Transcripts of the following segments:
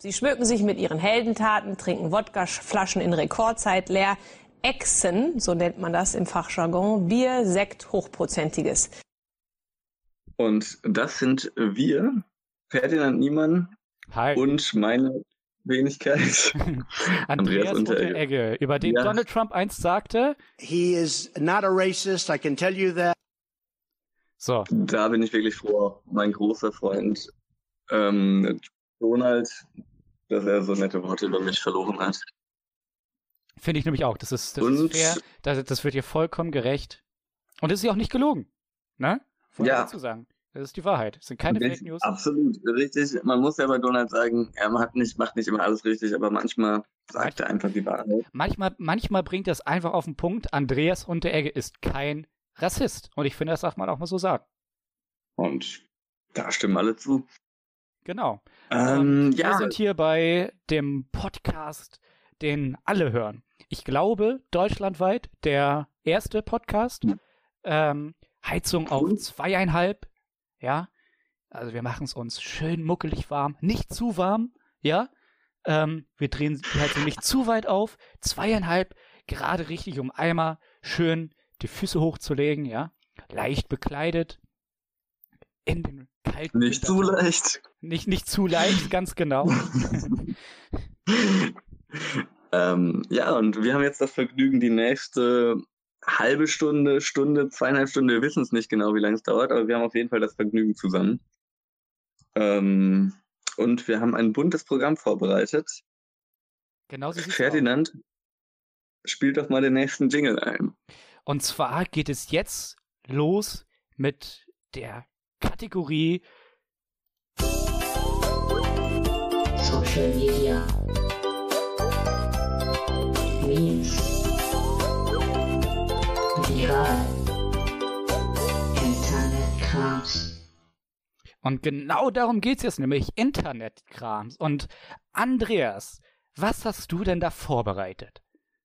Sie schmücken sich mit ihren Heldentaten, trinken Wodkaflaschen in Rekordzeit leer, ächzen, so nennt man das im Fachjargon, Bier, Sekt, Hochprozentiges. Und das sind wir, Ferdinand Niemann. Hi. Und meine Wenigkeit, Andreas Unteregge, über den Donald Trump einst sagte: He is not a racist, I can tell you that. So. Da bin ich wirklich froh, mein großer Freund Donald, dass er so nette Worte über mich verloren hat. Finde ich nämlich auch. Das ist fair, das wird dir vollkommen gerecht. Und es ist ja auch nicht gelogen. Ne? Dazu sagen. Das ist die Wahrheit. Das sind keine Fake News. Absolut, richtig. Man muss ja bei Donald sagen, er macht nicht immer alles richtig, aber manchmal sagt er einfach die Wahrheit. Manchmal bringt er es einfach auf den Punkt. Andreas Unteregge ist kein Rassist. Und ich finde, das darf man auch mal so sagen. Und da stimmen alle zu. Genau. Wir sind hier bei dem Podcast, den alle hören. Ich glaube, deutschlandweit der erste Podcast. Heizung auf 2,5. Ja, also wir machen es uns schön muckelig warm, nicht zu warm, ja. Wir drehen die Heizung nicht zu weit auf, 2,5, gerade richtig, um einmal schön die Füße hochzulegen, ja. Leicht bekleidet, in den kalten Nicht zu leicht. Nicht zu leicht, ganz genau. Ja, und wir haben jetzt das Vergnügen, die nächste halbe Stunde, 2,5 Stunden, wir wissen es nicht genau, wie lange es dauert, aber wir haben auf jeden Fall das Vergnügen zusammen. Und wir haben ein buntes Programm vorbereitet. Genau so sieht's Ferdinand, spielt doch mal den nächsten Jingle ein. Und zwar geht es jetzt los mit der Kategorie Social Media Memes Viral Internetkrams. Und genau darum geht's jetzt, nämlich Internetkrams. Und Andreas, was hast du denn da vorbereitet?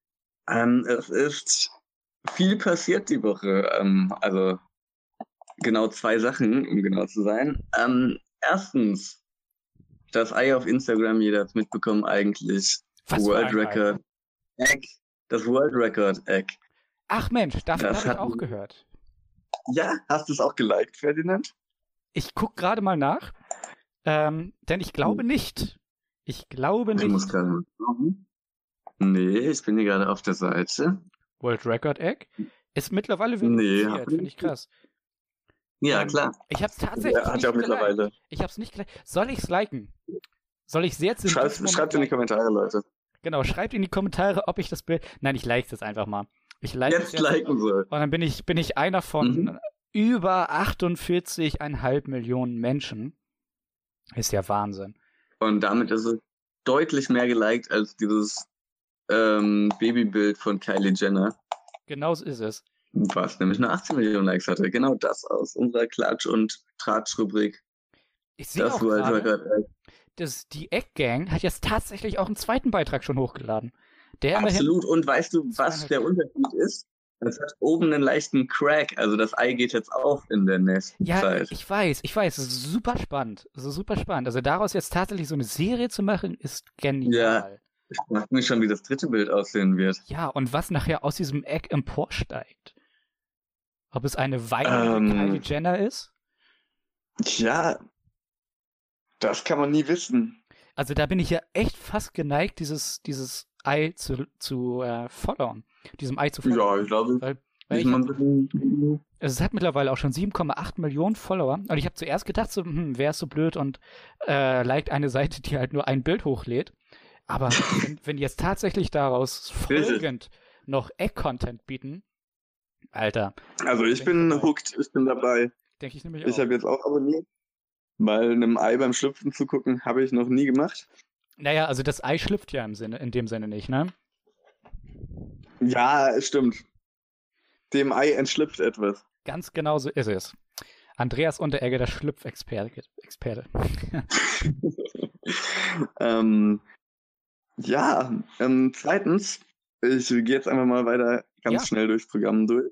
Es ist viel passiert die Woche. Also genau 2 Sachen, um genau zu sein. Erstens, das Ei auf Instagram, jeder hat es mitbekommen eigentlich. Was World Record Egg. Das World Record Egg. Ach Mensch, davon habe ich auch gehört. Ja, hast du es auch geliked, Ferdinand? Ich gucke gerade mal nach, denn ich glaube nicht. Ich glaube nicht. Ich muss gerade mal schauen. Nee, ich bin hier gerade auf der Seite. World Record Egg ist mittlerweile verifiziert, finde ich krass. Ja, klar. Ich habe es tatsächlich hat ja auch mittlerweile. Ich habe es nicht geliked. Soll ich es liken? Soll ich es jetzt in Schreibt in die Kommentare, Leute. Genau, schreibt in die Kommentare, ob ich das Bild... Nein, ich like es jetzt einfach mal. Ich like jetzt liken soll. Und dann bin ich einer von über 48,5 Millionen Menschen. Ist ja Wahnsinn. Und damit ist es deutlich mehr geliked als dieses Babybild von Kylie Jenner. Genau so ist es. Was nämlich nur 18 Millionen Likes hatte. Genau das aus unserer Klatsch- und Tratsch-Rubrik. Ich sehe auch gerade, die Egg-Gang hat jetzt tatsächlich auch einen zweiten Beitrag schon hochgeladen. Absolut. Und weißt du, was der Unterschied ist? Das hat oben einen leichten Crack. Also das Ei geht jetzt auf in der nächsten Zeit. Ja, ich weiß. Das ist super spannend. Also daraus jetzt tatsächlich so eine Serie zu machen, ist genial. Ja, ich frage mich schon, wie das dritte Bild aussehen wird. Ja, und was nachher aus diesem Egg emporsteigt. Ob es eine weinende Kylie Jenner ist? Ja, das kann man nie wissen. Also da bin ich ja echt fast geneigt, dieses Ei zu followen. Diesem Ei zu followen. Ja, ich glaube, es hat mittlerweile auch schon 7,8 Millionen Follower. Und ich habe zuerst gedacht, so, wer ist so blöd und liked eine Seite, die halt nur ein Bild hochlädt. Aber wenn die jetzt tatsächlich daraus folgend noch Egg-Content bieten, Alter. Also ich bin hooked, ich bin dabei. Denke ich nämlich auch. Ich habe jetzt auch abonniert, weil einem Ei beim Schlüpfen zu gucken, habe ich noch nie gemacht. Naja, also das Ei schlüpft ja in dem Sinne nicht, ne? Ja, stimmt. Dem Ei entschlüpft etwas. Ganz genau so ist es. Andreas Unteregge, der Schlüpfexperte. Zweitens, ich gehe jetzt einfach mal weiter ganz schnell durchs Programm durch.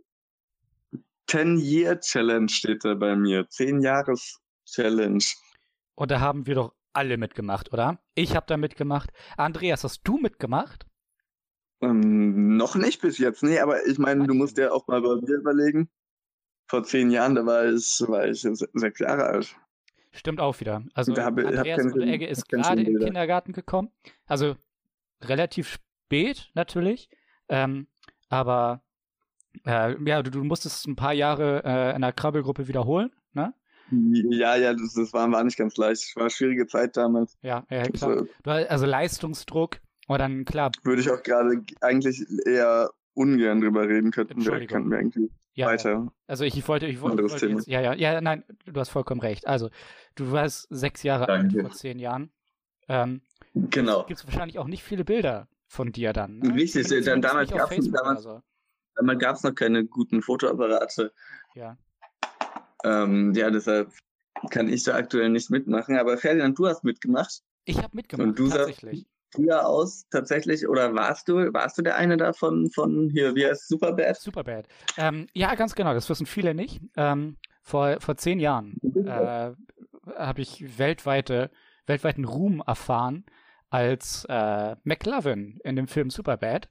10-Year-Challenge steht da bei mir. 10-Jahres-Challenge. Und da haben wir doch alle mitgemacht, oder? Ich habe da mitgemacht. Andreas, hast du mitgemacht? Noch nicht bis jetzt, nee, aber ich meine, du musst ja auch mal bei mir überlegen. Vor 10 Jahren, da war ich 6 Jahre alt. Stimmt auch wieder. Also Da hab Andreas keine und Egge ist keine gerade schönen in den Bilder. Kindergarten gekommen. Also relativ spät natürlich. Aber ja, du musstest ein paar Jahre in der Krabbelgruppe wiederholen, ne? Ja, das war nicht ganz leicht. Es war eine schwierige Zeit damals. Ja, klar. Also Leistungsdruck. Und dann, klar. Würde ich auch gerade eigentlich eher ungern drüber reden, könnten wir irgendwie weiter. Ja. Also ich wollte jetzt, ja, nein, du hast vollkommen recht. Also, du warst 6 Jahre alt vor 10 Jahren. Genau. Gibt es wahrscheinlich auch nicht viele Bilder von dir dann. Ne? Richtig, damals gab es noch keine guten Fotoapparate. Ja. Deshalb kann ich da aktuell nicht mitmachen. Aber Ferdinand, du hast mitgemacht. Ich habe mitgemacht, und du tatsächlich. Früher aus, tatsächlich, oder warst du der eine davon von hier, wie heißt Superbad? Superbad. Ja, ganz genau, das wissen viele nicht. Vor 10 Jahren habe ich weltweiten Ruhm erfahren als McLovin in dem Film Superbad.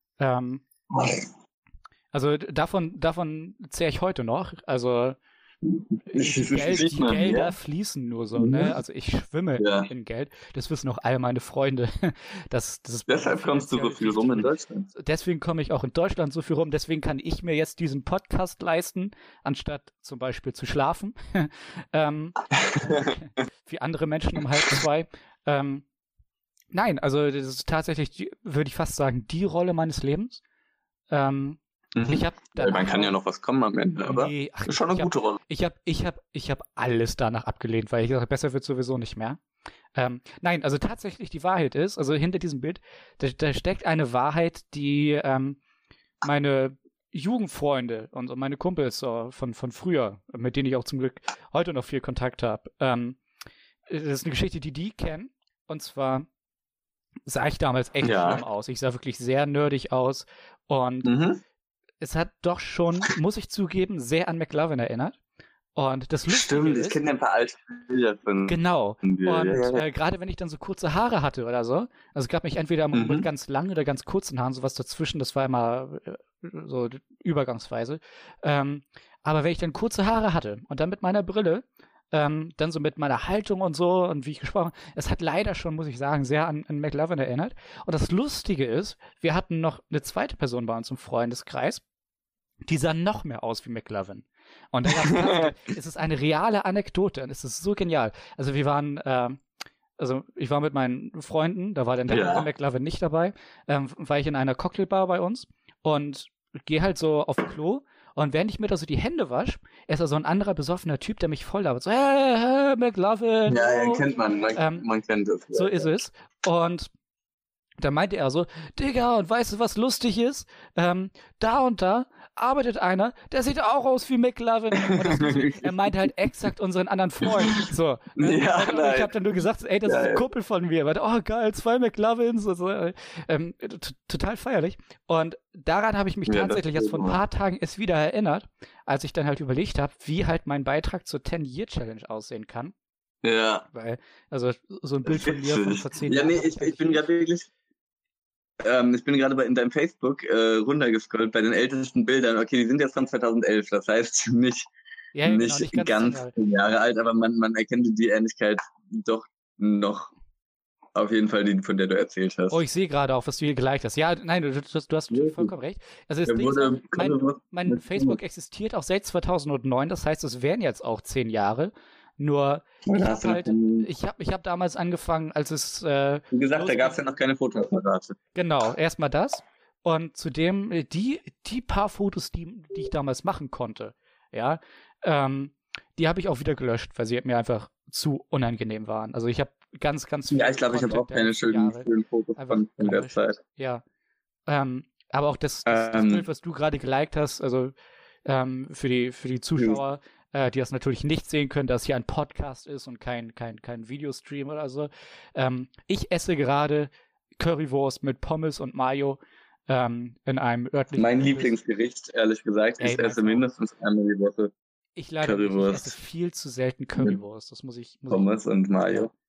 Also davon zehre ich heute noch. Also die Gelder fließen nur so, ne? Also ich schwimme in Geld. Das wissen auch all meine Freunde. Deshalb kommst du so viel rum in Deutschland. Deswegen komme ich auch in Deutschland so viel rum. Deswegen kann ich mir jetzt diesen Podcast leisten, anstatt zum Beispiel zu schlafen. Wie andere Menschen um 1:30. Nein, also das ist tatsächlich, würde ich fast sagen, die Rolle meines Lebens. Man kann ja noch was kommen am Ende, aber ist schon eine gute Rolle. Ich hab alles danach abgelehnt, weil ich gesagt habe, besser wird sowieso nicht mehr. Nein, also tatsächlich die Wahrheit ist, also hinter diesem Bild, da steckt eine Wahrheit, die meine Jugendfreunde und meine Kumpels von früher, mit denen ich auch zum Glück heute noch viel Kontakt habe, das ist eine Geschichte, die kennen. Und zwar sah ich damals echt schlimm aus. Ich sah wirklich sehr nerdig aus und es hat doch schon, muss ich zugeben, sehr an McLovin erinnert. Und das Lustige ist, ich kenne ein paar alte Bilder von. Genau. Und gerade wenn ich dann so kurze Haare hatte oder so, also es gab mich entweder mit ganz langen oder ganz kurzen Haaren, sowas dazwischen, das war immer so übergangsweise. Aber wenn ich dann kurze Haare hatte und dann mit meiner Brille, dann so mit meiner Haltung und so und wie ich gesprochen habe, es hat leider schon, muss ich sagen, sehr an McLovin erinnert. Und das Lustige ist, wir hatten noch eine zweite Person bei uns im Freundeskreis, die sah noch mehr aus wie McLovin. Und dann es ist eine reale Anekdote und es ist so genial. Also wir waren, ich war mit meinen Freunden, da war dann der McLovin nicht dabei, war ich in einer Cocktailbar bei uns und gehe halt so auf Klo. Und während ich mir da so die Hände wasche, ist da so ein anderer besoffener Typ, der mich voll labert. So, hey, McLovin. Ja, kennt man. Man kennt das. So ist es. Und da meinte er so, Digga, und weißt du, was lustig ist? Da und da arbeitet einer, der sieht auch aus wie McLovin. Und er meinte halt exakt unseren anderen Freund. So. Und ich habe dann nur gesagt, ey, das ist ein Kumpel von mir. Meinte, oh geil, 2 McLovins. Total feierlich. Und daran habe ich mich tatsächlich jetzt vor ein paar Tagen erst wieder erinnert, als ich dann halt überlegt habe, wie halt mein Beitrag zur 10-Year-Challenge aussehen kann. Ja. Weil, also so ein Bild von mir von vor 10 Jahren. Ja, nee, ich bin gerade wirklich. Ich bin gerade in deinem Facebook runtergescrollt bei den ältesten Bildern. Okay, die sind jetzt von 2011, das heißt nicht ganz 10 Jahre alt, aber man erkennt die Ähnlichkeit doch noch auf jeden Fall, die, von der du erzählt hast. Oh, ich sehe gerade auch, was du hier geliked hast. Ja, nein, du hast vollkommen recht. Also mein Facebook existiert auch seit 2009, das heißt, es wären jetzt auch 10 Jahre. Nur, ich hab damals angefangen, als es wie gesagt, da gab es ja noch keine Fotoapparate. Genau, erstmal das. Und zudem die paar Fotos, die ich damals machen konnte, ja, die habe ich auch wieder gelöscht, weil sie mir einfach zu unangenehm waren. Also ich habe ganz viel. Ja, ich glaube, ich habe auch keine schönen Fotos von der Zeit. Ja. Aber auch das Bild, was du gerade geliked hast, also für die Zuschauer, die das natürlich nicht sehen können, dass hier ein Podcast ist und kein Videostream oder so. Ich esse gerade Currywurst mit Pommes und Mayo in einem örtlichen... Mein Lieblingsgericht, ehrlich gesagt. Ich esse mindestens einmal die Woche Currywurst. Ich esse viel zu selten Currywurst. Das muss ich Pommes und Mayo.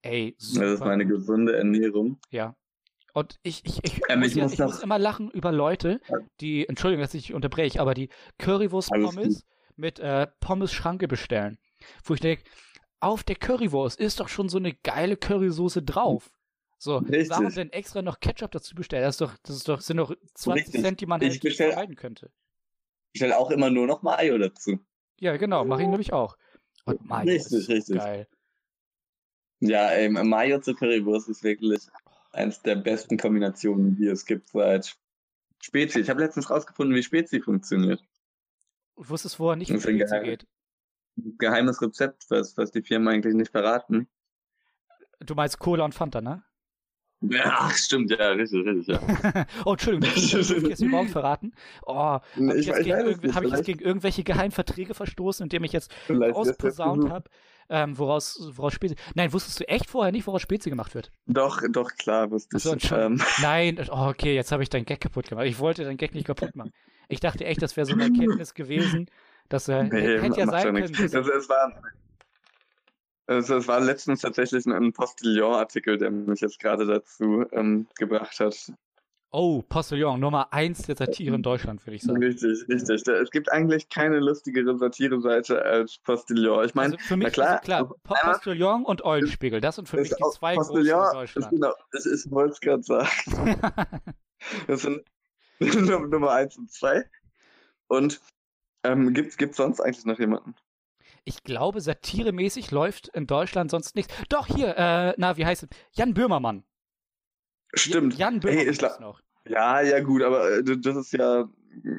Ey, super. Das ist meine gesunde Ernährung. Ja. Und ich muss immer lachen über Leute, die, Entschuldigung, dass ich unterbreche, aber die Currywurst-Pommes mit Pommes-Schranke bestellen. Wo ich denke, auf der Currywurst ist doch schon so eine geile Currysoße drauf. So, Richtig. warum denn extra noch Ketchup dazu bestellen? Sind doch 20 Richtig. Cent, die man halt vermeiden könnte. Ich stelle auch immer nur noch Mayo dazu. Ja, genau, mache ich nämlich auch. Und Mayo ist Richtig. geil. Ja, Mayo zur Currywurst ist wirklich eins der besten Kombinationen, die es gibt seit Spezi. Ich habe letztens rausgefunden, wie Spezi funktioniert. Du wusstest vorher nicht, wie Das ist ein Spezi geht. Geheimes Rezept, was die Firmen eigentlich nicht verraten. Du meinst Cola und Fanta, ne? Ja, ach, stimmt, ja, richtig, ja. Oh, Entschuldigung, das jetzt überhaupt verraten. Oh, habe ich jetzt gegen irgendwelche Geheimverträge verstoßen, indem ich jetzt ausposaunt habe, woraus Spezi... Nein, wusstest du echt vorher nicht, woraus Spezi gemacht wird? Doch, klar wusste ich. Nein, okay, jetzt habe ich deinen Gag kaputt gemacht. Ich wollte deinen Gag nicht kaputt machen. Ich dachte echt, das wäre so eine Erkenntnis gewesen, dass hätte ja sein können. Es war letztens tatsächlich ein Postillon-Artikel, der mich jetzt gerade dazu gebracht hat. Oh, Postillon, Nummer 1 der Satire in Deutschland, würde ich sagen. Richtig. Es gibt eigentlich keine lustigere Satire-Seite als Postillon. Ich meine, also für mich ist klar, Postillon und Eulenspiegel, das sind für mich die zwei großen in Deutschland. Genau, ich wollte es gerade sagen. Das sind Nummer 1 und 2. Und gibt's sonst eigentlich noch jemanden? Ich glaube, satiremäßig läuft in Deutschland sonst nichts. Doch, hier, wie heißt es? Jan Böhmermann. Stimmt. Jan Böhmermann ist noch. Ja, gut, aber das ist ja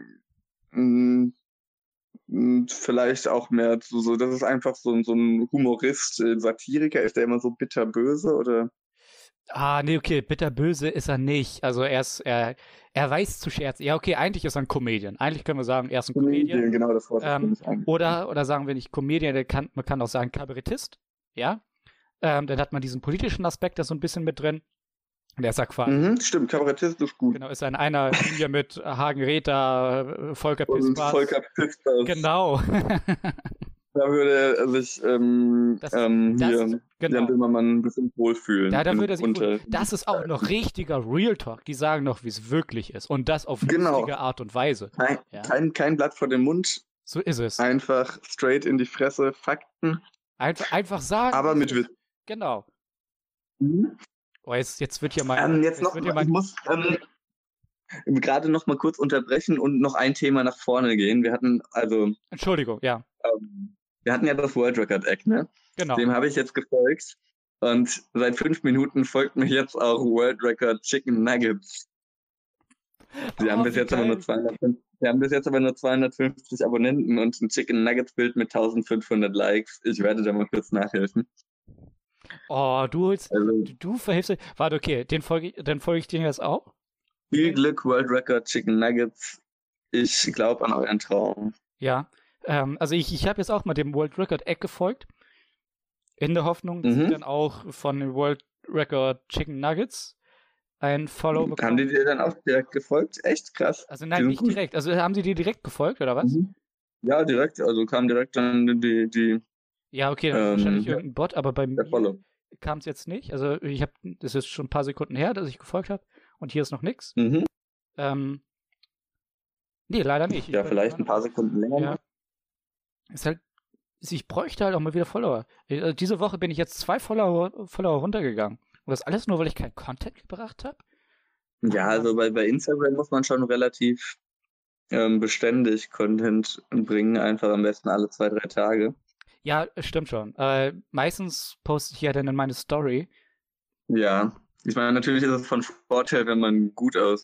vielleicht auch mehr so, das ist einfach so ein Humorist, Satiriker. Ist der immer so bitterböse, oder? Nee, okay, bitterböse ist er nicht. Also er weiß zu scherzen. Ja, okay, eigentlich ist er ein Comedian. Eigentlich können wir sagen, er ist ein Comedian. Genau, das Wort oder sagen wir nicht Comedian, man kann auch sagen Kabarettist. Ja. Dann hat man diesen politischen Aspekt da so ein bisschen mit drin. Der ist ja quasi. Stimmt, Kabarettist ist gut. Genau, ist er in einer Linie mit Hagen Räther, Volker Pispers. Volker Pispers. Genau. Da würde er sich Jan Böhmermann ein bisschen wohlfühlen. Ja, da würde er sich das ist auch noch richtiger Real Talk. Die sagen noch, wie es wirklich ist. Und das auf lustige Art und Weise. Kein Blatt vor dem Mund. So ist es. Einfach straight in die Fresse, Fakten. Einfach sagen. Aber mit Witz. Genau. Oh, jetzt wird hier ich muss gerade noch mal kurz unterbrechen und noch ein Thema nach vorne gehen. Wir hatten Entschuldigung, ja. Wir hatten ja das World Record Egg, ne? Genau. Dem habe ich jetzt gefolgt. Und seit 5 Minuten folgt mir jetzt auch World Record Chicken Nuggets. Wir haben bis jetzt aber nur 250 Abonnenten und ein Chicken Nuggets Bild mit 1500 Likes. Ich werde da mal kurz nachhelfen. Oh, du verhilfst. Warte, okay, dann folge ich dir jetzt auch. Viel Glück, World Record Chicken Nuggets. Ich glaube an euren Traum. Ja, also ich habe jetzt auch mal dem World Record Egg gefolgt. In der Hoffnung, dass ich dann auch von den World Record Chicken Nuggets ein Follow bekommen. Haben die dir dann auch direkt gefolgt? Echt krass. Also nein, nicht direkt. Also haben sie dir direkt gefolgt, oder was? Ja, direkt. Also kam direkt dann die ja, okay, dann wahrscheinlich irgendein Bot, aber bei mir kam es jetzt nicht. Also das ist schon ein paar Sekunden her, dass ich gefolgt habe. Und hier ist noch nichts. Nee, leider nicht. Ja, vielleicht ein paar Sekunden länger. Ja. Ist halt, ich bräuchte halt auch mal wieder Follower. Diese Woche bin ich jetzt 2 Follower runtergegangen. Und das alles nur, weil ich keinen Content gebracht habe? Ja, also bei Instagram muss man schon relativ beständig Content bringen. Einfach am besten alle 2-3 Tage. Ja, stimmt schon. Meistens poste ich ja dann in meine Story. Ja, ich meine, natürlich ist es von Vorteil, wenn man gut aussieht.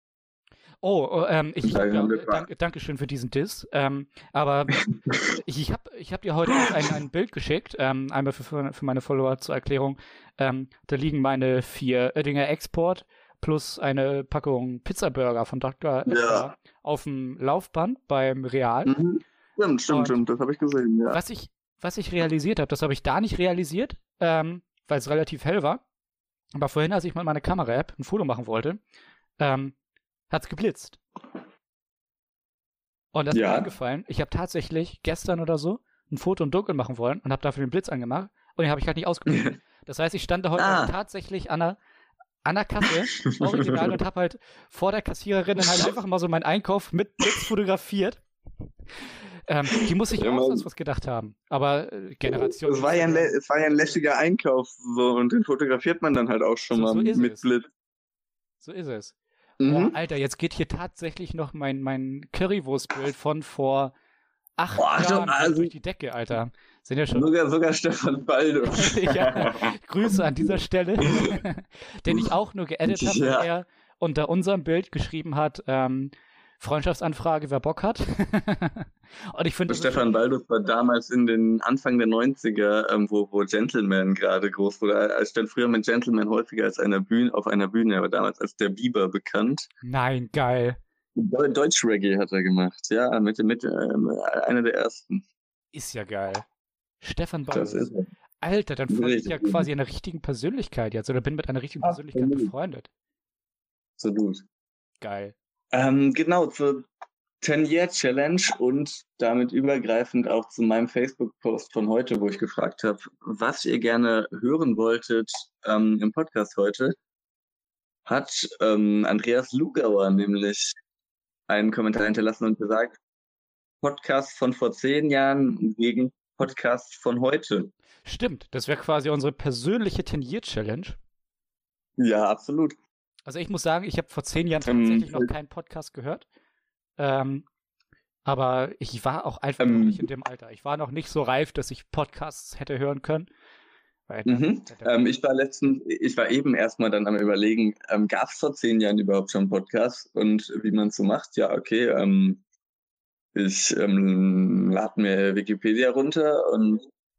Dankeschön für diesen Diss. Aber ich hab dir heute auch ein Bild geschickt, einmal für meine Follower zur Erklärung. Da liegen meine 4 Oettinger Export plus eine Packung Pizzaburger von Dr. Ja. Auf dem Laufband beim Real. Stimmt, das habe ich gesehen, ja. Was ich realisiert habe, das habe ich da nicht realisiert, weil es relativ hell war. Aber vorhin, als ich mit meiner Kamera-App ein Foto machen wollte, hat's geblitzt. Und das ist mir eingefallen. Ich habe tatsächlich gestern oder so ein Foto im Dunkeln machen wollen und habe dafür den Blitz angemacht und den habe ich halt nicht ausgelöst. Das heißt, ich stand da heute tatsächlich an der Kasse, original, und habe halt vor der Kassiererin dann halt einfach mal so meinen Einkauf mit Blitz fotografiert. Die muss sich auch sonst was gedacht haben. Aber Generation... Es war ja ein lässiger Einkauf, so, und den fotografiert man dann halt auch schon mal mit Blitz. So ist es. Oh, Alter, jetzt geht hier tatsächlich noch mein Currywurstbild von vor 8 Jahren durch die Decke, Alter. Sind ja schon... Sogar Stefan Baldo. Ja, Grüße an dieser Stelle. Den ich auch nur geedit habe, weil er unter unserem Bild geschrieben hat, Freundschaftsanfrage, wer Bock hat. Und ich finde, Stefan Baldus war damals in den Anfang der 90er, wo Gentleman gerade groß wurde. Ich stand früher mit Gentleman häufiger als auf einer Bühne, aber damals als der Bieber bekannt. Nein, geil. Deutsch-Reggae hat er gemacht, ja, mit einer der ersten. Ist ja geil. Stefan Baldus. Das ist er. Alter, dann folge ich ja quasi einer richtigen Persönlichkeit jetzt, oder bin mit einer richtigen Persönlichkeit befreundet. Absolut. Geil. Genau, zur 10-Year-Challenge und damit übergreifend auch zu meinem Facebook-Post von heute, wo ich gefragt habe, was ihr gerne hören wolltet im Podcast heute, hat Andreas Lugauer nämlich einen Kommentar hinterlassen und gesagt, Podcast von vor 10 Jahren gegen Podcast von heute. Stimmt, das wäre quasi unsere persönliche 10-Year-Challenge. Ja, absolut. Also ich muss sagen, ich habe vor 10 Jahren tatsächlich noch keinen Podcast gehört. Aber ich war auch einfach noch nicht in dem Alter. Ich war noch nicht so reif, dass ich Podcasts hätte hören können. Ich war eben erstmal dann am Überlegen, gab es vor 10 Jahren überhaupt schon Podcasts? Und wie man es so macht, ja, okay, ich lade mir Wikipedia runter und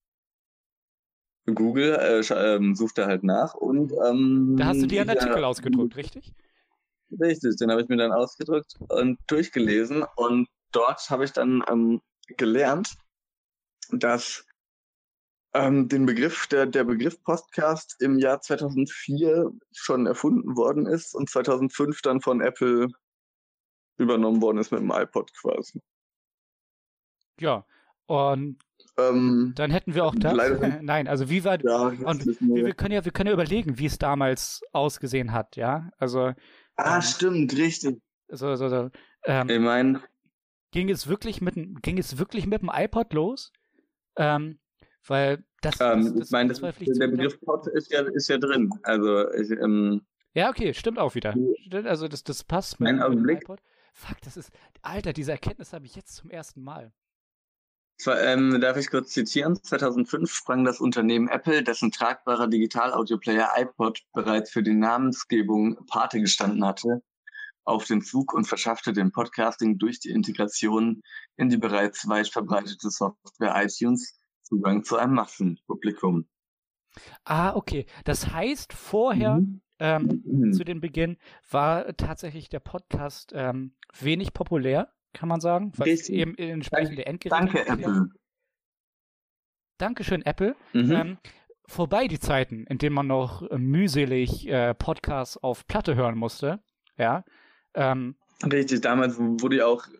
Google sucht da halt nach und da hast du dir einen Artikel ausgedruckt, richtig? Richtig, den habe ich mir dann ausgedruckt und durchgelesen und dort habe ich dann gelernt, dass der Begriff Podcast im Jahr 2004 schon erfunden worden ist und 2005 dann von Apple übernommen worden ist mit dem iPod quasi. Ja, und dann hätten wir auch das. Nein, also wie war... Ja, und wir können ja überlegen, wie es damals ausgesehen hat, ja? Also... stimmt, richtig. Ich meine... Ging es wirklich mit dem iPod los? Weil das der Begriff Pod ist ja drin. Also ja, okay, stimmt auch wieder. Also das passt mit dem iPod. Fuck, Alter, diese Erkenntnis habe ich jetzt zum ersten Mal. Darf ich kurz zitieren? 2005 sprang das Unternehmen Apple, dessen tragbarer Digital-Audio-Player iPod bereits für die Namensgebung Pate gestanden hatte, auf den Zug und verschaffte dem Podcasting durch die Integration in die bereits weit verbreitete Software iTunes Zugang zu einem Massenpublikum. Okay. Das heißt, vorher zu dem Beginn war tatsächlich der Podcast wenig populär, kann man sagen, weil es eben entsprechende Endgeräte Danke, Apple. Dankeschön, Apple. Vorbei die Zeiten, in denen man noch mühselig Podcasts auf Platte hören musste. Ja. Richtig, damals wurde ja auch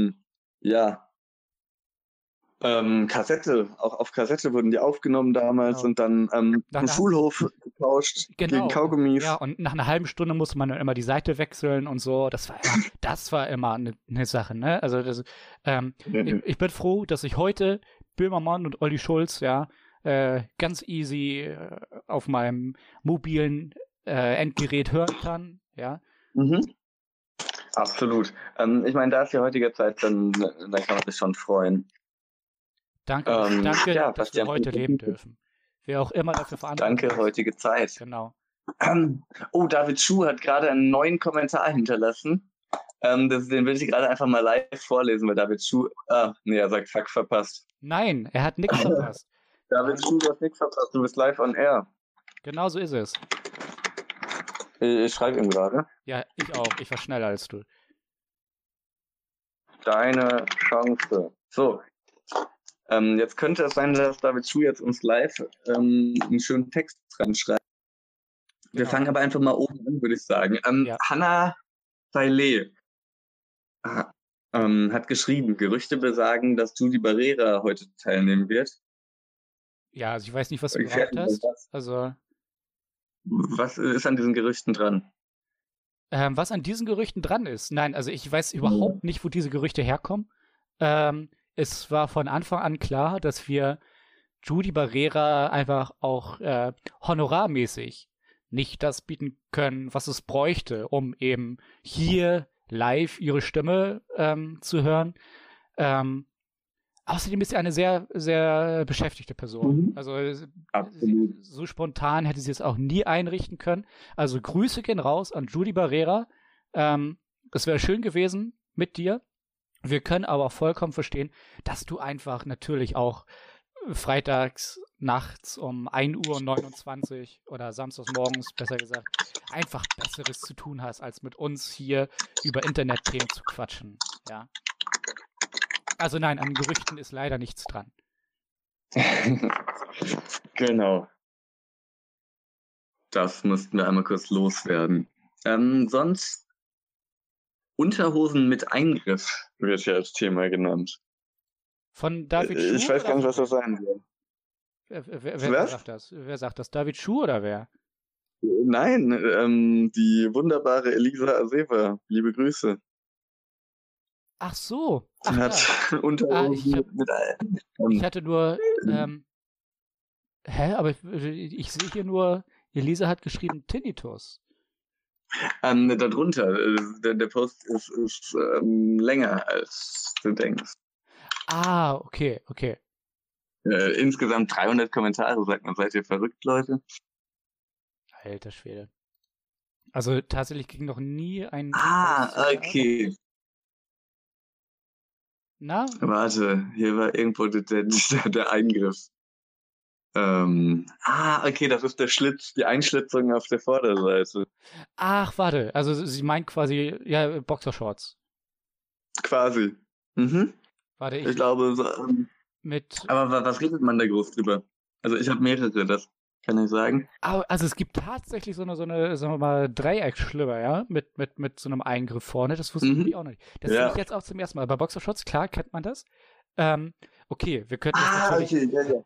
Kassette, auch auf Kassette wurden die aufgenommen damals und dann im Schulhof getauscht gegen Kaugummis. Ja, und nach einer halben Stunde musste man dann immer die Seite wechseln und so. Das war immer eine Sache, ne? Also ich bin froh, dass ich heute Böhmermann und Olli Schulz, ja, ganz easy auf meinem mobilen Endgerät hören kann, ja. Absolut. Ich meine, da ist die heutige Zeit, dann kann man sich schon freuen. Danke, dass wir heute leben dürfen. Wer auch immer dafür verantwortlich ist. Danke, heutige Zeit. Genau. David Schuh hat gerade einen neuen Kommentar hinterlassen. Den will ich gerade einfach mal live vorlesen, weil David Schuh, er sagt, fuck, verpasst. Nein, er hat nichts verpasst. David Schuh, du hast nichts verpasst, du bist live on air. Genau so ist es. Ich schreibe ihm gerade. Ja, ich auch. Ich war schneller als du. Deine Chance. So. Jetzt könnte es sein, dass David Schuh jetzt uns live einen schönen Text reinschreibt. Wir fangen aber einfach mal oben an, würde ich sagen. Hannah Sailé hat geschrieben, Gerüchte besagen, dass Judy Barrera heute teilnehmen wird. Ja, also ich weiß nicht, was du geraucht hast. Also. Was ist an diesen Gerüchten dran? Was an diesen Gerüchten dran ist? Nein, also ich weiß überhaupt nicht, wo diese Gerüchte herkommen. Es war von Anfang an klar, dass wir Judy Barrera einfach auch honorarmäßig nicht das bieten können, was es bräuchte, um eben hier live ihre Stimme zu hören. Außerdem ist sie eine sehr, sehr beschäftigte Person. Also so spontan hätte sie es auch nie einrichten können. Also Grüße gehen raus an Judy Barrera. Es wäre schön gewesen mit dir. Wir können aber vollkommen verstehen, dass du einfach natürlich auch freitags nachts um 1:29 Uhr oder samstags morgens, besser gesagt, einfach Besseres zu tun hast, als mit uns hier über Internetthemen zu quatschen. Ja. Also nein, an Gerüchten ist leider nichts dran. Genau. Das müssten wir einmal kurz loswerden. Sonst Unterhosen mit Eingriff wird ja als Thema genannt. Von David Schuh? Ich weiß gar nicht, was das sein soll. Wer sagt das? Wer sagt das? David Schuh oder wer? Nein, die wunderbare Elisa Aseva. Liebe Grüße. Ach so. Sie hat Unterhosen mit ich hatte nur, aber ich sehe hier nur, Elisa hat geschrieben Tinnitus. Darunter, der Post ist länger, als du denkst. Ah, okay. Insgesamt 300 Kommentare, sagt man. Seid ihr verrückt, Leute? Alter Schwede. Also tatsächlich ging noch nie ein... Okay. Na? Warte, hier war irgendwo der Eingriff. Okay, das ist der Schlitz, die Einschlitzung auf der Vorderseite. Ach, warte, also sie meint quasi, ja, Boxershorts. Quasi. Mhm. Warte, ich glaube, so, aber was redet man da groß drüber? Also ich habe mehrere, das kann ich sagen. Also es gibt tatsächlich so eine, sagen wir mal, Dreiecksschlimmer, ja, mit so einem Eingriff vorne, das wusste ich auch nicht. Das sehe ich jetzt auch zum ersten Mal. Bei Boxershorts, klar, kennt man das. Okay, wir könnten jetzt natürlich,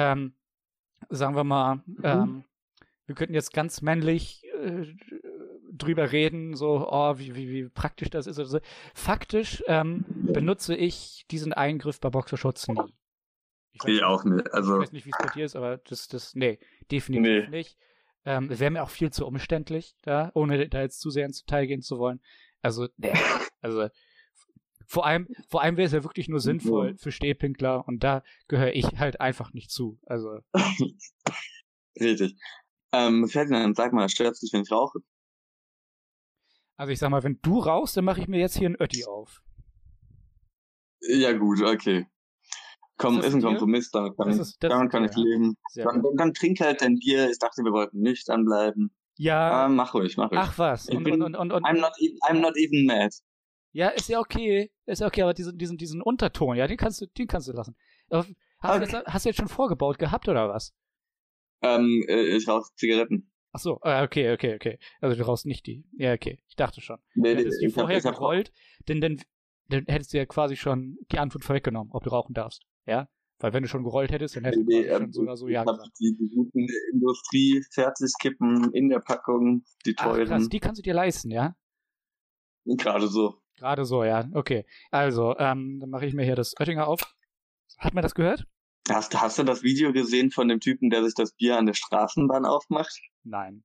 sagen wir mal, wir könnten jetzt ganz männlich drüber reden, so, wie praktisch das ist oder so. Faktisch benutze ich diesen Eingriff bei Boxershorts nie. Ich auch nicht. Also, ich weiß nicht, wie es bei dir ist, aber nee, definitiv nicht. Es wäre mir auch viel zu umständlich, ohne da jetzt zu sehr ins Detail gehen zu wollen. Also, nee. Also, vor allem wäre es ja wirklich nur sinnvoll für Stehpinkler und da gehöre ich halt einfach nicht zu. Also. Richtig. Ferdinand, sag mal, stört's dich, wenn ich rauche? Also ich sag mal, wenn du rauchst, dann mache ich mir jetzt hier einen Ötti auf. Ja gut, okay. Komm, ist ein Kompromiss, damit kann ich leben. Dann trink halt dein Bier. Ich dachte, wir wollten nüchtern bleiben. Ja. Mach ruhig. Ach was. I'm not even mad. Ja, ist ja okay, aber diesen Unterton, ja, den kannst du lassen. Hast du jetzt schon vorgebaut gehabt, oder was? Ich rauche Zigaretten. Ach so, okay. Also du rauchst nicht die. Ja, okay, ich dachte schon. Nee, hättest du vorher gerollt, dann hättest du ja quasi schon die Antwort vorweggenommen, ob du rauchen darfst, ja? Weil wenn du schon gerollt hättest, dann hättest du schon sogar so ja gesagt. Die guten Industrie-Fertigkippen in der Packung, die teuren. Ach, krass, die kannst du dir leisten, ja? Gerade so. Gerade so, ja. Okay. Also, dann mache ich mir hier das Oettinger auf. Hat man das gehört? Hast du das Video gesehen von dem Typen, der sich das Bier an der Straßenbahn aufmacht? Nein,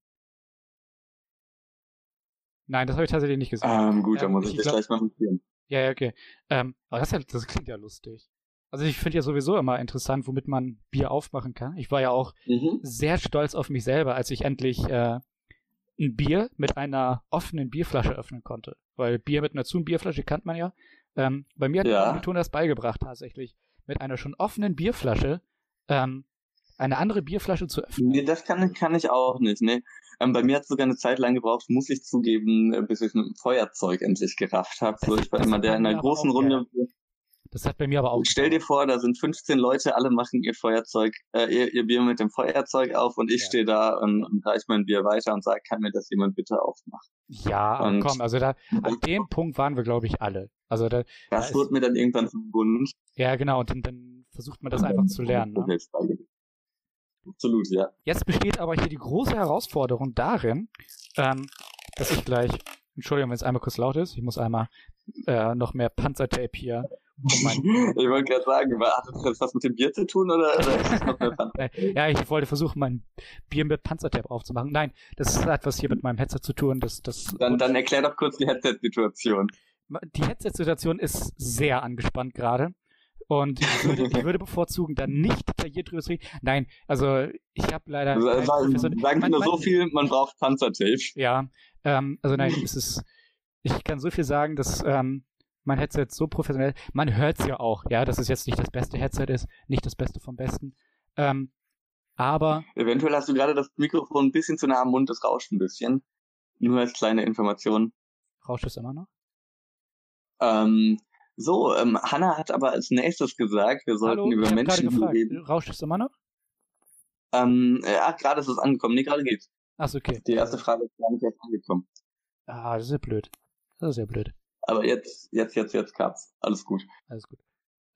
das habe ich tatsächlich nicht gesehen. Gut, dann muss ich das gleich mal notieren. Ja, okay. Aber das klingt ja lustig. Also ich finde ja sowieso immer interessant, womit man Bier aufmachen kann. Ich war ja auch sehr stolz auf mich selber, als ich endlich ein Bier mit einer offenen Bierflasche öffnen konnte. Weil Bier mit einer Bierflasche kennt man ja. Bei mir hat die Kommilitonin das beigebracht, tatsächlich. Mit einer schon offenen Bierflasche eine andere Bierflasche zu öffnen. Nee, das kann ich auch nicht, ne. Bei mir hat es sogar eine Zeit lang gebraucht, muss ich zugeben, bis ich mit dem Feuerzeug endlich gerafft habe. So, ich war immer der in einer großen Runde. Das hat bei mir aber auch. Stell dir vor, da sind 15 Leute, alle machen ihr Bier mit dem Feuerzeug auf und ich stehe da und reiche mein Bier weiter und sage, kann mir das jemand bitte aufmachen? Ja, und komm, also an dem Punkt waren wir, glaube ich, alle. Also das wurde mir dann irgendwann verbunden. Ja, genau, und dann versucht man das einfach zu lernen. Ne? Absolut, ja. Jetzt besteht aber hier die große Herausforderung darin, dass ich gleich, Entschuldigung, wenn es einmal kurz laut ist, ich muss einmal noch mehr Panzertape hier. Ich wollte gerade sagen, hat das jetzt was mit dem Bier zu tun oder ist das noch mehr Panzertape? Ja, ich wollte versuchen, mein Bier mit Panzertape aufzumachen. Nein, das hat was hier mit meinem Headset zu tun. Dann erklär doch kurz die Headset-Situation. Die Headset-Situation ist sehr angespannt gerade. Und ich würde bevorzugen, da nicht detailliert drüber zu reden. Nein, also ich habe leider... Sagen Sie nur so viel, man braucht Panzertape. Ja, also nein, ich kann so viel sagen, dass mein Headset so professionell, man hört es ja auch, ja, dass es jetzt nicht das beste Headset ist, nicht das Beste vom Besten, aber... Eventuell hast du gerade das Mikrofon ein bisschen zu nah am Mund, das rauscht ein bisschen. Nur als kleine Information. Rauscht es immer noch? Hanna hat aber als nächstes gesagt, wir sollten über Menschen reden. Rauscht es immer noch? Gerade ist es angekommen. Nee, gerade geht's. Achso, okay. Die erste Frage ist gar nicht erst angekommen. Ah, das ist ja blöd. Das ist ja blöd. Aber jetzt klappt's. Alles gut. Alles gut.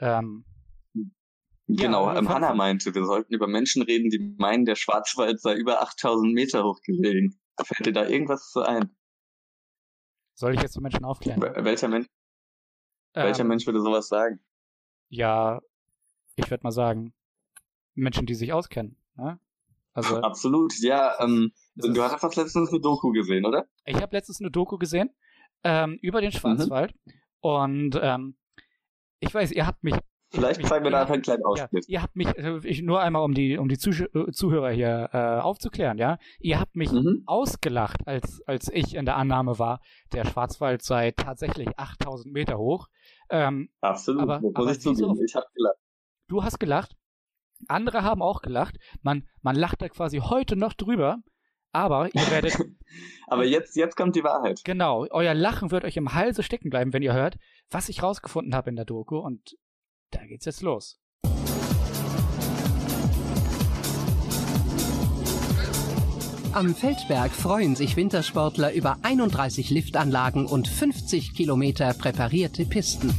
Genau, Hanna meinte, wir sollten über Menschen reden, die meinen, der Schwarzwald sei über 8000 Meter hoch gelegen. Fällt dir da irgendwas zu ein? Soll ich jetzt die Menschen aufklären? Welcher Mensch würde sowas sagen? Ja, ich würde mal sagen, Menschen, die sich auskennen. Ne? Also, absolut, ja. Du hast letztens eine Doku gesehen, oder? Ich habe letztens eine Doku gesehen über den Schwarzwald. Und ich weiß, ihr habt mich... Vielleicht zeigen wir da einen kleinen Ausschnitt. Ja, ihr habt mich, nur einmal um die Zuhörer hier aufzuklären, ja. Ihr habt mich ausgelacht, als ich in der Annahme war, der Schwarzwald sei tatsächlich 8000 Meter hoch. Absolut, muss ich zugeben, ich habe gelacht. Du hast gelacht, andere haben auch gelacht, man lacht da quasi heute noch drüber, aber ihr werdet... aber jetzt kommt die Wahrheit. Genau, euer Lachen wird euch im Halse stecken bleiben, wenn ihr hört, was ich rausgefunden habe in der Doku, und da geht's jetzt los. Am Feldberg freuen sich Wintersportler über 31 Liftanlagen und 50 Kilometer präparierte Pisten.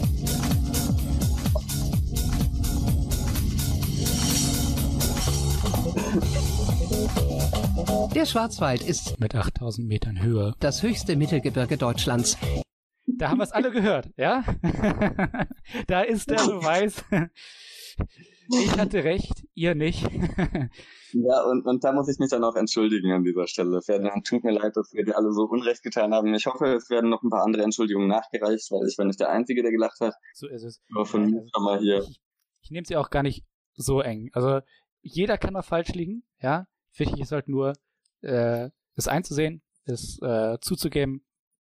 Der Schwarzwald ist mit 8000 Metern Höhe das höchste Mittelgebirge Deutschlands. Da haben wir es alle gehört, ja? Da ist der Beweis. Ich hatte recht, ihr nicht. Ja, und da muss ich mich dann auch entschuldigen an dieser Stelle. Tut mir leid, dass wir dir alle so Unrecht getan haben. Ich hoffe, es werden noch ein paar andere Entschuldigungen nachgereicht, weil ich war nicht der Einzige, der gelacht hat. So ist es. Aber von mir schon mal hier. Ich nehme sie auch gar nicht so eng. Also, jeder kann mal falsch liegen, ja? Wichtig ist halt nur, es einzusehen, es zuzugeben.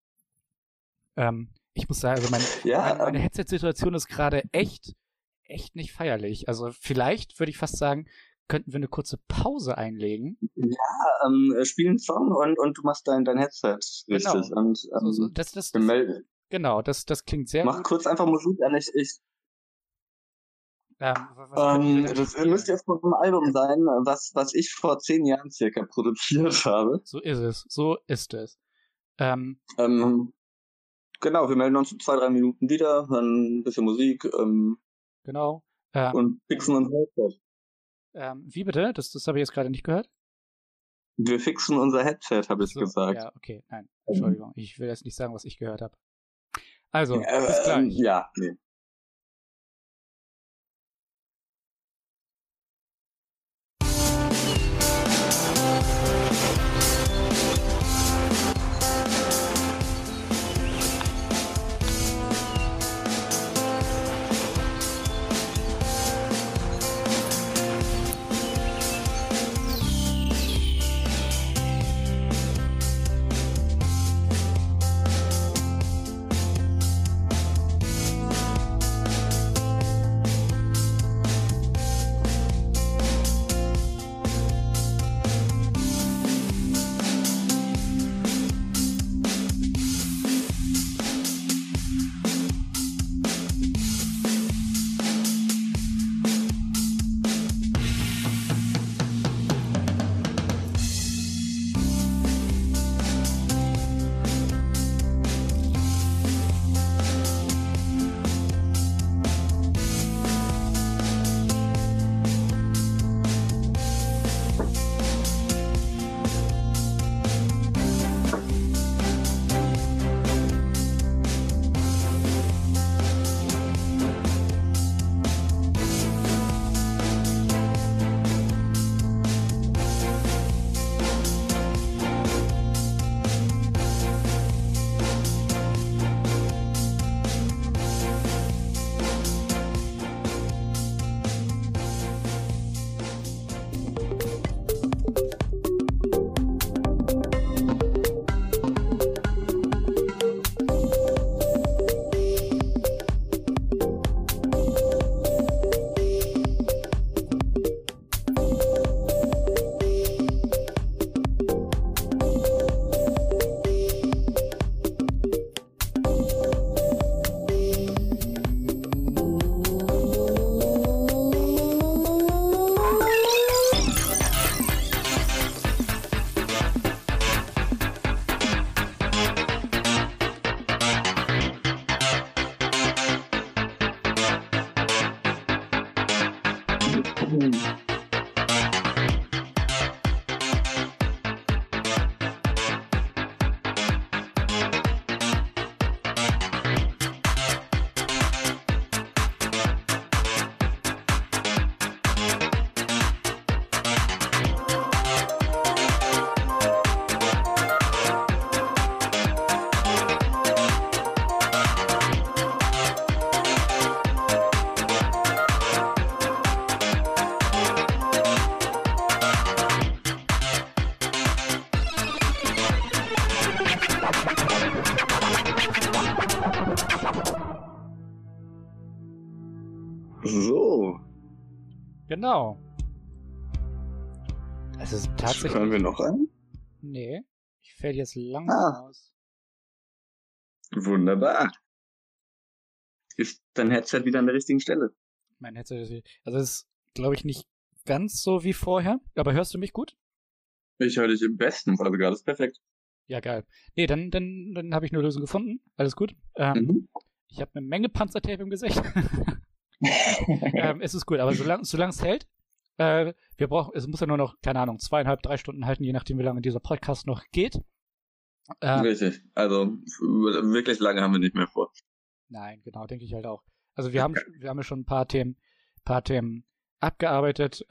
Ich muss sagen, also meine Headset-Situation ist gerade echt nicht feierlich. Also vielleicht würde ich fast sagen, könnten wir eine kurze Pause einlegen. Ja, spiel einen Song und du machst dein Headset richtig. Genau. Und genau, das klingt sehr gut. Mach kurz einfach Musik an. Das müsste jetzt von einem Album sein, was ich vor 10 Jahren circa produziert habe. So ist es. Genau, wir melden uns in 2-3 Minuten wieder, hören ein bisschen Musik. Genau. Und fixen unser Headset. Wie bitte? Das habe ich jetzt gerade nicht gehört. Wir fixen unser Headset, habe ich gesagt. Ja, okay, nein, Entschuldigung. Ich will jetzt nicht sagen, was ich gehört habe. Also, bis gleich. Ja, nee. So. Genau. Es ist tatsächlich... Hören wir noch einen? Nee. Ich fällt jetzt langsam aus. Wunderbar. Ist dein Headset wieder an der richtigen Stelle? Mein Headset ist... Also es ist, glaube ich, nicht ganz so wie vorher. Aber hörst du mich gut? Ich höre dich im besten Fall sogar. Das ist perfekt. Ja, geil. Nee, dann habe ich eine Lösung gefunden. Alles gut. Ich habe eine Menge Panzertape im Gesicht. Es ist gut, aber solange es hält, es muss ja nur noch, keine Ahnung, 2,5, 3 Stunden halten, je nachdem, wie lange dieser Podcast noch geht. Richtig. Also, wirklich lange haben wir nicht mehr vor. Nein, genau, denke ich halt auch. Also, wir haben ja schon ein paar Themen abgearbeitet.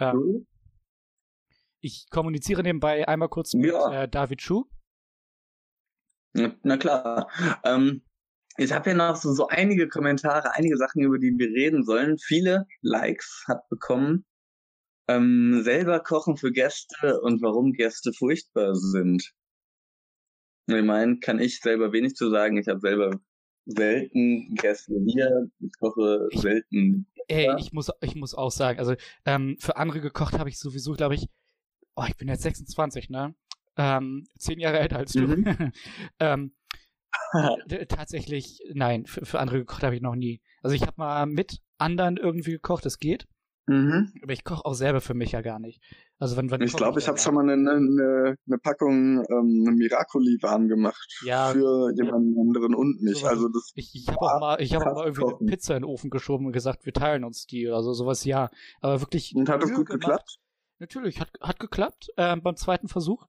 Ich kommuniziere nebenbei einmal kurz mit David Schuh. Na klar. Ich habe ja noch so einige Kommentare, einige Sachen, über die wir reden sollen. Viele Likes hat bekommen. Selber kochen für Gäste und warum Gäste furchtbar sind. Ich meine, kann ich selber wenig zu sagen. Ich habe selber selten Gäste hier. Ich koche selten. Ich muss auch sagen, also für andere gekocht habe ich sowieso, glaube ich, ich bin jetzt 26, ne? 10 Jahre älter als du. Tatsächlich, nein, für andere gekocht habe ich noch nie. Also ich habe mal mit anderen irgendwie gekocht, das geht. Aber ich koche auch selber für mich ja gar nicht. Also wenn ich glaube, ich habe schon mal eine Packung Miracoli warm gemacht für jemanden anderen und mich. So, also ich habe auch mal irgendwie eine Pizza in den Ofen geschoben und gesagt, wir teilen uns die oder so, sowas, ja. Aber wirklich. Und hat das gut geklappt? Natürlich, hat geklappt beim zweiten Versuch.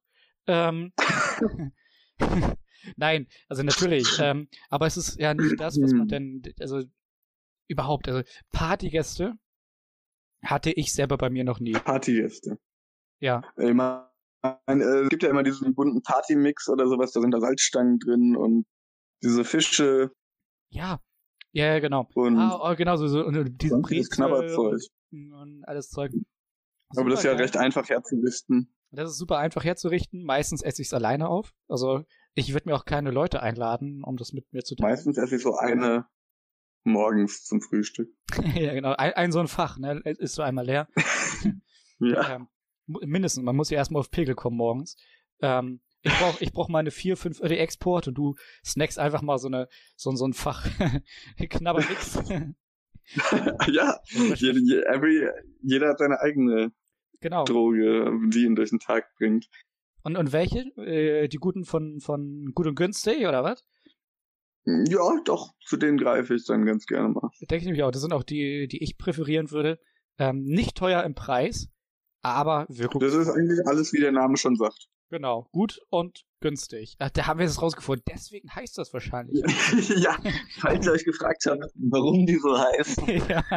Nein, also natürlich. Aber es ist ja nicht das, was man denn, also überhaupt, also Partygäste hatte ich selber bei mir noch nie. Partygäste. Ja. Ich meine, es gibt ja immer diesen bunten Partymix oder sowas, da sind da Salzstangen drin und diese Fische. Ja, genau. Und genau, so dieses Knabberzeug. Und alles Zeug. Aber das ist ja recht einfach herzurichten. Das ist super einfach herzurichten. Meistens esse ich es alleine auf. Also ich würde mir auch keine Leute einladen, um das mit mir zu tun. Meistens esse ich so eine morgens zum Frühstück. Ja, genau. Ein so ein Fach, ne? Ist so einmal leer. Ja. Mindestens. Man muss ja erstmal auf Pegel kommen morgens. Ich brauch mal eine 4, 5 Export und du snackst einfach mal so ein Fach Knabbermix. Ja, jeder hat seine eigene Droge, die ihn durch den Tag bringt. Und welche? Die guten von Gut und Günstig, oder was? Ja, doch, zu denen greife ich dann ganz gerne mal. Denke ich nämlich auch. Das sind auch die ich präferieren würde. Nicht teuer im Preis, aber Wirkung. Das ist eigentlich alles, wie der Name schon sagt. Genau, gut und günstig. Da haben wir es rausgefunden. Deswegen heißt das wahrscheinlich. Ja, falls ihr euch gefragt habt, warum die so heißen.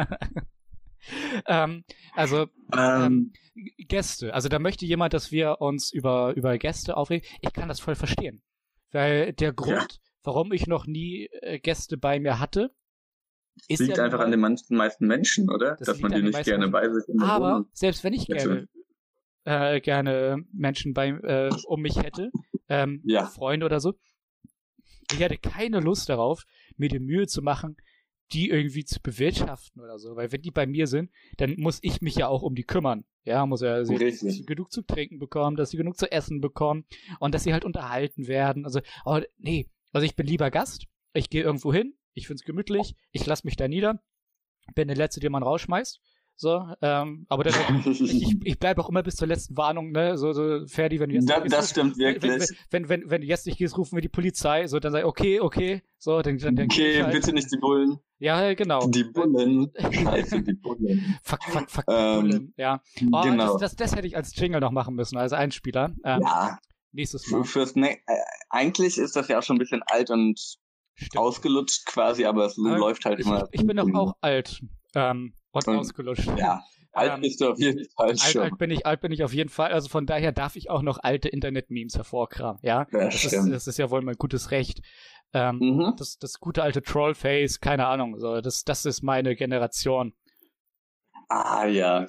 Ja. Gäste. Also da möchte jemand, dass wir uns über Gäste aufregen. Ich kann das voll verstehen. Weil der Grund, warum ich noch nie Gäste bei mir hatte, ist liegt einfach an den meisten Menschen, oder? Dass man die nicht gerne bei sich in der Aber Wohnung. selbst wenn ich gerne Menschen um mich hätte, Freunde oder so, ich hätte keine Lust darauf, mir die Mühe zu machen, die irgendwie zu bewirtschaften oder so. Weil wenn die bei mir sind, dann muss ich mich ja auch um die kümmern. Ja, muss ja sehen, dass sie genug zu trinken bekommen, dass sie genug zu essen bekommen und dass sie halt unterhalten werden. Also, also ich bin lieber Gast, ich gehe irgendwo hin, ich find's gemütlich, ich lasse mich da nieder, bin der Letzte, den man rausschmeißt. So, aber dann, ich bleibe auch immer bis zur letzten Warnung, ne, so Ferdi, wenn du jetzt das stimmt wirklich. Wenn du jetzt nicht gehst, rufen wir die Polizei, so, dann sag ich, okay, so, dann okay, halt. Bitte nicht die Bullen. Ja, genau. Die Bullen. Scheiße, die Bullen. Fuck, die Bullen, ja. Genau. Das hätte ich als Jingle noch machen müssen, als Einspieler. Ja. Nächstes Mal. Eigentlich ist das ja auch schon ein bisschen alt und ausgelutscht quasi, aber es läuft halt immer. Ich bin doch auch alt, und ausgelutscht. Ja, alt bist du auf jeden Fall schon. Alt bin ich auf jeden Fall. Also von daher darf ich auch noch alte Internet-Memes hervorkramen. Ja, das ist ja wohl mein gutes Recht. Das gute alte Trollface, keine Ahnung. So, das ist meine Generation. Ja.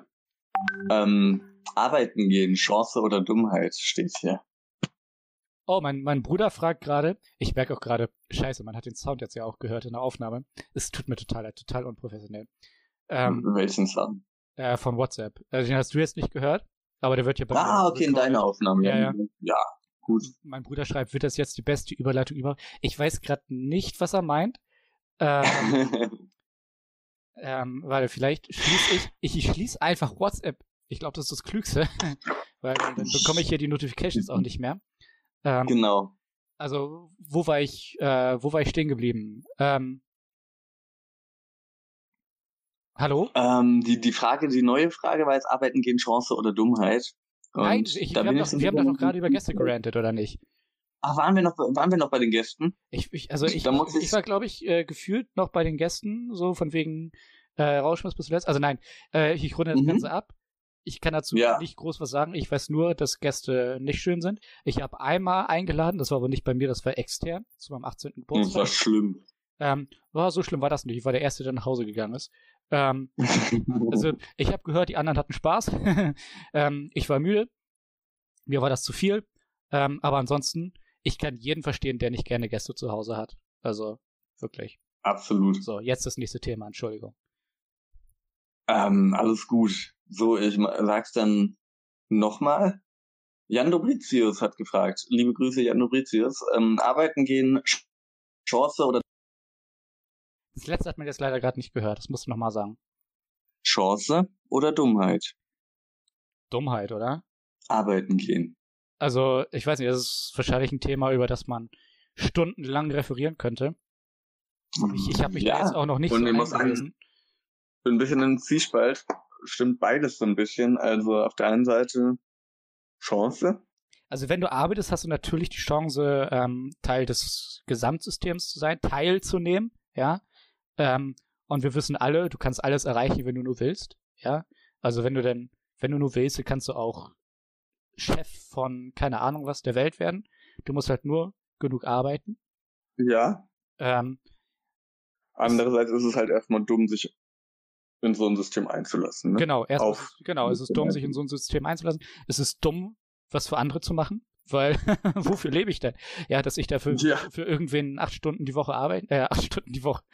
Arbeiten gehen, Chance oder Dummheit steht hier. Oh, mein Bruder fragt gerade, ich merke auch gerade, scheiße, man hat den Sound jetzt ja auch gehört in der Aufnahme. Es tut mir total leid, total unprofessionell. Welchen Song? Von WhatsApp. Also den hast du jetzt nicht gehört, aber der wird ja bei mir okay, in deiner Aufnahme. Ja, gut. Mein Bruder schreibt, wird das jetzt die beste Überleitung überhaupt? Ich weiß gerade nicht, was er meint. Weil vielleicht schließe ich schließe einfach WhatsApp. Ich glaube, das ist das Klügste, weil dann bekomme ich hier die Notifications auch nicht mehr. Genau. Also, wo war ich stehen geblieben? Hallo? Die neue Frage war jetzt Arbeiten gehen, Chance oder Dummheit. Und nein, wir haben doch noch gerade über Gäste gerantet, oder nicht? Ach, waren wir noch bei den Gästen? Ich war, glaube ich, gefühlt noch bei den Gästen, so von wegen Rauschmiss bis zuletzt. Also nein, ich runde das Ganze ab. Ich kann dazu nicht groß was sagen. Ich weiß nur, dass Gäste nicht schön sind. Ich habe einmal eingeladen, das war aber nicht bei mir, das war extern, zu meinem 18. Geburtstag. Das war schlimm. So schlimm war das nicht. Ich war der Erste, der nach Hause gegangen ist. Also, ich habe gehört, die anderen hatten Spaß. Ich war müde. Mir war das zu viel. Aber ansonsten, ich kann jeden verstehen, der nicht gerne Gäste zu Hause hat. Also, wirklich. Absolut. So, jetzt das nächste Thema, Entschuldigung. Alles gut. So, ich sag's dann nochmal. Jan Dobricius hat gefragt. Liebe Grüße, Jan Dobricius. Arbeiten gehen, Chance oder... Das letzte hat man jetzt leider gerade nicht gehört. Das musst du nochmal sagen. Chance oder Dummheit? Dummheit, oder? Arbeiten gehen. Also, ich weiß nicht, das ist wahrscheinlich ein Thema, über das man stundenlang referieren könnte. Ich habe mich da jetzt auch noch nicht so eingelesen. Ich bin ein bisschen im Zwiespalt. Stimmt beides so ein bisschen. Also auf der einen Seite Chance. Also wenn du arbeitest, hast du natürlich die Chance, Teil des Gesamtsystems zu sein, teilzunehmen, ja. Und wir wissen alle, du kannst alles erreichen, wenn du nur willst, ja. Also wenn du nur willst, kannst du auch Chef von, keine Ahnung was, der Welt werden. Du musst halt nur genug arbeiten. Ja. Andererseits ist es halt erstmal dumm, sich in so ein System einzulassen. Ne? Genau, es ist dumm, sich in so ein System einzulassen. Es ist dumm, was für andere zu machen, weil wofür lebe ich denn? Ja, dass ich dafür für irgendwen 8 Stunden die Woche arbeite, 8 Stunden die Woche.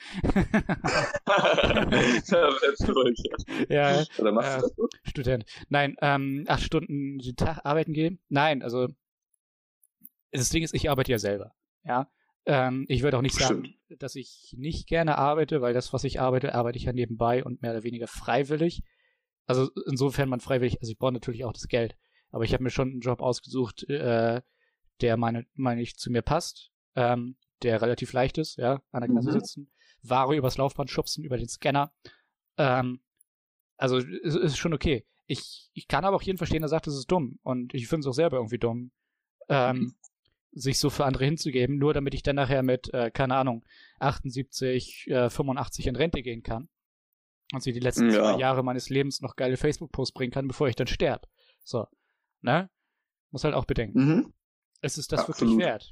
Ja, oder machst du das so? Student. Nein, 8 Stunden den Tag arbeiten gehen? Nein, also das Ding ist, ich arbeite ja selber, ja. Ich würde auch nicht sagen, dass ich nicht gerne arbeite, weil das, was ich arbeite ich ja nebenbei und mehr oder weniger freiwillig. Also insofern man freiwillig, also ich brauche natürlich auch das Geld, aber ich habe mir schon einen Job ausgesucht, der meine ich zu mir passt, der relativ leicht ist, ja, an der Kasse sitzen, Ware übers Laufband schubsen, über den Scanner. Also es ist schon okay. Ich kann aber auch jeden verstehen, der sagt, das ist dumm und ich finde es auch selber irgendwie dumm. Sich so für andere hinzugeben, nur damit ich dann nachher mit, keine Ahnung, 78, 85 in Rente gehen kann und sie die letzten 2 Jahre meines Lebens noch geile Facebook-Posts bringen kann, bevor ich dann sterbe. So, ne? Muss halt auch bedenken. Ist es das wirklich wert?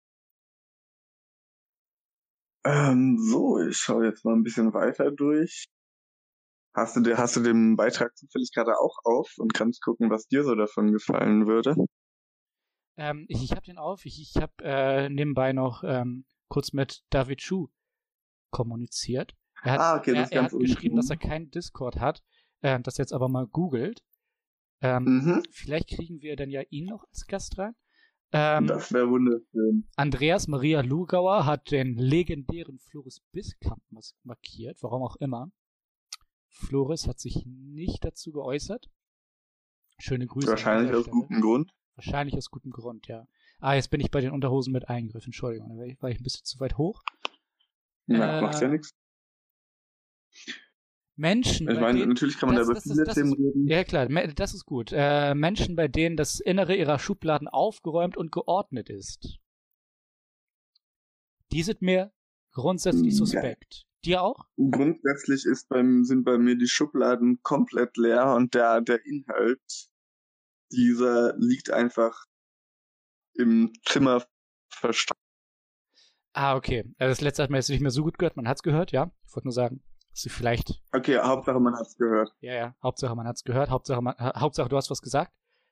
So, ich schaue jetzt mal ein bisschen weiter durch. Hast du den Beitrag zufällig gerade auch auf und kannst gucken, was dir so davon gefallen würde? Ich habe den auf. Ich habe nebenbei noch kurz mit David Chu kommuniziert. Er hat geschrieben, dass er keinen Discord hat, das jetzt aber mal googelt. Vielleicht kriegen wir dann ja ihn noch als Gast rein. Das wäre wunderschön. Andreas Maria Lugauer hat den legendären Floris Biskamp markiert, warum auch immer. Floris hat sich nicht dazu geäußert. Schöne Grüße. Wahrscheinlich aus gutem Grund. Wahrscheinlich aus gutem Grund, ja. Jetzt bin ich bei den Unterhosen mit Eingriff, Entschuldigung, da war ich ein bisschen zu weit hoch. Macht ja nichts. Menschen, ich meine, natürlich kann man da über viele Themen reden. Ja klar, das ist gut. Menschen, bei denen das Innere ihrer Schubladen aufgeräumt und geordnet ist. Die sind mir grundsätzlich suspekt. Dir auch? Grundsätzlich sind bei mir die Schubladen komplett leer und der Inhalt dieser liegt einfach im Zimmer versteckt. Okay. Das letzte hat man jetzt nicht mehr so gut gehört. Man hat's gehört, ja. Ich wollte nur sagen, dass du vielleicht... Okay, Hauptsache man hat's gehört. Ja. Hauptsache man hat's gehört. Hauptsache du hast was gesagt.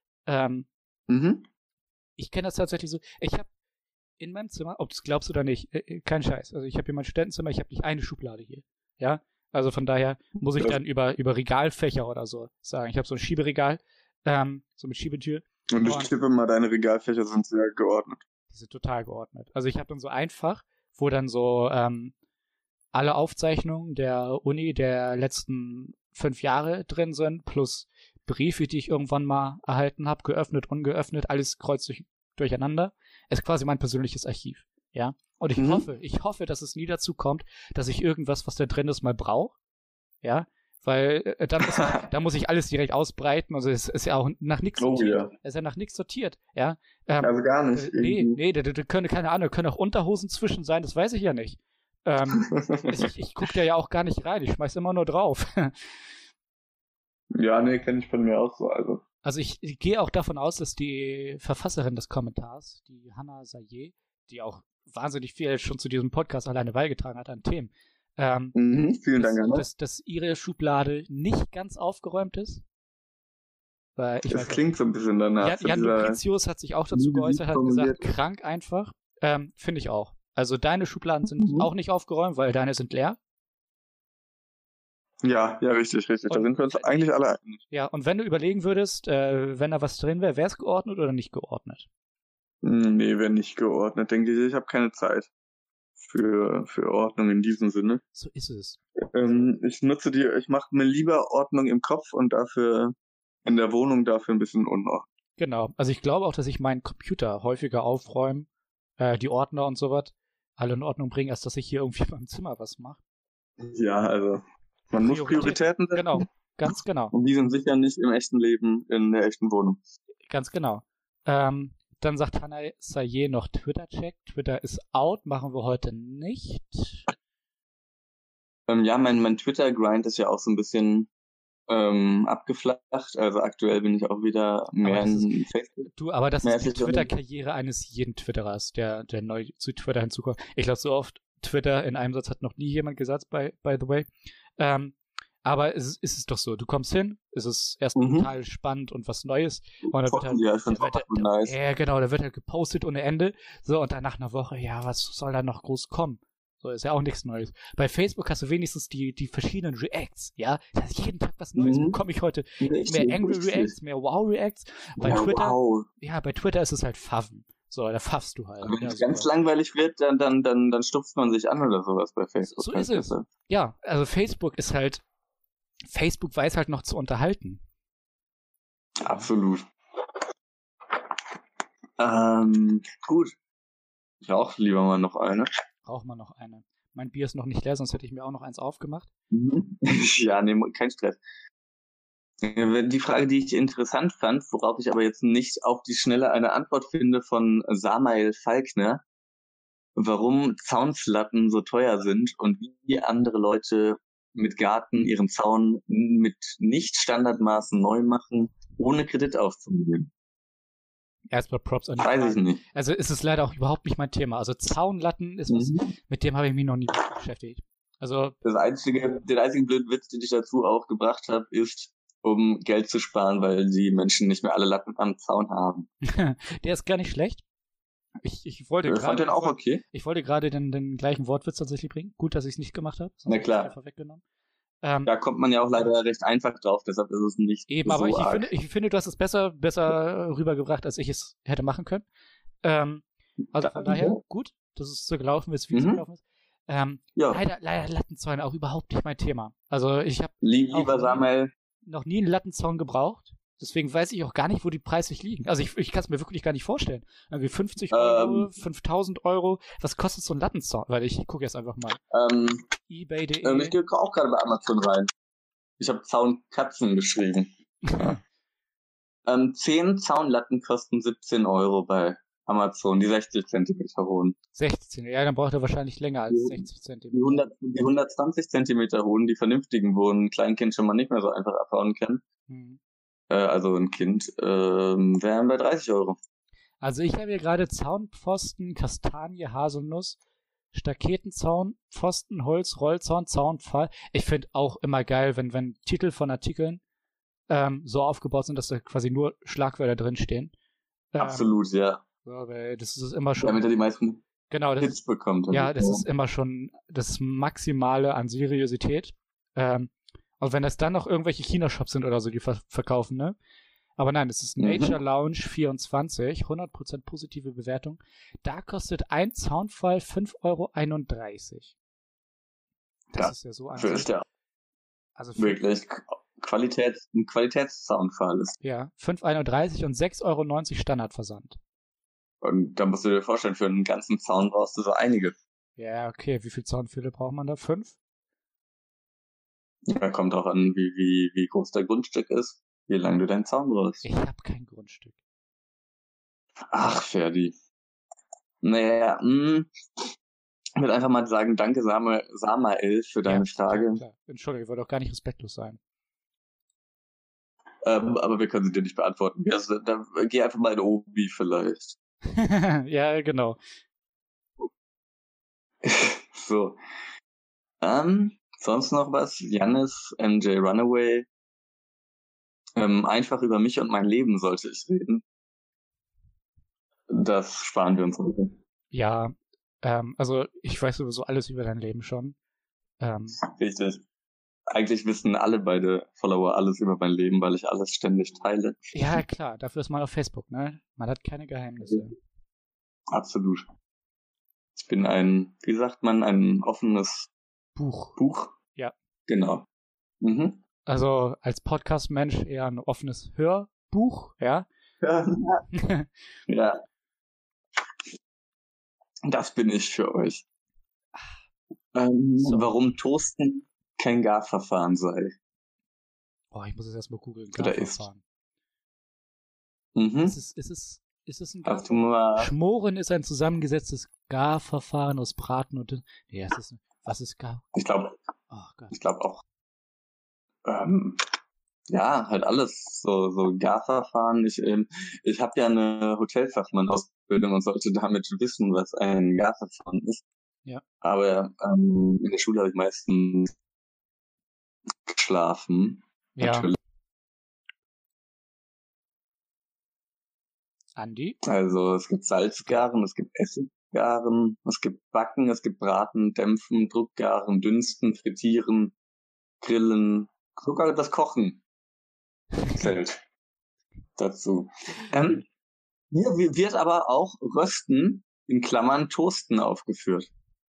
Ich kenne das tatsächlich so. Ich habe in meinem Zimmer, ob du es glaubst oder nicht, kein Scheiß. Also ich habe hier mein Studentenzimmer, ich habe nicht eine Schublade hier. Ja. Also von daher muss ich dann über Regalfächer oder so sagen. Ich habe so ein Schieberegal, so mit Schiebetür. Und ich tippe mal, deine Regalfächer sind sehr geordnet. Die sind total geordnet. Also ich habe dann so ein Fach, wo dann so alle Aufzeichnungen der Uni der letzten 5 Jahre drin sind, plus Briefe, die ich irgendwann mal erhalten habe, geöffnet, ungeöffnet, alles kreuzt durcheinander. Ist quasi mein persönliches Archiv, ja. Und ich hoffe, dass es nie dazu kommt, dass ich irgendwas, was da drin ist, mal brauche, ja. Weil dann muss ich alles direkt ausbreiten. Also es ist ja auch nach nichts sortiert. Ja. Es ist ja nach nichts sortiert, ja. Also gar nicht. Da können, keine Ahnung, können auch Unterhosen zwischen sein, das weiß ich ja nicht. Ich gucke da ja auch gar nicht rein, ich schmeiß immer nur drauf. Ja, nee, kenne ich von mir auch so. Also ich gehe auch davon aus, dass die Verfasserin des Kommentars, die Hannah Sayeh, die auch wahnsinnig viel schon zu diesem Podcast alleine beigetragen hat an Themen, vielen Dank. Dass ihre Schublade nicht ganz aufgeräumt ist. Weil das klingt so ein bisschen danach. Jan Lubricius hat sich auch dazu geäußert, hat gesagt, krank einfach. Finde ich auch. Also deine Schubladen sind auch nicht aufgeräumt, weil deine sind leer. Ja, richtig. Da sind wir uns eigentlich alle einig. Ja, und wenn du überlegen würdest, wenn da was drin wäre es geordnet oder nicht geordnet? Nee, wäre nicht geordnet, denke ich. Ich habe keine Zeit für Ordnung in diesem Sinne. So ist es. Ich mache mir lieber Ordnung im Kopf und dafür in der Wohnung dafür ein bisschen Unordnung. Genau, also ich glaube auch, dass ich meinen Computer häufiger aufräume, die Ordner und sowas, alle in Ordnung bringen, als dass ich hier irgendwie beim Zimmer was mache. Ja, also man muss Prioritäten setzen. Genau, ganz genau. Und die sind sicher nicht im echten Leben, in der echten Wohnung. Ganz genau. Dann sagt Hannah Sayeh noch Twitter-Check. Twitter ist out, machen wir heute nicht. Ja, mein Twitter-Grind ist ja auch so ein bisschen abgeflacht. Also aktuell bin ich auch wieder mehr in Facebook. Aber das ist die Twitter-Karriere eines jeden Twitterers, der neu zu Twitter hinzukommt. Ich glaube, so oft Twitter in einem Satz hat noch nie jemand gesagt, by the way. Aber es ist doch so, du kommst hin, es ist erstmal total spannend und was Neues. Und dann wird da wird halt gepostet ohne Ende. So, und dann nach einer Woche, ja, was soll da noch groß kommen? So, ist ja auch nichts Neues. Bei Facebook hast du wenigstens die verschiedenen Reacts, ja? Da ist jeden Tag was Neues. Bekomme ich heute mehr Angry Reacts, mehr Wow Reacts. Bei Twitter ist es halt Faven. So, da pfaffst du halt. Aber wenn es ganz langweilig wird, dann stupst man sich an oder sowas bei Facebook. So ist es. Ja, also Facebook weiß halt noch zu unterhalten. Absolut. Gut. Ich rauche lieber mal noch eine. Rauch mal noch eine. Mein Bier ist noch nicht leer, sonst hätte ich mir auch noch eins aufgemacht. Ja, nee, kein Stress. Die Frage, die ich interessant fand, worauf ich aber jetzt nicht auf die Schnelle eine Antwort finde von Samael Falkner, warum Zaunslatten so teuer sind und wie andere Leute mit Garten ihren Zaun mit Nicht-Standardmaßen neu machen, ohne Kredit aufzunehmen. Erstmal Props an die Frage. Weiß ich nicht. Also ist es leider auch überhaupt nicht mein Thema. Also Zaunlatten ist was, mit dem habe ich mich noch nie beschäftigt. Also den einzigen blöden Witz, den ich dazu auch gebracht habe, ist, um Geld zu sparen, weil die Menschen nicht mehr alle Latten am Zaun haben. Der ist gar nicht schlecht. Ich wollte gerade. Fand den auch okay. Ich wollte gerade den gleichen Wortwitz tatsächlich bringen. Gut, dass ich es nicht gemacht habe. Na klar. Einfach weggenommen. Da kommt man ja auch leider recht einfach drauf, deshalb ist es nicht eben, so aber ich finde, du hast es besser rübergebracht, als ich es hätte machen können. Also von daher, gut, dass es so gelaufen ist, wie es gelaufen ist. Leider Lattenzäune auch überhaupt nicht mein Thema. Also ich habe lieber Samuel noch nie einen Lattenzaun gebraucht. Deswegen weiß ich auch gar nicht, wo die preislich liegen. Also ich kann es mir wirklich gar nicht vorstellen. Irgendwie 50 Euro, 5.000 Euro. Was kostet so ein Lattenzaun? Weil ich gucke jetzt einfach mal. eBay.de. Ich gehe auch gerade bei Amazon rein. Ich habe Zaunkatzen geschrieben. 10 Zaunlatten kosten 17 Euro bei Amazon, die 60 Zentimeter hohen. 60, ja, dann braucht er wahrscheinlich länger als 60 Zentimeter. Die 120 Zentimeter hohen, die vernünftigen, wo ein Kleinkind schon mal nicht mehr so einfach abhauen kann. Also ein Kind, wären bei 30 Euro. Also ich habe hier gerade Zaunpfosten, Kastanie, Haselnuss, Staketenzaun, Pfosten, Holz, Rollzaun, Zaunpfahl. Ich finde auch immer geil, wenn Titel von Artikeln so aufgebaut sind, dass da quasi nur Schlagwörter drinstehen. Absolut, ja. So, weil das ist immer schon... Damit er die meisten Hits bekommt. Ja, das ist immer schon das Maximale an Seriosität. Und wenn das dann noch irgendwelche China-Shops sind oder so, die verkaufen, ne? Aber nein, es ist Nature Lounge 24, 100% positive Bewertung. Da kostet ein Zaunpfahl 5,31 €. Das ist ja so an. Ist ja also wirklich ein Qualitätszaunpfahl ist. Ja, 5,31 € und 6,90 € Standardversand. Und da musst du dir vorstellen, für einen ganzen Zaun brauchst du so einige. Ja, okay. Wie viel Zaunpfähle braucht man da? 5? Ja, kommt auch an, wie groß dein Grundstück ist, wie lange du deinen Zaun brauchst. Ich habe kein Grundstück. Ach, Ferdi. Naja, ich würde einfach mal sagen, danke Samael für deine Frage. Klar. Entschuldigung, ich wollte auch gar nicht respektlos sein. Aber wir können sie dir nicht beantworten. Also, dann geh einfach mal in Obi vielleicht. Ja, genau. So. Sonst noch was? Jannis, MJ Runaway. Einfach über mich und mein Leben sollte ich reden. Das sparen wir uns heute. Ja, also ich weiß sowieso alles über dein Leben schon. Richtig. Eigentlich wissen alle beide Follower alles über mein Leben, weil ich alles ständig teile. Ja, klar, dafür ist man auf Facebook, ne? Man hat keine Geheimnisse. Absolut. Ich bin ein offenes Buch? Ja. Genau. Also als Podcast-Mensch eher ein offenes Hörbuch, ja? Ja. Das bin ich für euch. Warum Toasten kein Garverfahren sei. Oh, ich muss es erstmal googeln. Garverfahren. Ist es ein Garverfahren? Schmoren ist ein zusammengesetztes Garverfahren aus Braten und... Nee, was ist Gar? Ich glaube auch. Ja, halt alles. So Garverfahren. Ich habe ja eine Hotelfachmann-Ausbildung und sollte damit wissen, was ein Garverfahren ist. Ja. Aber in der Schule habe ich meistens geschlafen. Ja. Natürlich. Andi? Also es gibt Salzgaren, es gibt Essiggaren, es gibt Backen, es gibt Braten, Dämpfen, Druckgaren, Dünsten, Frittieren, Grillen, sogar das Kochen zählt dazu. Hier wird aber auch Rösten in Klammern Toasten aufgeführt.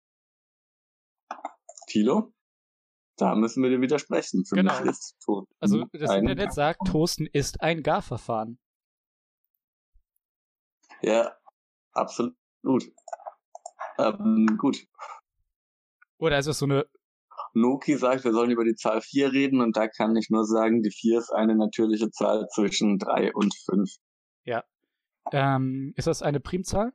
Thilo? Da müssen wir dir widersprechen. Für genau. mich ist Toasten also das Internet sagt, Toasten ist ein Garverfahren. Ja, absolut. Gut. Oder ist es so eine... Noki sagt, wir sollen über die Zahl 4 reden und da kann ich nur sagen, die 4 ist eine natürliche Zahl zwischen 3 und 5. Ja. Ist das eine Primzahl?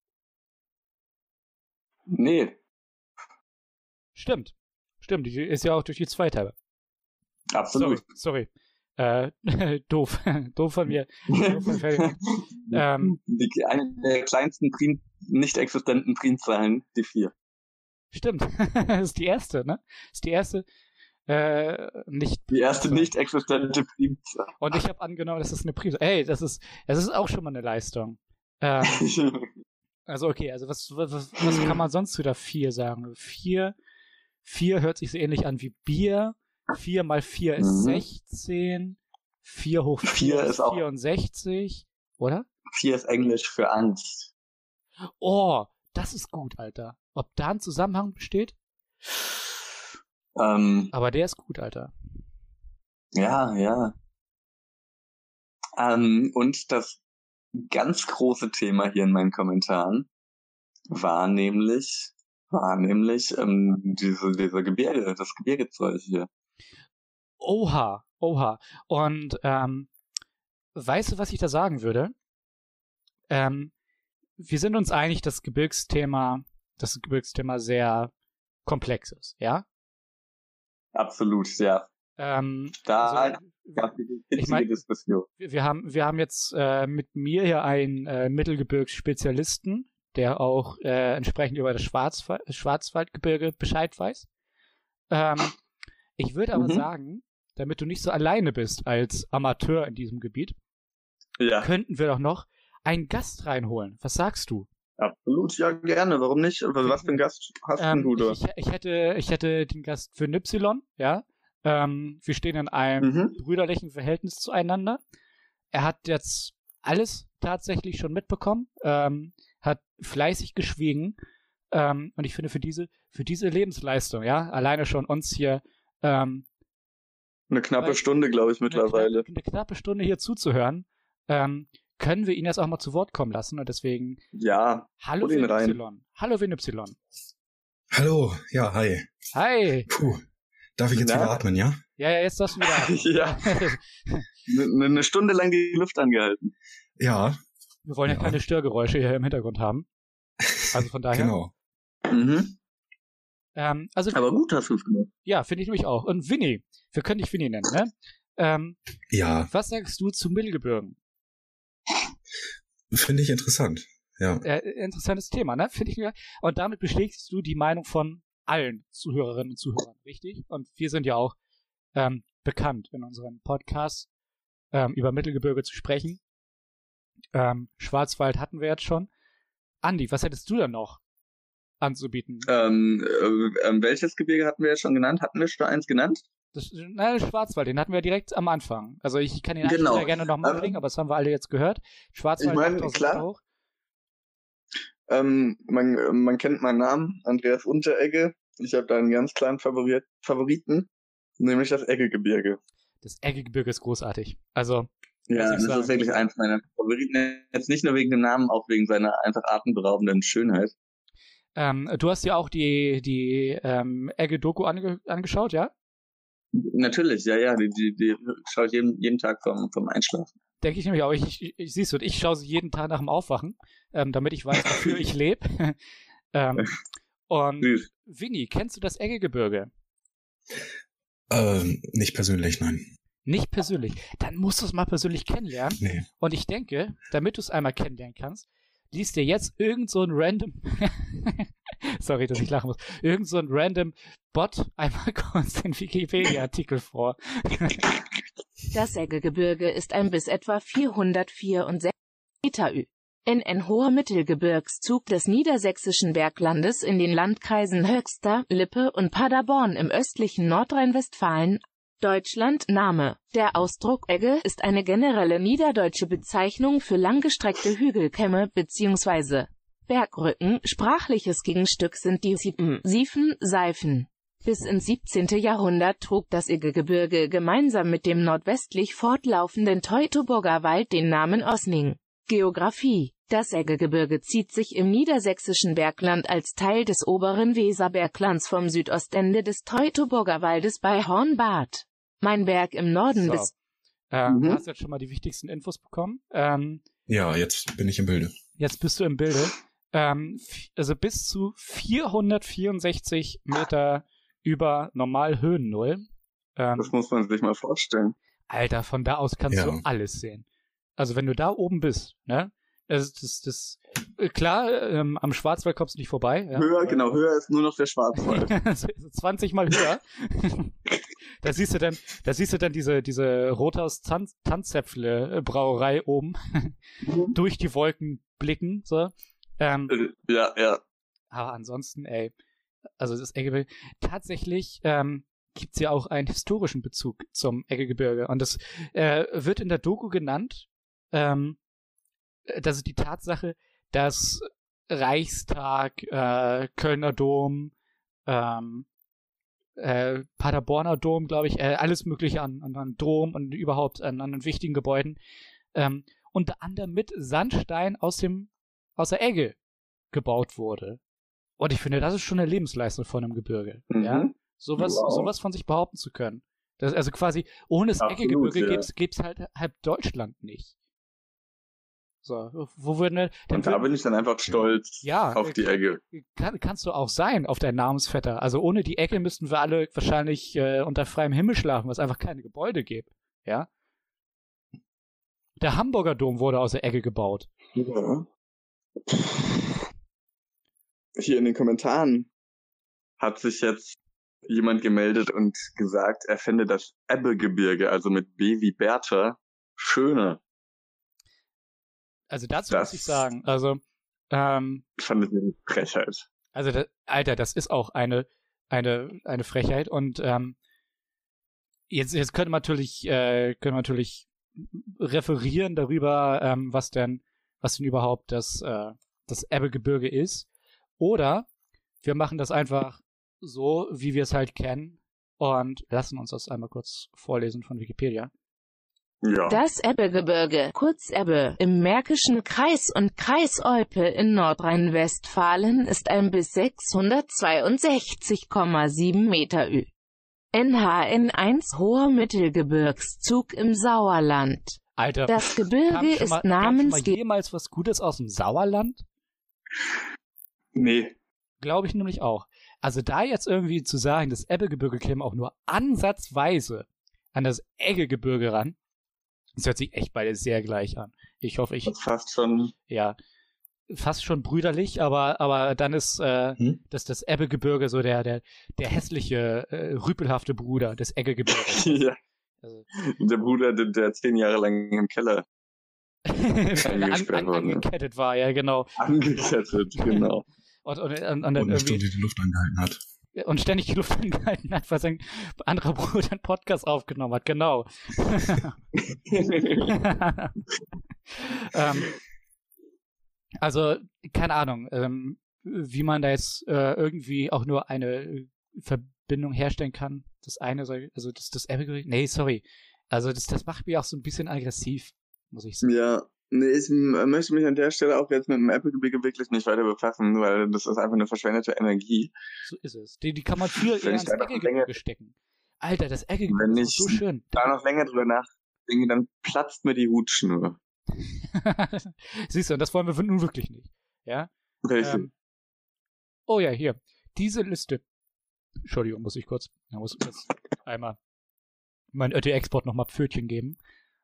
Nee. Stimmt, die ist ja auch durch die Zweiteile. Absolut. Sorry. Doof. Doof von mir. Eine der kleinsten nicht existenten Primzahlen, die 4. Stimmt. Das ist die erste, ne? Das ist die erste nicht existente Primzahl. Und ich habe angenommen, das ist eine Primzahl. Ey, das ist auch schon mal eine Leistung. Also okay, also was kann man sonst zu der 4 sagen? 4 hört sich so ähnlich an wie Bier. 4 mal 4 ist 16. 4 hoch 4 ist 64. Oder? 4 ist Englisch für Angst. Oh, das ist gut, Alter. Ob da ein Zusammenhang besteht? Aber der ist gut, Alter. Ja. Und das ganz große Thema hier in meinen Kommentaren war nämlich diese Gebirge, das Gebirgezeug hier. Oha. Und weißt du, was ich da sagen würde? Wir sind uns einig, dass das Gebirgsthema sehr komplex ist, ja? Absolut, ja. Diskussion. Wir haben jetzt mit mir hier einen Mittelgebirgsspezialisten, der auch entsprechend über das Schwarzwaldgebirge Bescheid weiß. Ich würde aber sagen, damit du nicht so alleine bist als Amateur in diesem Gebiet, könnten wir doch noch einen Gast reinholen. Was sagst du? Absolut, ja, gerne. Warum nicht? Was für einen Gast hast du da? Ich hätte den Gast für Y, ja. Wir stehen in einem brüderlichen Verhältnis zueinander. Er hat jetzt alles tatsächlich schon mitbekommen, hat fleißig geschwiegen. Und ich finde, für diese Lebensleistung, ja, alleine schon uns hier eine knappe Stunde, glaube ich, mittlerweile. Eine knappe Stunde hier zuzuhören, können wir ihn jetzt auch mal zu Wort kommen lassen. Und deswegen, hallo WNY. Hallo WNY. Hallo, ja, hi. Hi. Puh, darf ich jetzt wieder atmen, ja? Ja, jetzt darfst du wieder atmen. Ja. Eine Stunde lang die Luft angehalten. Ja. Wir wollen ja keine Störgeräusche hier im Hintergrund haben. Also von daher. Genau. Aber gut hast du es gemacht. Ja, finde ich nämlich auch. Und Winnie, wir können dich Winnie nennen, ne? Ja. Was sagst du zu Mittelgebirgen? Finde ich interessant, ja. Interessantes Thema, ne? Finde ich. Und damit bestätigst du die Meinung von allen Zuhörerinnen und Zuhörern, richtig? Und wir sind ja auch bekannt in unserem Podcast über Mittelgebirge zu sprechen. Schwarzwald hatten wir jetzt schon. Andi, was hättest du denn noch anzubieten? Welches Gebirge hatten wir jetzt schon genannt? Hatten wir schon eins genannt? Schwarzwald, den hatten wir direkt am Anfang. Also ich kann den eigentlich gerne nochmal bringen, aber das haben wir alle jetzt gehört. Schwarzwald, ich meine, klar. Hoch. Man kennt meinen Namen, Andreas Unteregge. Ich habe da einen ganz klaren Favoriten, nämlich das Eggegebirge. Das Eggegebirge ist großartig. Also ja, das ist wirklich eins meiner Favoriten. Jetzt nicht nur wegen dem Namen, auch wegen seiner einfach atemberaubenden Schönheit. Du hast ja auch die Egge-Doku angeschaut, ja? Natürlich, ja. Die schaue ich jeden Tag vom Einschlafen. Denke ich nämlich auch. Ich siehst du, ich schaue sie jeden Tag nach dem Aufwachen, damit ich weiß, wofür ich lebe. Und Winnie, kennst du das Eggegebirge? Nicht persönlich, nein. Nicht persönlich? Dann musst du es mal persönlich kennenlernen. Nee. Und ich denke, damit du es einmal kennenlernen kannst, liest dir jetzt irgend so ein random sorry, dass ich lachen muss, irgend so ein random Bot einmal kurz den Wikipedia-Artikel vor. Das Eggegebirge ist ein bis etwa 464 Meter in hoher Mittelgebirgszug des niedersächsischen Berglandes in den Landkreisen Höxter, Lippe und Paderborn im östlichen Nordrhein-Westfalen, Deutschland. Name: Der Ausdruck Egge ist eine generelle niederdeutsche Bezeichnung für langgestreckte Hügelkämme bzw. Bergrücken. Sprachliches Gegenstück sind die Siefen, Seifen. Bis ins 17. Jahrhundert trug das Eggegebirge gemeinsam mit dem nordwestlich fortlaufenden Teutoburger Wald den Namen Osning. Geografie: Das Eggegebirge zieht sich im niedersächsischen Bergland als Teil des oberen Weserberglands vom Südostende des Teutoburger Waldes bei Hornbad, Meinberg im Norden bis... Du hast jetzt schon mal die wichtigsten Infos bekommen. Ja, jetzt bin ich im Bilde. Jetzt bist du im Bilde. Also bis zu 464 Meter über Normalhöhennull. Das muss man sich mal vorstellen. Alter, von da aus kannst du alles sehen. Also wenn du da oben bist, ne? Klar, am Schwarzwald kommst du nicht vorbei. Ja? Höher ist nur noch der Schwarzwald. 20 Mal höher. Da siehst du dann diese Rothaus Tanzzäpfle Brauerei oben durch die Wolken blicken. So. Ja. Aber ansonsten, also das Eggegebirge, tatsächlich gibt's ja auch einen historischen Bezug zum Eggegebirge. Und das wird in der Doku genannt. Das ist die Tatsache, dass Reichstag, Kölner Dom, Paderborner Dom, glaube ich, alles mögliche an Dom und überhaupt an wichtigen Gebäuden, unter anderem mit Sandstein aus der Egge gebaut wurde. Und ich finde, das ist schon eine Lebensleistung von einem Gebirge. Ja? Sowas von sich behaupten zu können. Das, also quasi, ohne das Eggegebirge gibt's halt halb Deutschland nicht. So, wo würden und da bin ich dann einfach stolz auf die Egge. Kannst du auch sein auf deinen Namensvetter. Also ohne die Egge müssten wir alle wahrscheinlich unter freiem Himmel schlafen, weil es einfach keine Gebäude gibt. Ja? Der Hamburger Dom wurde aus der Egge gebaut. Ja. Hier in den Kommentaren hat sich jetzt jemand gemeldet und gesagt, er fände das Ebbegebirge, also mit B wie Bertha, schöner. Also dazu muss ich sagen, also fand ich eine Frechheit. Also Alter, das ist auch eine Frechheit und Jetzt könnte man natürlich referieren darüber, was denn überhaupt das Ebbegebirge ist. Oder wir machen das einfach so, wie wir es halt kennen und lassen uns das einmal kurz vorlesen von Wikipedia. Ja. Das Ebbegebirge, kurz Ebbe, im Märkischen Kreis und Kreis Olpe in Nordrhein-Westfalen ist ein bis 662,7 Meter NHN1 hoher Mittelgebirgszug im Sauerland. Alter, das Gebirge ist namensgebend. Kam jemals was Gutes aus dem Sauerland? Nee. Glaube ich nämlich auch. Also da jetzt irgendwie zu sagen, das Ebbegebirge käme auch nur ansatzweise an das Eggegebirge ran, das hört sich echt beide sehr gleich an. Ich hoffe, fast schon. Ja, fast schon brüderlich, aber dann ist das Ebbegebirge so der hässliche, rüpelhafte Bruder des Eggegebirges. Ja. Also, der Bruder, der 10 Jahre lang im Keller angekettet war, ja, genau. Angekettet, genau. Und dann ständig die Luft angehalten hat. Und ständig die Luft angehalten hat, weil sein anderer Bruder einen Podcast aufgenommen hat, genau. Also, keine Ahnung, wie man da jetzt irgendwie auch nur eine Verbindung herstellen kann. Das eine, also das Ebbegebirge, nee, sorry. Also das macht mich auch so ein bisschen aggressiv, muss ich sagen. Ja. Nee, ich möchte mich an der Stelle auch jetzt mit dem Ebbegebirge wirklich nicht weiter befassen, weil das ist einfach eine verschwendete Energie. So ist es. Die kann man viel eher ins Eggegebirge stecken. Alter, das Eggegebirge ist so schön. Wenn ich da noch länger drüber nachdenke, dann platzt mir die Hutschnur. Siehst du, das wollen wir nun wirklich nicht. Ja? Richtig. Oh ja, hier. Diese Liste. Entschuldigung, muss ich kurz einmal meinen ÖT-Export nochmal Pfötchen geben.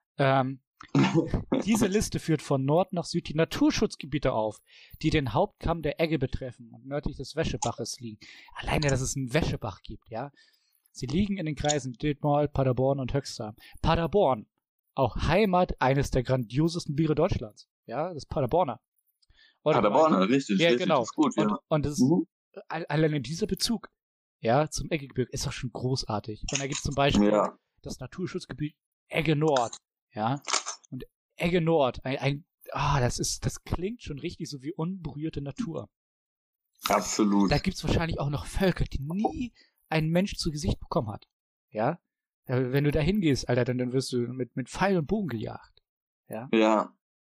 Diese Liste führt von Nord nach Süd die Naturschutzgebiete auf, die den Hauptkamm der Egge betreffen und nördlich des Wäschebaches liegen. Alleine, dass es einen Wäschebach gibt, ja. Sie liegen in den Kreisen Dithmarl, Paderborn und Höxter. Paderborn, auch Heimat eines der grandiosesten Biere Deutschlands. Ja, das Paderborner. Paderborner, richtig. Ja, richtig, genau. Das ist gut, ja. Und das ist, alleine dieser Bezug, ja, zum Eggegebirge ist doch schon großartig. Und da gibt es zum Beispiel das Naturschutzgebiet Egge Nord, ja. Und Egge Nord, das klingt schon richtig so wie unberührte Natur. Absolut. Da gibt's wahrscheinlich auch noch Völker, die nie ein Mensch zu Gesicht bekommen hat. Ja? Wenn du da hingehst, Alter, dann wirst du mit Pfeil und Bogen gejagt. Ja. Ja.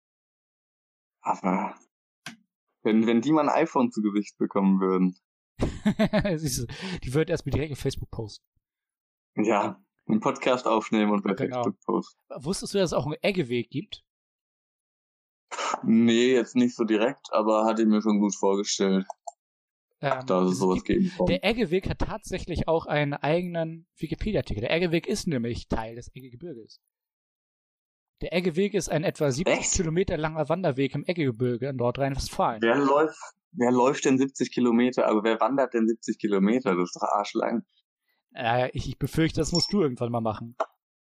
Aber wenn die mal ein iPhone zu Gesicht bekommen würden. Die würden erstmal direkt auf Facebook posten. Ja. Einen Podcast aufnehmen und bei Facebook posten. Wusstest du, dass es auch einen Eggeweg gibt? Nee, jetzt nicht so direkt, aber hatte ich mir schon gut vorgestellt, dass es sowas geben kann. Der Eggeweg hat tatsächlich auch einen eigenen Wikipedia-Artikel. Der Eggeweg ist nämlich Teil des Eggegebirges. Der Eggeweg ist ein etwa 70 Kilometer langer Wanderweg im Eggegebirge in Nordrhein-Westfalen. Wer läuft denn 70 Kilometer? Also wer wandert denn 70 Kilometer? Das ist doch arschlang. Ich befürchte, das musst du irgendwann mal machen.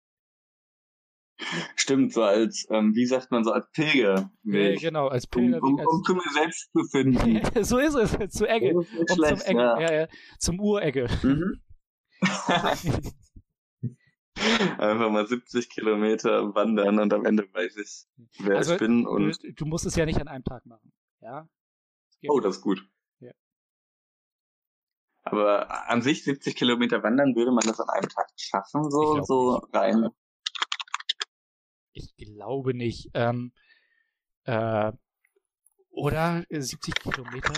Stimmt, so als, wie sagt man, so als Pilger. Ja, genau, als Pilger. Um zu mir selbst zu finden. So ist es, zu Egge. Zum Egge. Ja, zum Uregge. Mhm. Einfach mal 70 Kilometer wandern und am Ende weiß ich, wer ich bin. Und du musst es ja nicht an einem Tag machen. Ja? Das ist gut. Ja. Aber an sich 70 Kilometer wandern, würde man das an einem Tag schaffen, so rein? Ich glaube nicht. Oder 70 Kilometer?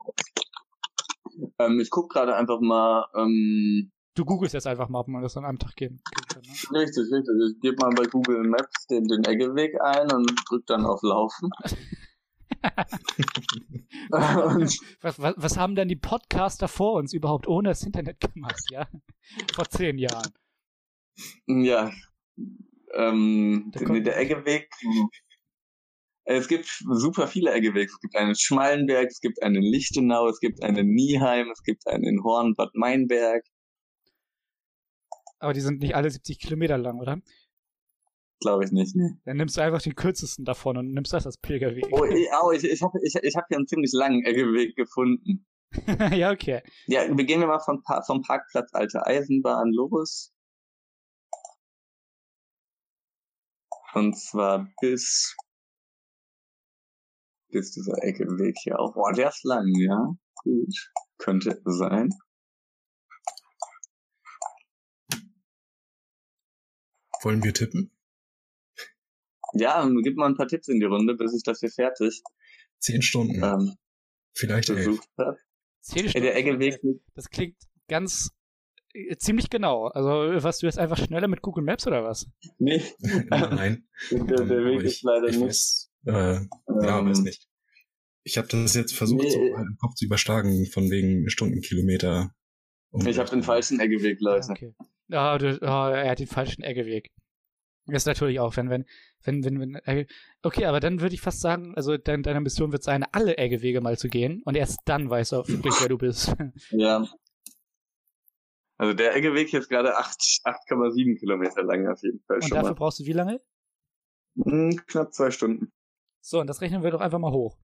Ich guck gerade einfach mal. Du googelst jetzt einfach mal, ob man das an einem Tag gehen kann. Ne? Richtig. Ich gebe mal bei Google Maps den Eggeweg ein und drück dann auf Laufen. Was haben denn die Podcaster vor uns überhaupt ohne das Internet gemacht, ja? Vor 10 Jahren. Ja. Der Eggeweg. Es gibt super viele Eggewege. Es gibt einen in Schmallenberg, es gibt einen in Lichtenau, es gibt einen in Nieheim, es gibt einen in Horn, Bad Meinberg. Aber die sind nicht alle 70 Kilometer lang, oder? Glaube ich nicht, ne. Dann nimmst du einfach den kürzesten davon und nimmst das als Pilgerweg. Ich hab hier einen ziemlich langen Eggeweg gefunden. Ja, okay. Ja, wir gehen mal vom Parkplatz Alte Eisenbahn los. Und zwar bis dieser Eckeweg hier auch. Boah, der ist lang, ja. Gut. Könnte sein. Wollen wir tippen? Ja, gib mal ein paar Tipps in die Runde, bis ich das hier fertig 10 Stunden. Vielleicht 11. versucht habe. 10 Stunden. Der Eckeweg. Das klingt ganz ziemlich genau. Also, was, du jetzt einfach schneller mit Google Maps oder was? Nee. Nein. Der Weg ist leider nicht. Weiß, weiß nicht. Ich habe das jetzt versucht, so im Kopf zu überschlagen, von wegen Stundenkilometer. Ich habe den falschen Eckeweg, Leute. Okay. Er hat den falschen Eckeweg. Das ist natürlich auch, wenn okay, aber dann würde ich fast sagen, also deine Mission wird sein, alle Eckewege mal zu gehen und erst dann weißt du auch wirklich, wer du bist. Ja. Also der Eckeweg hier ist gerade 8,7 Kilometer lang auf jeden Fall. Und dafür brauchst du wie lange? Knapp 2 Stunden. So, und das rechnen wir doch einfach mal hoch.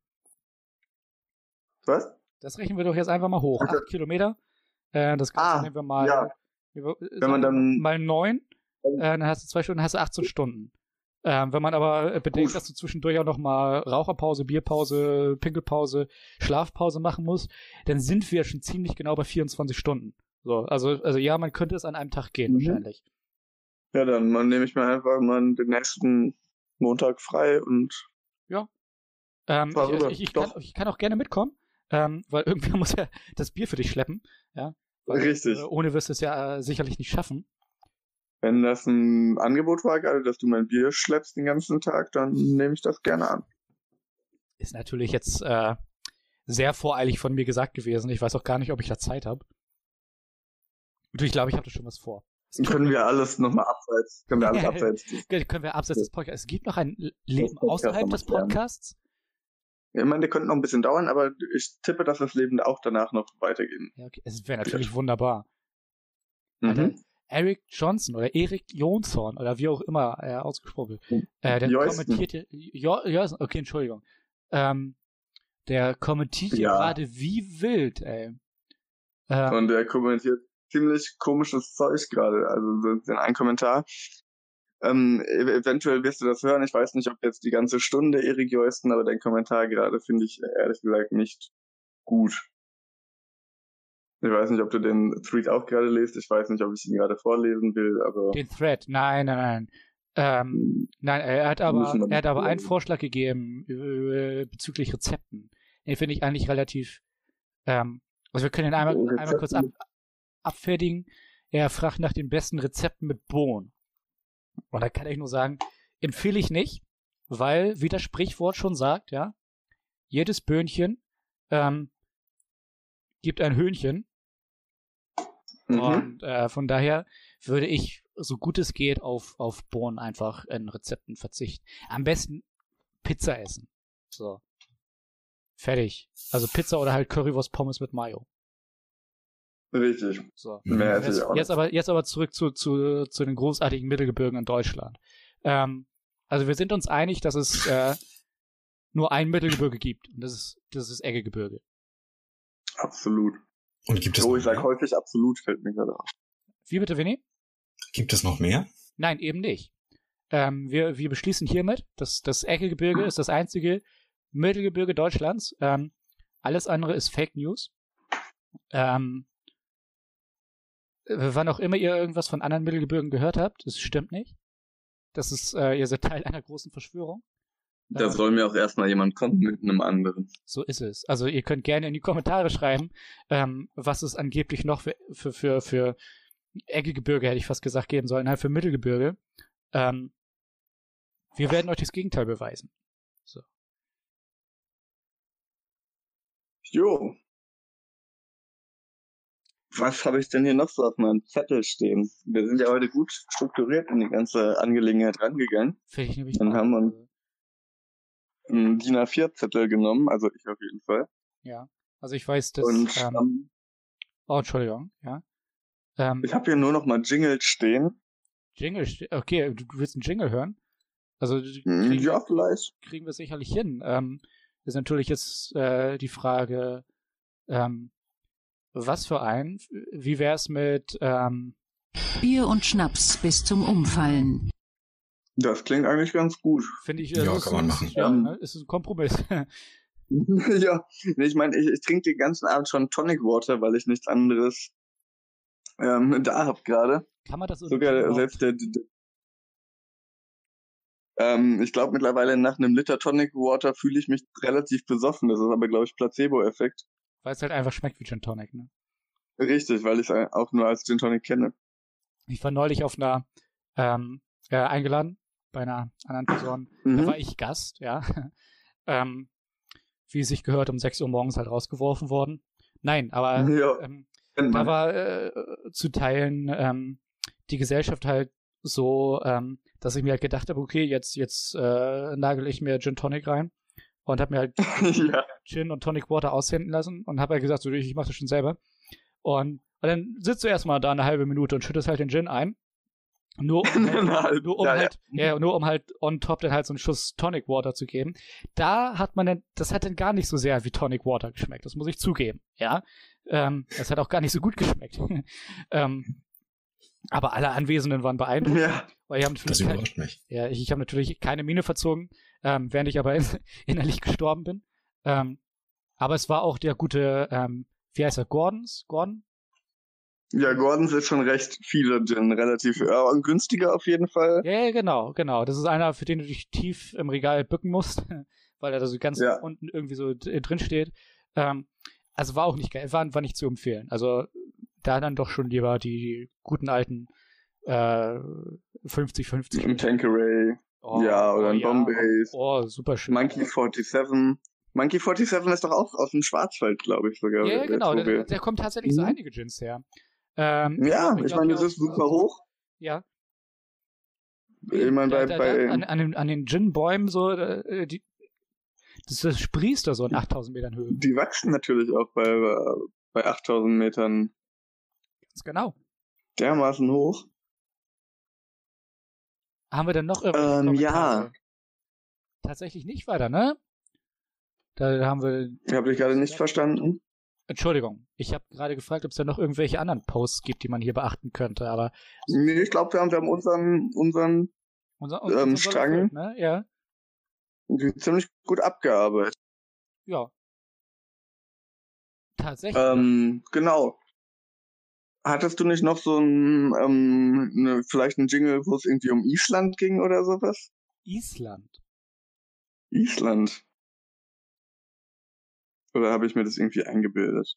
Was? Das rechnen wir doch jetzt einfach mal hoch. 8 Kilometer. Das nehmen wir mal. Ja. Wenn man dann mal 9, dann hast du 2 Stunden, hast du 18 Stunden. Wenn man aber bedenkt, dass du zwischendurch auch noch mal Raucherpause, Bierpause, Pinkelpause, Schlafpause machen musst, dann sind wir schon ziemlich genau bei 24 Stunden. So, also ja, man könnte es an einem Tag gehen, wahrscheinlich. Ja, dann nehme ich mir einfach mal den nächsten Montag frei und ja. Ich kann auch gerne mitkommen, weil irgendwer muss ja das Bier für dich schleppen. Ja. Weil, richtig. Ohne wirst du es ja sicherlich nicht schaffen. Wenn das ein Angebot war, gerade, dass du mein Bier schleppst den ganzen Tag, dann nehme ich das gerne an. Ist natürlich jetzt sehr voreilig von mir gesagt gewesen. Ich weiß auch gar nicht, ob ich da Zeit habe. Ich glaube, ich habe da schon was vor. Können wir alles nochmal abseits? Können wir alles abseits? Können wir abseits des Podcasts? Es gibt noch ein Leben außerhalb des Podcasts? Ja, ich meine, der könnte noch ein bisschen dauern, aber ich tippe, dass das Leben auch danach noch weitergehen. Ja, okay. Es wäre natürlich wunderbar. Alter, Eric Johnson oder Erik Jonsson oder wie auch immer er ausgesprochen wird. Der kommentiert hier. Okay, Entschuldigung. Der kommentiert hier gerade wie wild, ey. Und der kommentiert ziemlich komisches Zeug gerade. Also in einem Kommentar. Eventuell wirst du das hören. Ich weiß nicht, ob jetzt die ganze Stunde Erik Joysten, aber dein Kommentar gerade finde ich ehrlich gesagt nicht gut. Ich weiß nicht, ob du den Thread auch gerade liest. Ich weiß nicht, ob ich ihn gerade vorlesen will, aber... Den Thread? Nein. Nein, er hat aber einen Vorschlag gegeben bezüglich Rezepten. Den finde ich eigentlich relativ... also wir können ihn einmal kurz abfertigen. Er fragt nach den besten Rezepten mit Bohnen. Und da kann ich nur sagen, empfehle ich nicht, weil, wie das Sprichwort schon sagt, ja, jedes Böhnchen gibt ein Höhnchen. Und von daher würde ich, so gut es geht, auf Bohnen einfach in Rezepten verzichten. Am besten Pizza essen. So. Fertig. Also Pizza oder halt Currywurst Pommes mit Mayo. Richtig. So. Jetzt aber zurück zu den großartigen Mittelgebirgen in Deutschland. Also wir sind uns einig, dass es nur ein Mittelgebirge gibt. Und das ist Eggegebirge. Absolut. Und gibt es ich sage häufig absolut, fällt mir gerade auf. Wie bitte, Vinny? Gibt es noch mehr? Nein, eben nicht. Wir beschließen hiermit, dass das Eggegebirge ist das einzige Mittelgebirge Deutschlands. Alles andere ist Fake News. Wann auch immer ihr irgendwas von anderen Mittelgebirgen gehört habt, das stimmt nicht. Das ist, ihr seid Teil einer großen Verschwörung. Da soll mir auch erstmal jemand kommen mit einem anderen. So ist es. Also ihr könnt gerne in die Kommentare schreiben, was es angeblich noch für Eggegebirge, hätte ich fast gesagt, geben soll. Nein, für Mittelgebirge. Wir werden euch das Gegenteil beweisen. So. Jo. Was habe ich denn hier noch so auf meinem Zettel stehen? Wir sind ja heute gut strukturiert in die ganze Angelegenheit rangegangen. Finde ich nämlich Dann haben wir einen DIN A4-Zettel genommen, also ich auf jeden Fall. Ja, also ich weiß, dass... Entschuldigung, ja. Ich habe hier nur noch mal Jingle stehen. Okay, du willst einen Jingle hören? Also vielleicht. Kriegen wir sicherlich hin. Ist natürlich jetzt die Frage, was für ein? Wie wär's mit Bier und Schnaps bis zum Umfallen? Das klingt eigentlich ganz gut. Finde ich. Ja, kann man machen. Ja, ne? Ist ein Kompromiss. Ja, ich meine, ich trinke den ganzen Abend schon Tonic Water, weil ich nichts anderes da habe gerade. Kann man das sogar selbst ich glaube mittlerweile nach einem Liter Tonic Water fühle ich mich relativ besoffen. Das ist aber, glaube ich, Placebo-Effekt. Weil es halt einfach schmeckt wie Gin Tonic, ne? Richtig, weil ich es auch nur als Gin Tonic kenne. Ich war neulich auf einer eingeladen bei einer anderen Person. Da war ich Gast, ja. Wie es sich gehört, um 6 Uhr morgens halt rausgeworfen worden. Nein, aber da war zu Teilen die Gesellschaft halt so, dass ich mir halt gedacht habe, okay, jetzt nagel ich mir Gin Tonic rein und habe mir halt Gin und Tonic Water aushänden lassen und habe halt gesagt, so, ich mache das schon selber. Und dann sitzt du erstmal da eine halbe Minute und schüttest halt den Gin ein. Nur um halt on top dann halt so einen Schuss Tonic Water zu geben. Das hat dann gar nicht so sehr wie Tonic Water geschmeckt, das muss ich zugeben, ja. Das hat auch gar nicht so gut geschmeckt. Aber alle Anwesenden waren beeindruckt. Ja. Weil das überrascht mich. Ja, ich habe natürlich keine Miene verzogen, während ich aber innerlich gestorben bin. Aber es war auch der gute, wie heißt er, Gordon? Ja, Gordons ist schon recht viele Gin, relativ günstiger auf jeden Fall. Ja, genau. Das ist einer, für den du dich tief im Regal bücken musst, weil er da so ganz unten irgendwie so drin steht. Also war auch nicht geil, war nicht zu empfehlen. Also da dann doch schon lieber die guten alten 50-50. Ein Tanqueray, oder ein Bombay. Oh, super schön. Monkey 47. Monkey 47 ist doch auch aus dem Schwarzwald, glaube ich sogar. Ja, genau, der kommt tatsächlich so einige Gins her. Ich meine, das ist super hoch. Ja. Ich meine, an den Gin-Bäumen so, das sprießt da so in 8000 Metern Höhe. Die wachsen natürlich auch bei 8000 Metern. Ganz genau. Dermaßen hoch. Haben wir denn noch irgendwelche Kommentare? Tatsächlich nicht weiter, ne? Da haben wir... Habe ich gerade nicht verstanden. Entschuldigung, ich habe gerade gefragt, ob es da noch irgendwelche anderen Posts gibt, die man hier beachten könnte, aber... Nee, ich glaube, wir haben unseren Strang erfüllt, ne? Ja. Ziemlich gut abgearbeitet. Ja. Tatsächlich. Genau. Hattest du nicht noch so vielleicht einen Jingle, wo es irgendwie um Island ging oder sowas? Island? Oder habe ich mir das irgendwie eingebildet?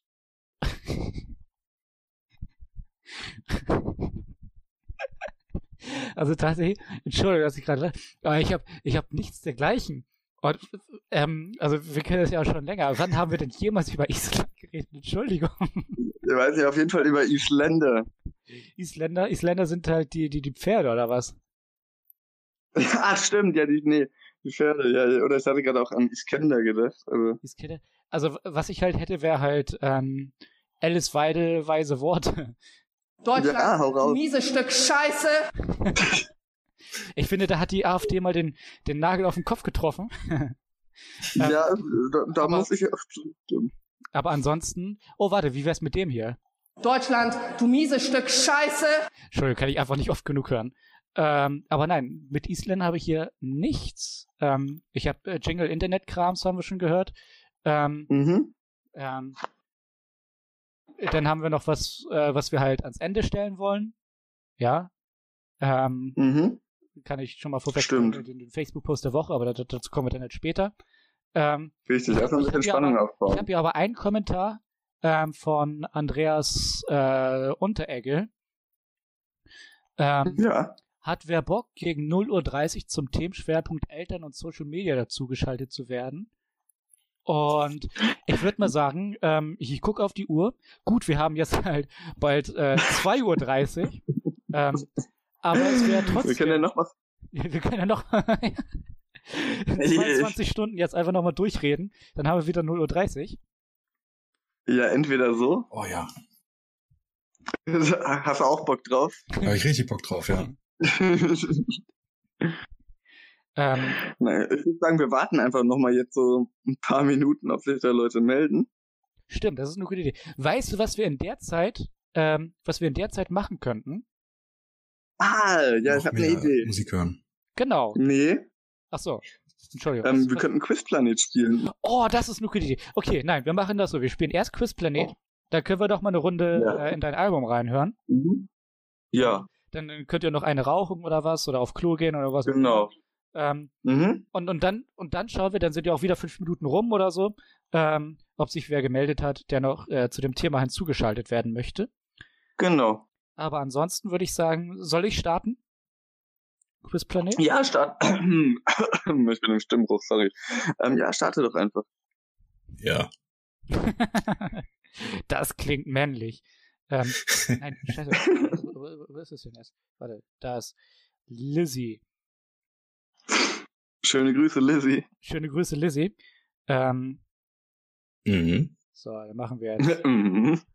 Also tatsächlich, Entschuldigung, dass ich gerade, aber ich hab nichts dergleichen. Und, also wir kennen das ja auch schon länger. Wann haben wir denn jemals über Island geredet? Entschuldigung. Ich weiß nicht, auf jeden Fall über Isländer. Isländer sind halt die Pferde, oder was? Ach, stimmt, ja, die Pferde, ja. Oder ich hatte gerade auch an Iskender gedacht. Aber... Iskender? Also, was ich halt hätte, wäre halt Alice Weidel, weise Worte. Deutschland, miese Stück Scheiße. Ich finde, da hat die AfD mal den Nagel auf den Kopf getroffen. Ja, da muss ich oft zustimmen. Aber ansonsten, warte, wie wär's mit dem hier? Deutschland, du miese Stück Scheiße. Entschuldigung, kann ich einfach nicht oft genug hören. Aber nein, mit Island habe ich hier nichts. Ich habe Jingle Internet-Krams, haben wir schon gehört. Dann haben wir noch was wir halt ans Ende stellen wollen. Ja. Kann ich schon mal vorweg den Facebook-Post der Woche, aber dazu kommen wir dann halt später. Richtig, erstmal ein bisschen Spannung aufbauen. Ich habe hier aber einen Kommentar von Andreas Unteregge. Hat wer Bock, gegen 0:30 Uhr zum Themenschwerpunkt Eltern und Social Media dazugeschaltet zu werden? Und ich würde mal sagen, ich gucke auf die Uhr. Gut, wir haben jetzt halt bald 2:30 Uhr. Aber es wäre trotzdem... Wir können ja noch was... Wir können ja noch 22 Stunden jetzt einfach nochmal durchreden. Dann haben wir wieder 0:30 Uhr. Ja, entweder so. Oh ja. Hast du auch Bock drauf? Habe ich richtig Bock drauf, ja. Naja, ich würde sagen, wir warten einfach nochmal jetzt so ein paar Minuten, ob sich da Leute melden. Stimmt, das ist eine gute Idee. Weißt du, was wir in der Zeit machen könnten? Ja, ich habe eine Idee. Musik hören. Genau. Nee. Ach so. Entschuldigung. Wir könnten Quizplanet spielen. Oh, das ist eine gute Idee. Okay, nein, wir machen das so. Wir spielen erst Quizplanet. Da können wir doch mal eine Runde in dein Album reinhören. Mhm. Ja. Dann könnt ihr noch eine rauchen oder was oder auf Klo gehen oder was. Genau. Und dann schauen wir, dann sind ja auch wieder 5 Minuten rum oder so, ob sich wer gemeldet hat, der noch zu dem Thema hinzugeschaltet werden möchte. Genau. Aber ansonsten würde ich sagen, soll ich starten? Quizplanet? Ja, start. Ich bin im Stimmbruch, sorry. Ja, starte doch einfach. Ja. Das klingt männlich. Nein, scheiße. Wo ist es denn jetzt? Warte, da ist Lizzie. Schöne Grüße, Lizzie. Schöne Grüße, Lizzie. So, dann machen wir jetzt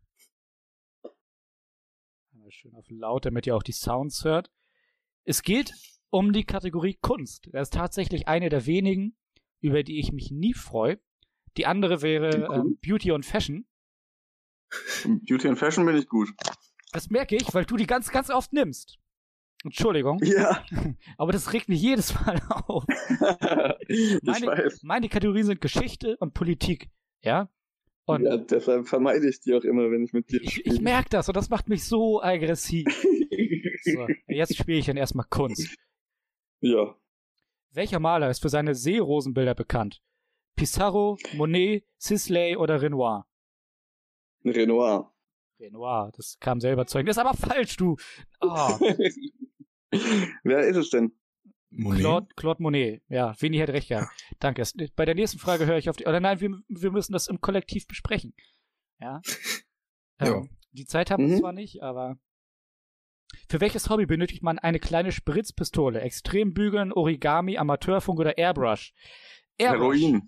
schön auf laut, damit ihr auch die Sounds hört. Es geht um die Kategorie Kunst. Das ist tatsächlich eine der wenigen, über die ich mich nie freue. Die andere wäre Beauty und Fashion. Beauty und Fashion bin ich gut. Das merke ich, weil du die ganz, ganz oft nimmst. Entschuldigung. Ja. Aber das regt mich jedes Mal auf. Meine Kategorien sind Geschichte und Politik. Ja? Und ja, deshalb vermeide ich die auch immer, wenn ich mit dir spiele. Ich merke das und das macht mich so aggressiv. So, jetzt spiele ich dann erstmal Kunst. Ja. Welcher Maler ist für seine Seerosenbilder bekannt? Pissarro, Monet, Sisley oder Renoir? Renoir. Renoir, das kam selber Zeug. Das ist aber falsch, du. Oh. Wer ist es denn? Monet? Claude Monet. Ja, Vinny hat recht gehabt. Danke. Bei der nächsten Frage höre ich auf die... Oder nein, wir müssen das im Kollektiv besprechen. Ja. Die Zeit haben wir zwar nicht, aber... Für welches Hobby benötigt man eine kleine Spritzpistole? Extrembügeln, Origami, Amateurfunk oder Airbrush? Heroin.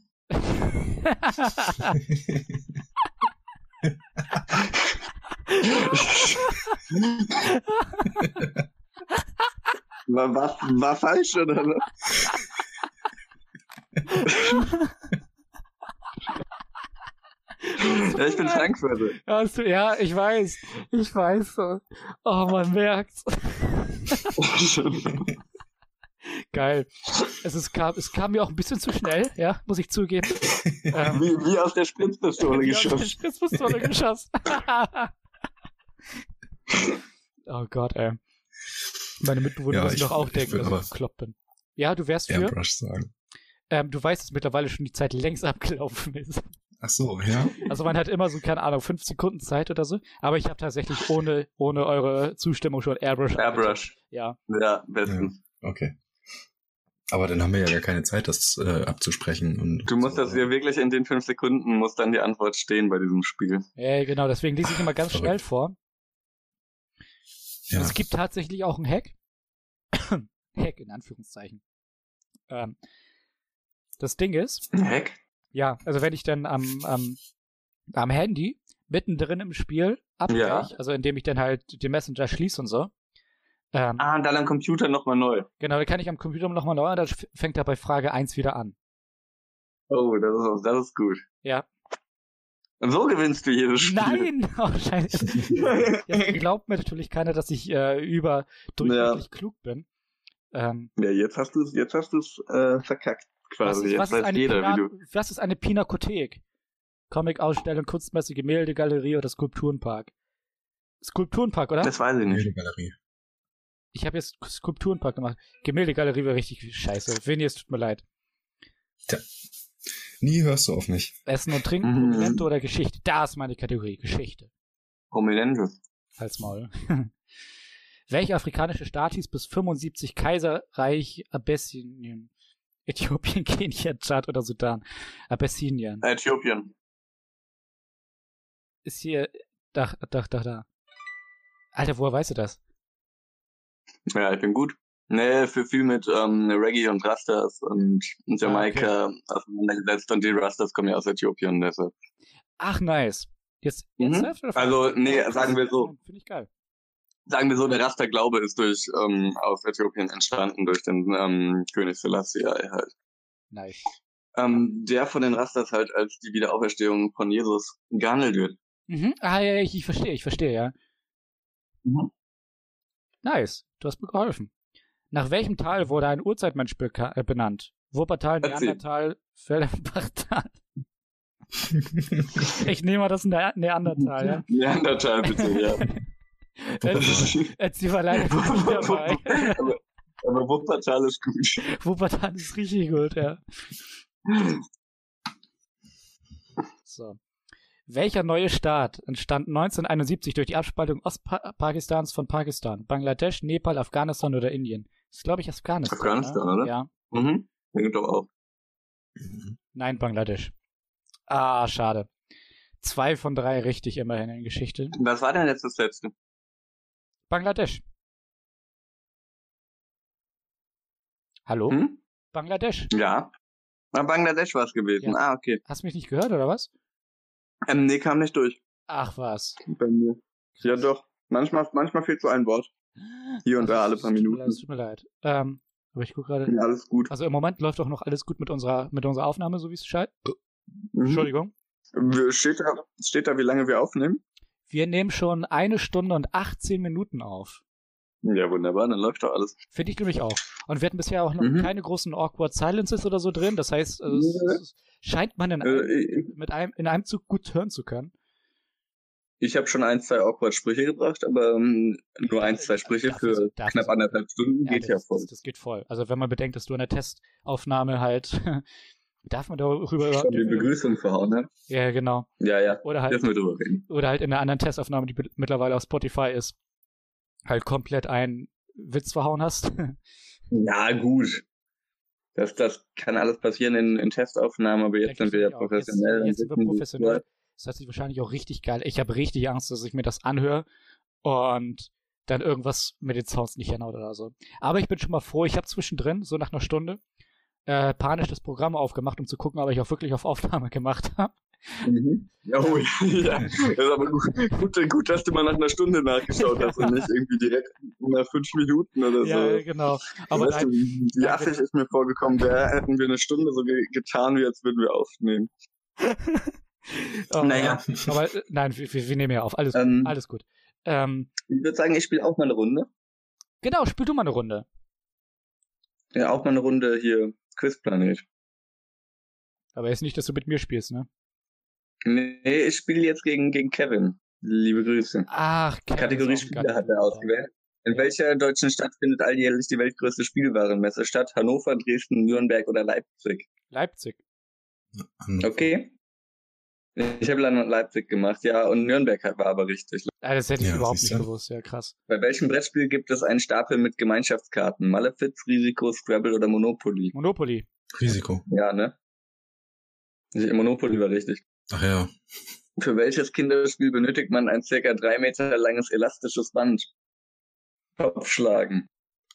War falsch, oder was? Ja, ich bin Frankfurter. Ja, ich weiß. So. Oh, man merkt's. Geil. Es kam mir auch ein bisschen zu schnell, ja, muss ich zugeben. Wie aus der Spritzpistole geschossen. Oh Gott, ey. Meine Mitbewohner müssen doch auch denken, dass ich bekloppt bin. Ja, du wärst für... Airbrush sagen. Du weißt, dass mittlerweile schon die Zeit längst abgelaufen ist. Ach so, ja. Also man hat immer so, keine Ahnung, 5 Sekunden Zeit oder so. Aber ich habe tatsächlich ohne eure Zustimmung schon Airbrush. Ja. Ja, bestens. Ja, okay. Aber dann haben wir ja gar keine Zeit, das abzusprechen. Und du musst das ja wirklich in den 5 Sekunden, muss dann die Antwort stehen bei diesem Spiel. Ja, genau, deswegen lese ich immer ganz schnell vor. Ja. Es gibt tatsächlich auch einen Hack. Hack in Anführungszeichen. Das Ding ist... Hack? Ja, also wenn ich dann am Handy mittendrin im Spiel abbreche, also indem ich dann halt den Messenger schließe und so. Und dann am Computer nochmal neu. Genau, dann kann ich am Computer nochmal neu und dann fängt er bei Frage 1 wieder an. Oh, das ist gut. Ja. Und so gewinnst du jedes Spiel. Nein! Oh, scheiße. Jetzt glaubt mir natürlich keiner, dass ich überdurchschnittlich klug bin. Ja, jetzt hast du es verkackt. Quasi. Was ist eine Pinakothek? Comic-Ausstellung, Kunstmesse, Gemäldegalerie oder Skulpturenpark? Skulpturenpark, oder? Das weiß ich nicht. Gemäldegalerie. Ich habe jetzt Skulpturenpark gemacht. Gemäldegalerie wäre richtig scheiße. Vinny, es tut mir leid. Tja. Nie hörst du auf mich. Essen und Trinken, Prominente oder Geschichte? Da ist meine Kategorie, Geschichte. Prominente. Halt's Maul. Welcher afrikanische Staat hieß bis 75 Kaiserreich Abessinien? Äthiopien, Kenia, Tschad oder Sudan? Abessinien. Äthiopien. Ist hier... Da. Alter, woher weißt du das? Ja, ich bin gut. Nee, für viel mit Reggae und Rastas und Jamaika auseinandergesetzt und die Rastas kommen ja aus Äthiopien, deshalb. Ach, nice. Jetzt also, nee, sagen wir so. Finde ich geil. Sagen wir so, der Rasta-Glaube ist aus Äthiopien entstanden, durch den König Selassie halt. Nice. Der von den Rastas halt als die Wiederauferstehung von Jesus gehandelt wird. Mhm. Ah, ja, ich verstehe, ja. Mhm. Nice, du hast mir geholfen. Nach welchem Tal wurde ein Urzeitmensch benannt? Wuppertal, Neandertal, Fellenbachtal. Ich nehme mal das Neandertal, ja? Neandertal, bitte, ja. Jetzt die Verleitung dabei. Aber Wuppertal ist gut. Wuppertal ist richtig gut, ja. So. Welcher neue Staat entstand 1971 durch die Abspaltung Ostpakistans von Pakistan? Bangladesch, Nepal, Afghanistan oder Indien? Das ist, glaube ich, Afghanistan. Afghanistan, oder? Ja. Mhm. Denke doch auch. Nein, Bangladesch. Ah, schade. 2 von 3 richtig immerhin in Geschichte. Was war denn jetzt das letzte? Bangladesch. Hallo? Bangladesch. Ja. Bangladesch war es gewesen. Ja. Ah, okay. Hast du mich nicht gehört, oder was? Nee, kam nicht durch. Ach, was? Bei mir. Ja, doch. Manchmal fehlt so ein Wort. Hier und da alle paar Minuten. Es tut mir leid. Aber ich gucke gerade. Ja, alles gut. Also im Moment läuft auch noch alles gut mit unserer Aufnahme, so wie es scheint. Entschuldigung. Steht da, wie lange wir aufnehmen? Wir nehmen schon 1 Stunde und 18 Minuten auf. Ja, wunderbar, dann läuft doch alles. Finde ich nämlich auch. Und wir hatten bisher auch noch keine großen Awkward Silences oder so drin. Das heißt, es scheint man in einem Zug gut hören zu können. Ich habe schon 1, 2 Awkward-Sprüche gebracht, aber nur 1, 2 Sprüche für knapp 1,5 Stunden geht ja voll. Das geht voll. Also wenn man bedenkt, dass du in der Testaufnahme halt... Darf man darüber schon die Begrüßung verhauen, ne? Ja, genau. Ja. Oder halt, dürfen wir drüber reden. Oder halt in einer anderen Testaufnahme, die mittlerweile auf Spotify ist, halt komplett einen Witz verhauen hast. Ja, gut. Das kann alles passieren in Testaufnahmen, aber jetzt sind wir ja professionell. Jetzt sind wir professionell. Das hört sich wahrscheinlich auch richtig geil. Ich habe richtig Angst, dass ich mir das anhöre und dann irgendwas mit den Sounds nicht hinhaut oder so. Aber ich bin schon mal froh, ich habe zwischendrin, so nach einer Stunde, panisch das Programm aufgemacht, um zu gucken, ob ich auch wirklich auf Aufnahme gemacht habe. Oh ja, das ist aber gut, dass du mal nach einer Stunde nachgeschaut hast und nicht irgendwie direkt nach 5 Minuten oder so. Ja, genau. Aber weißt du, wie affig ist mir vorgekommen, hätten wir eine Stunde so getan, wie als würden wir aufnehmen. Naja. Aber nein, wir nehmen ja auf. Alles gut. Ich würde sagen, ich spiele auch mal eine Runde. Genau, spiel du mal eine Runde. Ja, auch mal eine Runde hier, Quizplanet. Aber jetzt nicht, dass du mit mir spielst, ne? Nee, ich spiele jetzt gegen Kevin. Liebe Grüße. Ach, Kevin. Kategorie Spiele hat er ausgewählt. In welcher deutschen Stadt findet alljährlich die weltgrößte Spielwarenmesse statt? Hannover, Dresden, Nürnberg oder Leipzig? Leipzig. Okay. Ich habe Leipzig gemacht, ja, und Nürnberg war aber richtig. Das hätte ich überhaupt nicht gewusst, ja, krass. Bei welchem Brettspiel gibt es einen Stapel mit Gemeinschaftskarten? Malefiz, Risiko, Scrabble oder Monopoly? Monopoly. Risiko. Ja, ne? Monopoly war richtig. Ach ja. Für welches Kinderspiel benötigt man ein ca. 3 Meter langes elastisches Band? Kopfschlagen.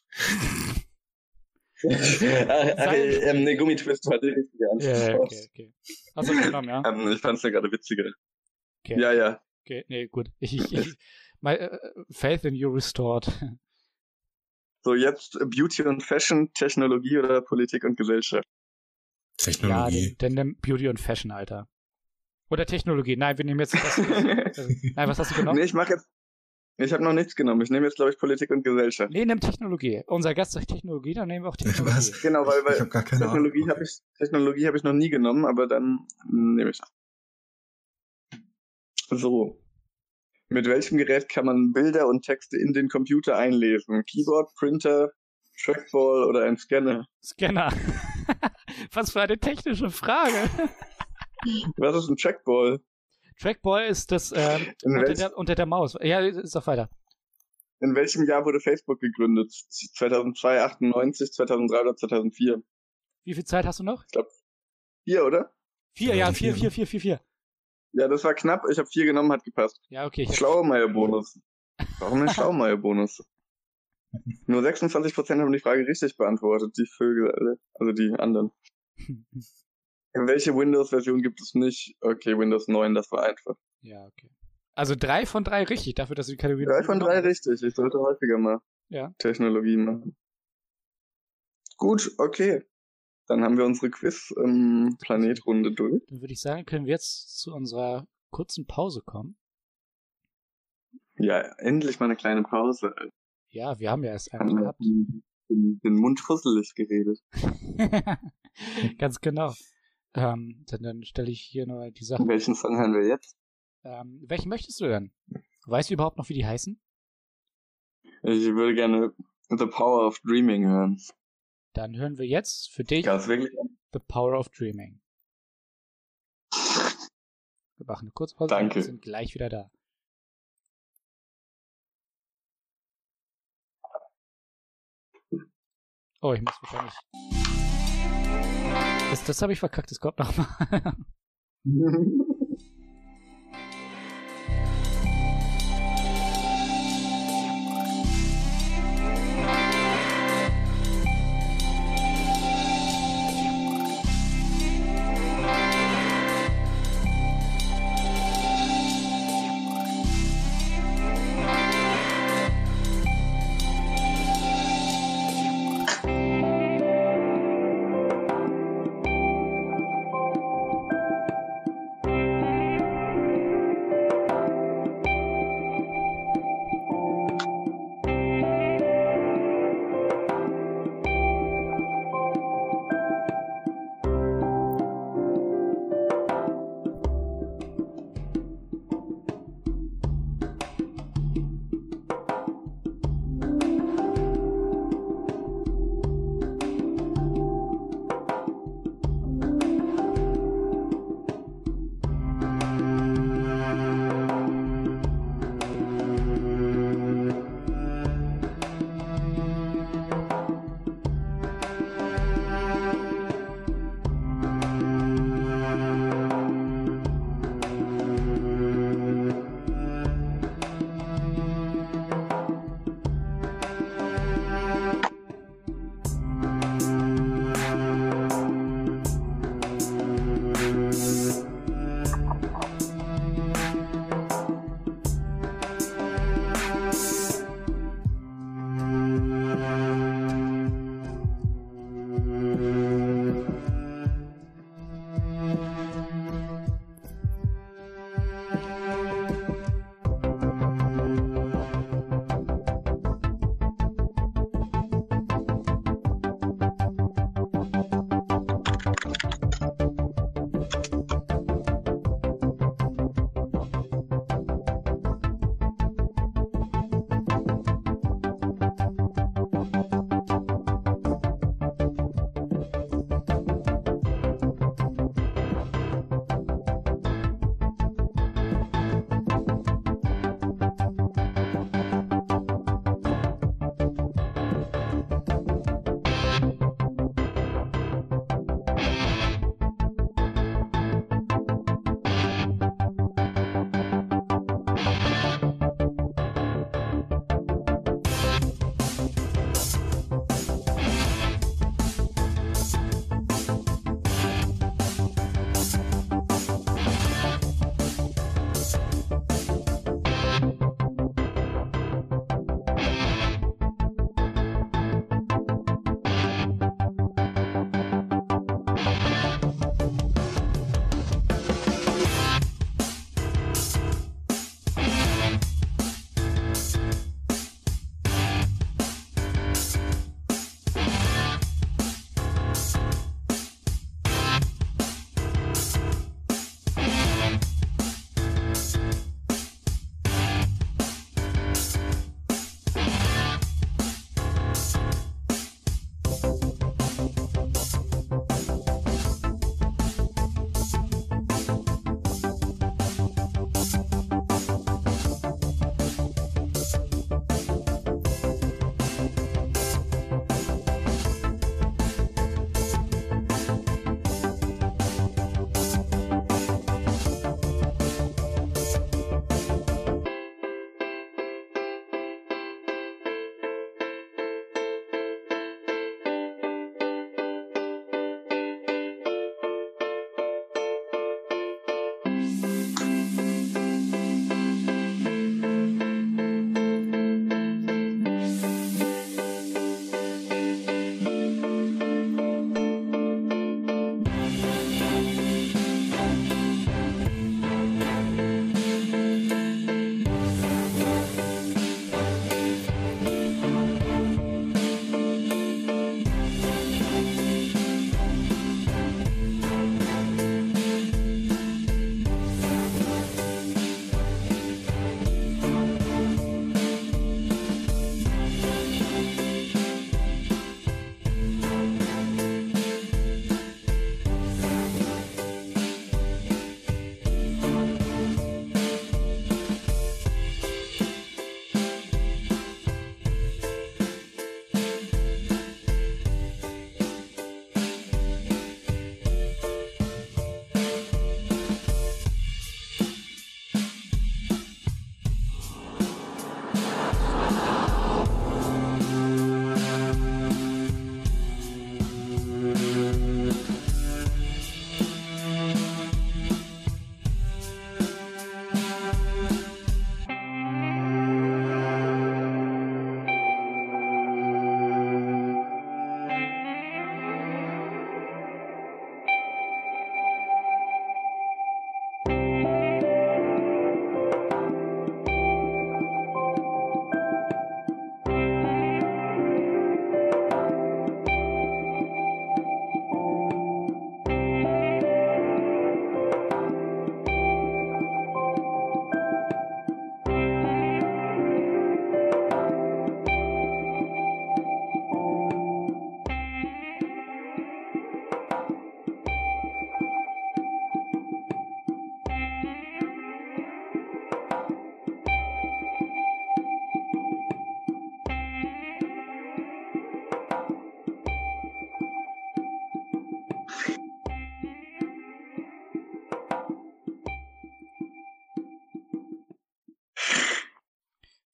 Gummitwist war die richtige Antwort. Ja, okay. Hast du das genommen, ja? Ich fand's ja gerade witziger. Okay. Ja. Okay, nee, gut. My faith in you restored. So, jetzt Beauty und Fashion, Technologie oder Politik und Gesellschaft? Technologie. Ja, dann nimm Beauty und Fashion, Alter. Oder Technologie. Nein, wir nehmen jetzt das. Nein, was hast du genommen? Nee, ich habe noch nichts genommen. Ich nehme jetzt, glaube ich, Politik und Gesellschaft. Nee, nimm Technologie. Unser Gast sagt Technologie, dann nehmen wir auch Technologie. Was? Genau, weil ich habe gar keine Technologie habe ich noch nie genommen, aber dann nehme ich das. So. Mit welchem Gerät kann man Bilder und Texte in den Computer einlesen? Keyboard, Printer, Trackball oder ein Scanner? Scanner. Was für eine technische Frage. Was ist ein Trackball? Trackball ist das unter der Maus. Ja, ist doch weiter. In welchem Jahr wurde Facebook gegründet? 2002, 98, 2003 oder 2004? Wie viel Zeit hast du noch? Ich glaube 4, oder? 4, ja, 4. Ja, das war knapp. Ich habe 4 genommen, hat gepasst. Ja, okay. Schlaumeier-Bonus. Warum ein Schlaumeier-Bonus? Nur 26% haben die Frage richtig beantwortet, die Vögel, also die anderen. Welche Windows-Version gibt es nicht? Okay, Windows 9, das war einfach. Ja, okay. Also 3 von 3 richtig, dafür, dass du die Kategorie... 3 von 3 richtig, ich sollte häufiger mal Technologie machen. Gut, okay. Dann haben wir unsere Quiz-Planetrunde durch. Dann würde ich sagen, können wir jetzt zu unserer kurzen Pause kommen. Ja, endlich mal eine kleine Pause. Ja, wir haben ja erst eine gehabt. den Mund fusselig geredet. Ganz genau. Dann stelle ich hier nur die Sache. Welchen Song hören wir jetzt? Welchen möchtest du hören? Weißt du überhaupt noch, wie die heißen? Ich würde gerne The Power of Dreaming hören. Dann hören wir jetzt für dich wirklich? The Power of Dreaming. Wir machen eine kurze Pause Danke. Und sind gleich wieder da. Oh, ich muss wahrscheinlich... Das habe ich verkackt, das kommt nochmal.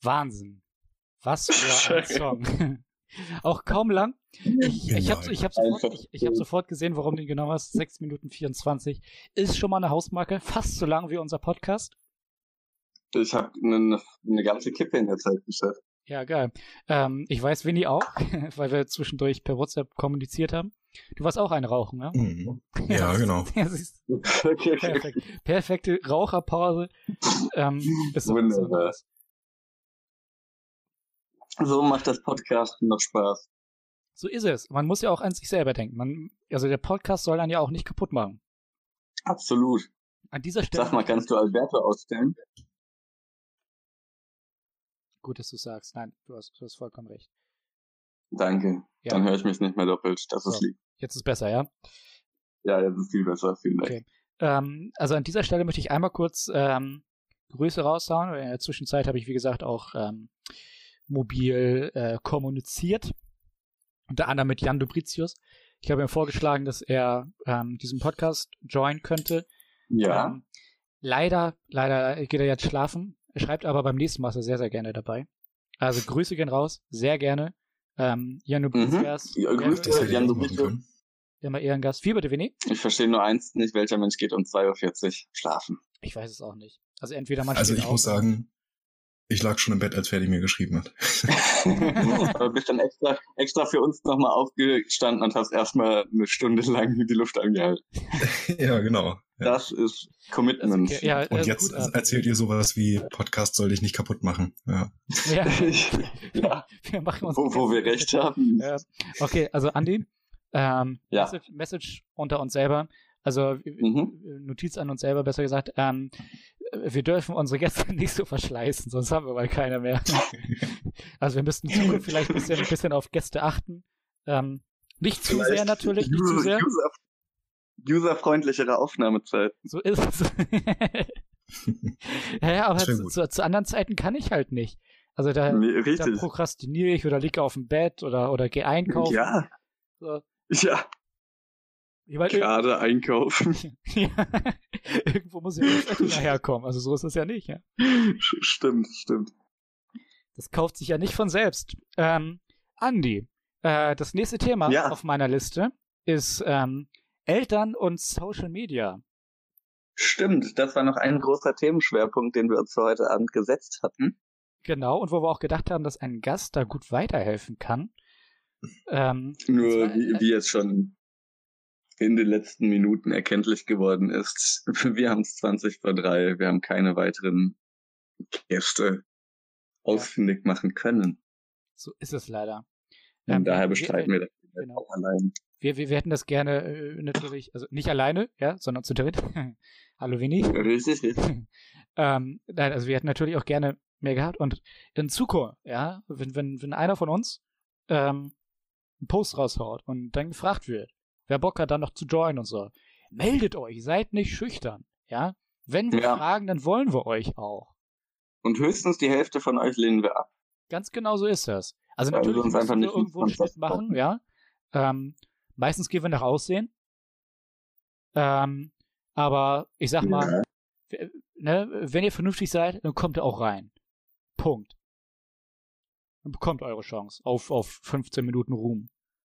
Wahnsinn. Was für ein Song. Auch kaum lang. Ich hab sofort gesehen, warum du ihn genau hast. 6 Minuten 24. Ist schon mal eine Hausmarke. Fast so lang wie unser Podcast. Ich habe eine ganze Kippe in der Zeit geschafft. Ja, geil. Ich weiß, Winnie auch, weil wir zwischendurch per WhatsApp kommuniziert haben. Du warst auch eine Rauchen, ne? Mhm. Ja, genau. Ja, perfekt. Perfekte Raucherpause. Ist wunderbar. So macht das Podcast noch Spaß. So ist es. Man muss ja auch an sich selber denken. Also der Podcast soll dann ja auch nicht kaputt machen. Absolut. An dieser Stelle. Sag mal, kannst du Alberto ausstellen? Gut, dass du sagst. Nein, du hast vollkommen recht. Danke. Ja. Dann höre ich mich nicht mehr doppelt. Das ist lieb. Jetzt ist besser, ja? Ja, jetzt ist viel besser. Vielen Dank. Okay. Also an dieser Stelle möchte ich einmal kurz Grüße raushauen. In der Zwischenzeit habe ich, wie gesagt, auch mobil kommuniziert. Unter anderem mit Jan Dubricius. Ich habe ihm vorgeschlagen, dass er diesen Podcast joinen könnte. Ja. Leider geht er jetzt schlafen. Er schreibt aber beim nächsten Mal ist er sehr, sehr gerne dabei. Also Grüße gehen raus. Sehr gerne. Jan Dubricius. Grüße, Jan Dubricius. Immer Ehrengast. Wie bitte, Winnie? Ich verstehe nur eins nicht, welcher Mensch geht um 2:40 Uhr schlafen. Ich weiß es auch nicht. Also entweder man Also ich muss sagen, ich lag schon im Bett, als Ferdi mir geschrieben hat. Aber bist dann extra für uns nochmal aufgestanden und hast erstmal eine Stunde lang die Luft angehalten. Ja, genau. Ja. Das ist Commitment. Okay. Ja, und jetzt erzählt ihr sowas wie, Podcast soll dich nicht kaputt machen. Ja. Ja. Wir machen uns wo wir recht haben. Ja. Okay, also Andi, Message unter uns selber. Also Notiz an uns selber, besser gesagt. Wir dürfen unsere Gäste nicht so verschleißen, sonst haben wir mal keiner mehr. Also wir müssten in Zukunft vielleicht ein bisschen auf Gäste achten. Nicht zu sehr natürlich, nicht zu sehr. Userfreundlichere Aufnahmezeit. So ist es. Ja, aber zu anderen Zeiten kann ich halt nicht. Also da prokrastiniere ich oder liege auf dem Bett oder gehe einkaufen. Ja. So. Ja. Gerade einkaufen. Ja. Irgendwo muss ja das Essen herkommen. Also so ist es ja nicht. Ja? Stimmt. Das kauft sich ja nicht von selbst. Andi, das nächste Thema auf meiner Liste ist Eltern und Social Media. Stimmt, das war noch ein großer Themenschwerpunkt, den wir uns für heute Abend gesetzt hatten. Genau, und wo wir auch gedacht haben, dass ein Gast da gut weiterhelfen kann. Nur wie es schon in den letzten Minuten erkenntlich geworden ist, wir haben es 20:03, wir haben keine weiteren Gäste ausfindig machen können. So ist es leider. Daher bestreiten wir das auch allein. Wir hätten das gerne natürlich, also nicht alleine, ja, sondern zu dritt. Hallo Winnie. Richtig. Nein, also wir hätten natürlich auch gerne mehr gehabt und in Zukunft, ja, wenn einer von uns einen Post raushaut und dann gefragt wird, wer Bock hat, dann noch zu joinen und so, meldet euch, seid nicht schüchtern, ja. Wenn wir fragen, dann wollen wir euch auch. Und höchstens die Hälfte von euch lehnen wir ab. Ganz genau so ist das. Also natürlich müssen wir irgendwo einen Schnitt machen, ja. Meistens gehen wir nach Aussehen. Aber ich sag mal, wenn ihr vernünftig seid, dann kommt ihr auch rein. Punkt. Dann bekommt eure Chance auf 15 Minuten Ruhm.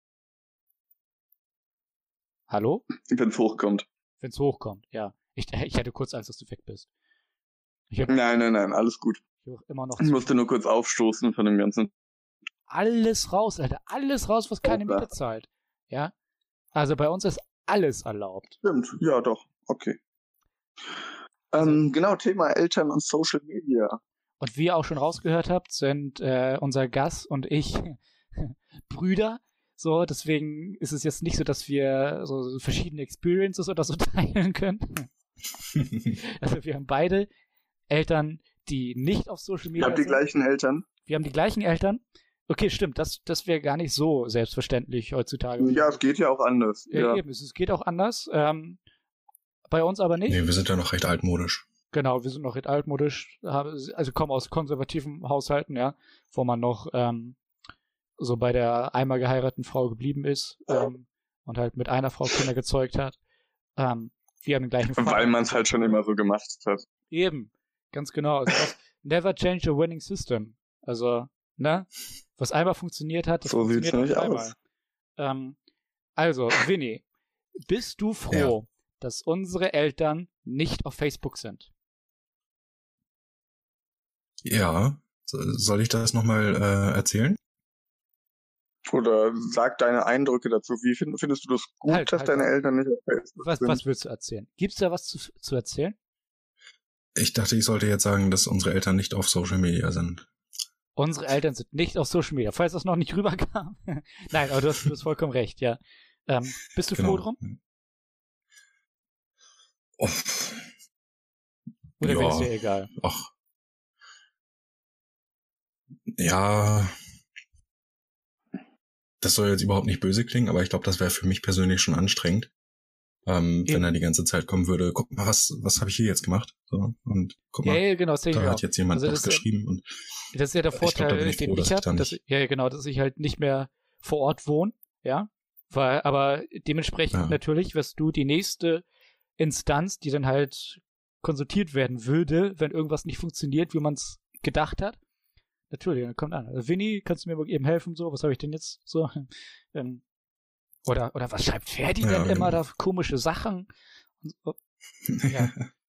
Hallo? Wenn's hochkommt. Wenn's hochkommt, ja. Ich hätte kurz Angst, dass du weg bist. Nein, alles gut. Ich musste nur kurz aufstoßen von dem Ganzen. Alles raus, Alter. Alles raus, was keine Miete zahlt. Ja? Also bei uns ist alles erlaubt. Stimmt, ja doch. Okay. Genau, Thema Eltern und Social Media. Und wie ihr auch schon rausgehört habt, sind unser Gast und ich Brüder. So, deswegen ist es jetzt nicht so, dass wir so verschiedene Experiences oder so teilen können. Also wir haben beide Eltern, die nicht auf Social Media sind. Ich habe die gleichen Eltern. Wir haben die gleichen Eltern. Okay, stimmt, das wäre gar nicht so selbstverständlich heutzutage. Ja, es geht ja auch anders. Ja. Eben, es geht auch anders. Bei uns aber nicht. Nee, wir sind ja noch recht altmodisch. Genau, wir sind noch recht altmodisch, also kommen aus konservativen Haushalten, ja, wo man noch so bei der einmal geheirateten Frau geblieben ist und halt mit einer Frau Kinder gezeugt hat. Wir haben den gleichen Vater. Weil man es halt schon immer so gemacht hat. Eben, ganz genau. Also never change a winning system. Also, ne? Was einmal funktioniert hat, das so funktioniert sieht's nicht einmal. Also, Winnie, bist du froh, dass unsere Eltern nicht auf Facebook sind? Ja. Soll ich das nochmal erzählen? Oder sag deine Eindrücke dazu. Wie findest du das gut, dass deine Eltern nicht auf Facebook sind? Was willst du erzählen? Gibt's da was zu erzählen? Ich dachte, ich sollte jetzt sagen, dass unsere Eltern nicht auf Social Media sind. Unsere Eltern sind nicht auf Social Media, falls das noch nicht rüberkam. Nein, aber du hast vollkommen recht, ja. Bist du froh drum? Oh. Oder wäre es dir egal? Ach. Ja. Das soll jetzt überhaupt nicht böse klingen, aber ich glaube, das wäre für mich persönlich schon anstrengend. Wenn er die ganze Zeit kommen würde, guck mal, was habe ich hier jetzt gemacht? So, und guck mal, genau, das da hat jetzt jemand was geschrieben. Und das ist ja der Vorteil, den ich habe, dass ich halt nicht mehr vor Ort wohne, ja. Aber dementsprechend natürlich wirst du die nächste Instanz, die dann halt konsultiert werden würde, wenn irgendwas nicht funktioniert, wie man es gedacht hat. Natürlich, dann kommt an. Also, Winnie, kannst du mir eben helfen? So, was habe ich denn jetzt so? Oder was schreibt Ferdi denn immer da für komische Sachen? Ja.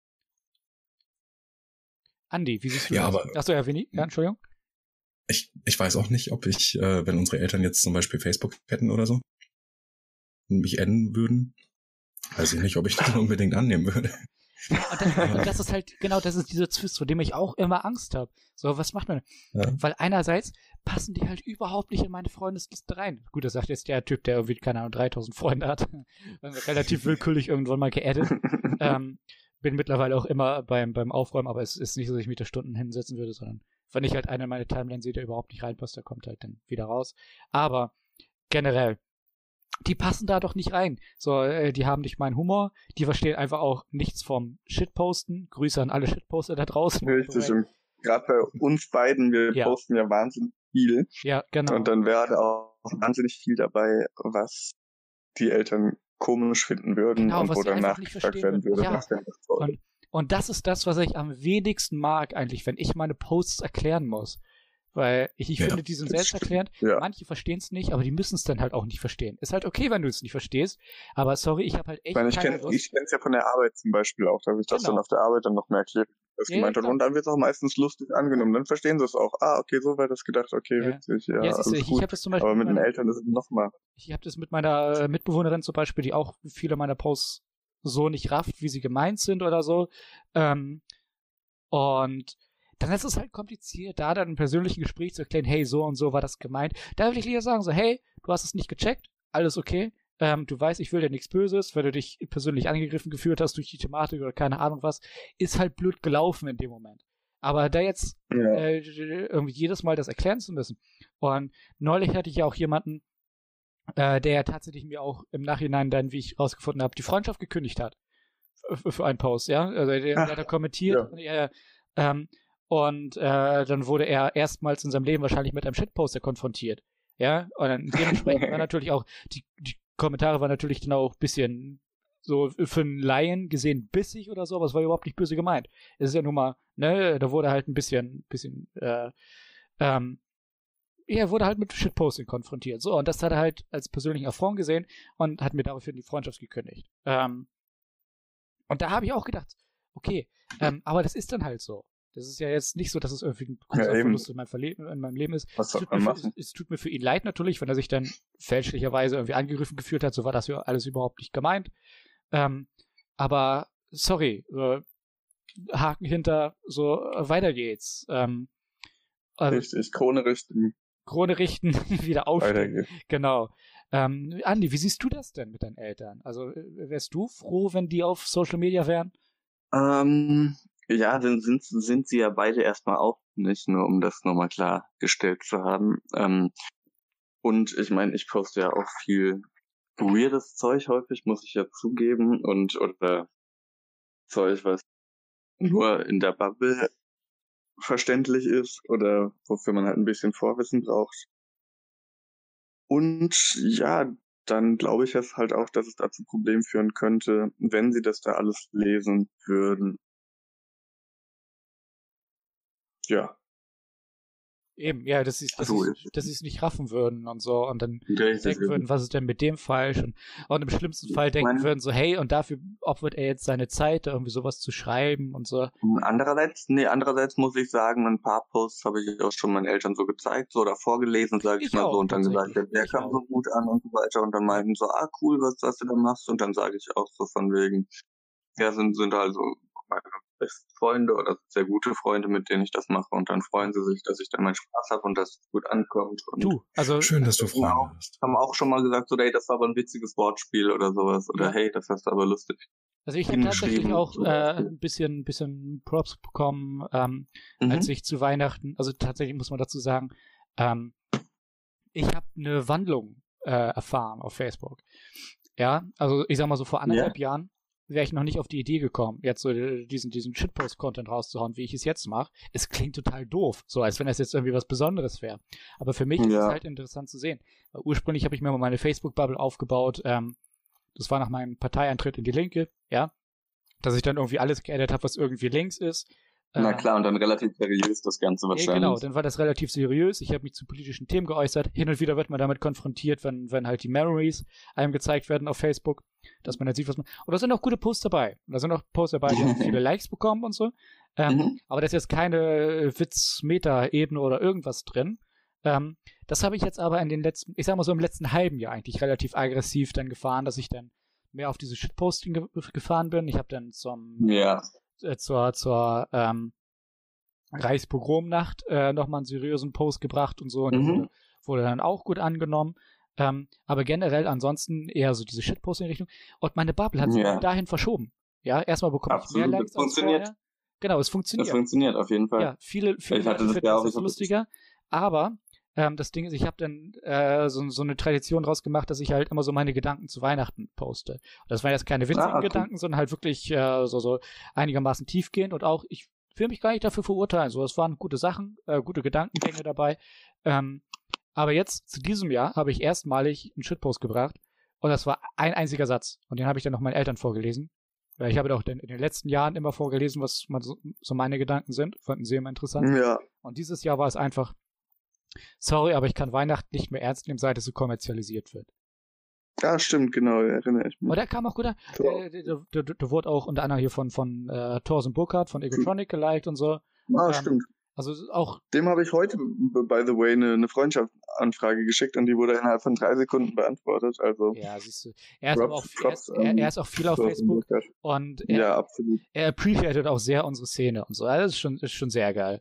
Andi, wie siehst du das? Achso, ja, Winnie? Ja, Entschuldigung. Ich weiß auch nicht, ob ich, wenn unsere Eltern jetzt zum Beispiel Facebook hätten oder so, und mich adden würden, weiß ich nicht, ob ich das unbedingt annehmen würde. Ja, und das ist halt, genau, das ist dieser Zwist, vor dem ich auch immer Angst habe. So, was macht man? Ja. Weil einerseits passen die halt überhaupt nicht in meine Freundesliste rein. Gut, das sagt jetzt der Typ, der irgendwie, keine Ahnung, 3000 Freunde hat. Relativ willkürlich irgendwann mal geaddet. Bin mittlerweile auch immer beim Aufräumen, aber es ist nicht so, dass ich mich da Stunden hinsetzen würde, sondern wenn ich halt einen in meine Timeline sehe, der überhaupt nicht reinpasst, der kommt halt dann wieder raus. Aber generell, die passen da doch nicht rein. So, die haben nicht meinen Humor, die verstehen einfach auch nichts vom Shitposten. Grüße an alle Shitposter da draußen. Richtig, und gerade bei uns beiden, wir posten ja wahnsinnig viel. Ja, genau. Und dann wäre da auch wahnsinnig viel dabei, was die Eltern komisch finden würden genau, und wo dann nachgefragt werden würde. Ja. Und das ist das, was ich am wenigsten mag eigentlich, wenn ich meine Posts erklären muss. Weil ich finde, die sind selbsterklärend. Ja. Manche verstehen es nicht, aber die müssen es dann halt auch nicht verstehen. Ist halt okay, wenn du es nicht verstehst. Aber sorry, ich habe halt echt ich kenne es ja von der Arbeit zum Beispiel auch, dass ich das dann auf der Arbeit dann noch mehr erklärt, was gemeint hat. Und dann wird es auch meistens lustig angenommen. Dann verstehen sie es auch. Ah, okay, so war das gedacht. Okay, witzig. Ja, alles gut. Ich hab das zum Beispiel aber mit den Eltern ist es nochmal. Ich habe das mit meiner Mitbewohnerin zum Beispiel, die auch viele meiner Posts so nicht rafft, wie sie gemeint sind oder so. Und dann ist es halt kompliziert, da dann im persönlichen Gespräch zu erklären, hey, so und so war das gemeint. Da würde ich lieber sagen, so, hey, du hast es nicht gecheckt, alles okay. Du weißt, ich will dir nichts Böses, wenn du dich persönlich angegriffen gefühlt hast durch die Thematik oder keine Ahnung was, ist halt blöd gelaufen in dem Moment. Aber da jetzt irgendwie jedes Mal das erklären zu müssen. Und neulich hatte ich ja auch jemanden, der tatsächlich mir auch im Nachhinein dann, wie ich rausgefunden habe, die Freundschaft gekündigt hat. Für einen Post, ja. Also der hat da kommentiert. Ja. Und dann wurde er erstmals in seinem Leben wahrscheinlich mit einem Shitposter konfrontiert. Ja, und dann dementsprechend war natürlich auch, die Kommentare waren natürlich dann auch ein bisschen so für einen Laien gesehen bissig oder so, aber es war überhaupt nicht böse gemeint. Es ist ja nun mal, ne, da wurde halt ein bisschen wurde halt mit Shitposting konfrontiert. So, und das hat er halt als persönlichen Affront gesehen und hat mir daraufhin die Freundschaft gekündigt. Und da habe ich auch gedacht, okay, aber das ist dann halt so. Das ist ja jetzt nicht so, dass es irgendwie ein großer Verlust in meinem Leben ist. Es tut mir für ihn leid natürlich, wenn er sich dann fälschlicherweise irgendwie angegriffen gefühlt hat. So war das ja alles überhaupt nicht gemeint. Aber sorry, Haken hinter, so weiter geht's. Richtig, Krone richten. Krone richten, wieder aufstehen. Genau. Andi, wie siehst du das denn mit deinen Eltern? Also wärst du froh, wenn die auf Social Media wären? Ja, dann sind sie ja beide erstmal auch nicht, nur um das nochmal klargestellt zu haben. Und ich meine, ich poste ja auch viel weirdes Zeug häufig, muss ich ja zugeben, oder Zeug, was nur in der Bubble verständlich ist oder wofür man halt ein bisschen Vorwissen braucht. Und ja, dann glaube ich jetzt halt auch, dass es dazu Problemen führen könnte, wenn sie das da alles lesen würden. Ja. Eben, ja, dass sie es nicht raffen würden und so und dann denken würden, was ist denn mit dem falsch und im schlimmsten Fall denken würden so, hey, und dafür opfert er jetzt seine Zeit, irgendwie sowas zu schreiben und so. Andererseits muss ich sagen, ein paar Posts habe ich auch schon meinen Eltern so gezeigt, so oder vorgelesen, sage ich mal so, und dann gesagt, der kam so gut an und so weiter und dann meinten so, cool, was du da machst, und dann sage ich auch so von wegen, ja, sind also meine besten Freunde oder sehr gute Freunde, mit denen ich das mache, und dann freuen sie sich, dass ich dann meinen Spaß habe und das gut ankommt. Und also schön, dass du Freunde hast. Haben auch schon mal gesagt, so, hey, das war aber ein witziges Wortspiel oder sowas, oder hey, das hast du aber lustig. Also ich habe tatsächlich auch ein bisschen Props bekommen, als ich zu Weihnachten, also tatsächlich muss man dazu sagen, ich habe eine Wandlung erfahren auf Facebook. Ja, also ich sag mal so vor 1,5 Jahren wäre ich noch nicht auf die Idee gekommen, jetzt so diesen Shitpost-Content rauszuhauen, wie ich es jetzt mache. Es klingt total doof, so als wenn das jetzt irgendwie was Besonderes wäre. Aber für mich ist es halt interessant zu sehen. Weil ursprünglich habe ich mir mal meine Facebook-Bubble aufgebaut, das war nach meinem Parteieintritt in die Linke, ja, dass ich dann irgendwie alles geedit habe, was irgendwie links ist. Na klar, und dann relativ seriös das Ganze wahrscheinlich. Genau, dann war das relativ seriös. Ich habe mich zu politischen Themen geäußert. Hin und wieder wird man damit konfrontiert, wenn halt die Memories einem gezeigt werden auf Facebook, dass man dann sieht, was man... Und da sind auch gute Posts dabei. Und da sind auch Posts dabei, die haben viele Likes bekommen und so. Aber da ist jetzt keine Witz-Meta-Ebene oder irgendwas drin. Das habe ich jetzt aber in den letzten, ich sag mal so im letzten halben Jahr eigentlich relativ aggressiv dann gefahren, dass ich dann mehr auf diese Shitposting gefahren bin. Ich habe dann zur Reichspogromnacht nochmal einen seriösen Post gebracht und so, und wurde dann auch gut angenommen. Aber generell ansonsten eher so diese Shitposting-Richtung. Und meine Bubble hat sich dahin verschoben. Ja, erstmal bekomme ich mehr Likes als vorher. Genau, es funktioniert. Das funktioniert auf jeden Fall. Ja, viele finden das lustiger. Aber das Ding ist, ich habe dann so eine Tradition draus gemacht, dass ich halt immer so meine Gedanken zu Weihnachten poste. Und das waren jetzt keine witzigen Gedanken, sondern halt wirklich so einigermaßen tiefgehend, und auch, ich will mich gar nicht dafür verurteilen. So, es waren gute Sachen, gute Gedankengänge dabei. Aber jetzt, zu diesem Jahr, habe ich erstmalig einen Shitpost gebracht, und das war ein einziger Satz. Und den habe ich dann noch meinen Eltern vorgelesen. Weil ich habe doch in den letzten Jahren immer vorgelesen, was so meine Gedanken sind. Fanden sie immer interessant. Ja. Und dieses Jahr war es einfach: Sorry, aber ich kann Weihnachten nicht mehr ernst nehmen, seit es so kommerzialisiert wird. Ja, stimmt, genau, erinnere ich mich. Und der kam auch gut an. Der wurde auch unter anderem hier von Thorsten Burkhardt von Egotronic geliked und so. Stimmt. Also auch. Dem habe ich heute, by the way, eine Freundschaftsanfrage geschickt, und die wurde innerhalb von 3 Sekunden beantwortet. Also. Ja, siehst du. Er ist auch viel auf Facebook, und er appreciated auch sehr unsere Szene und so. Also das ist schon sehr geil.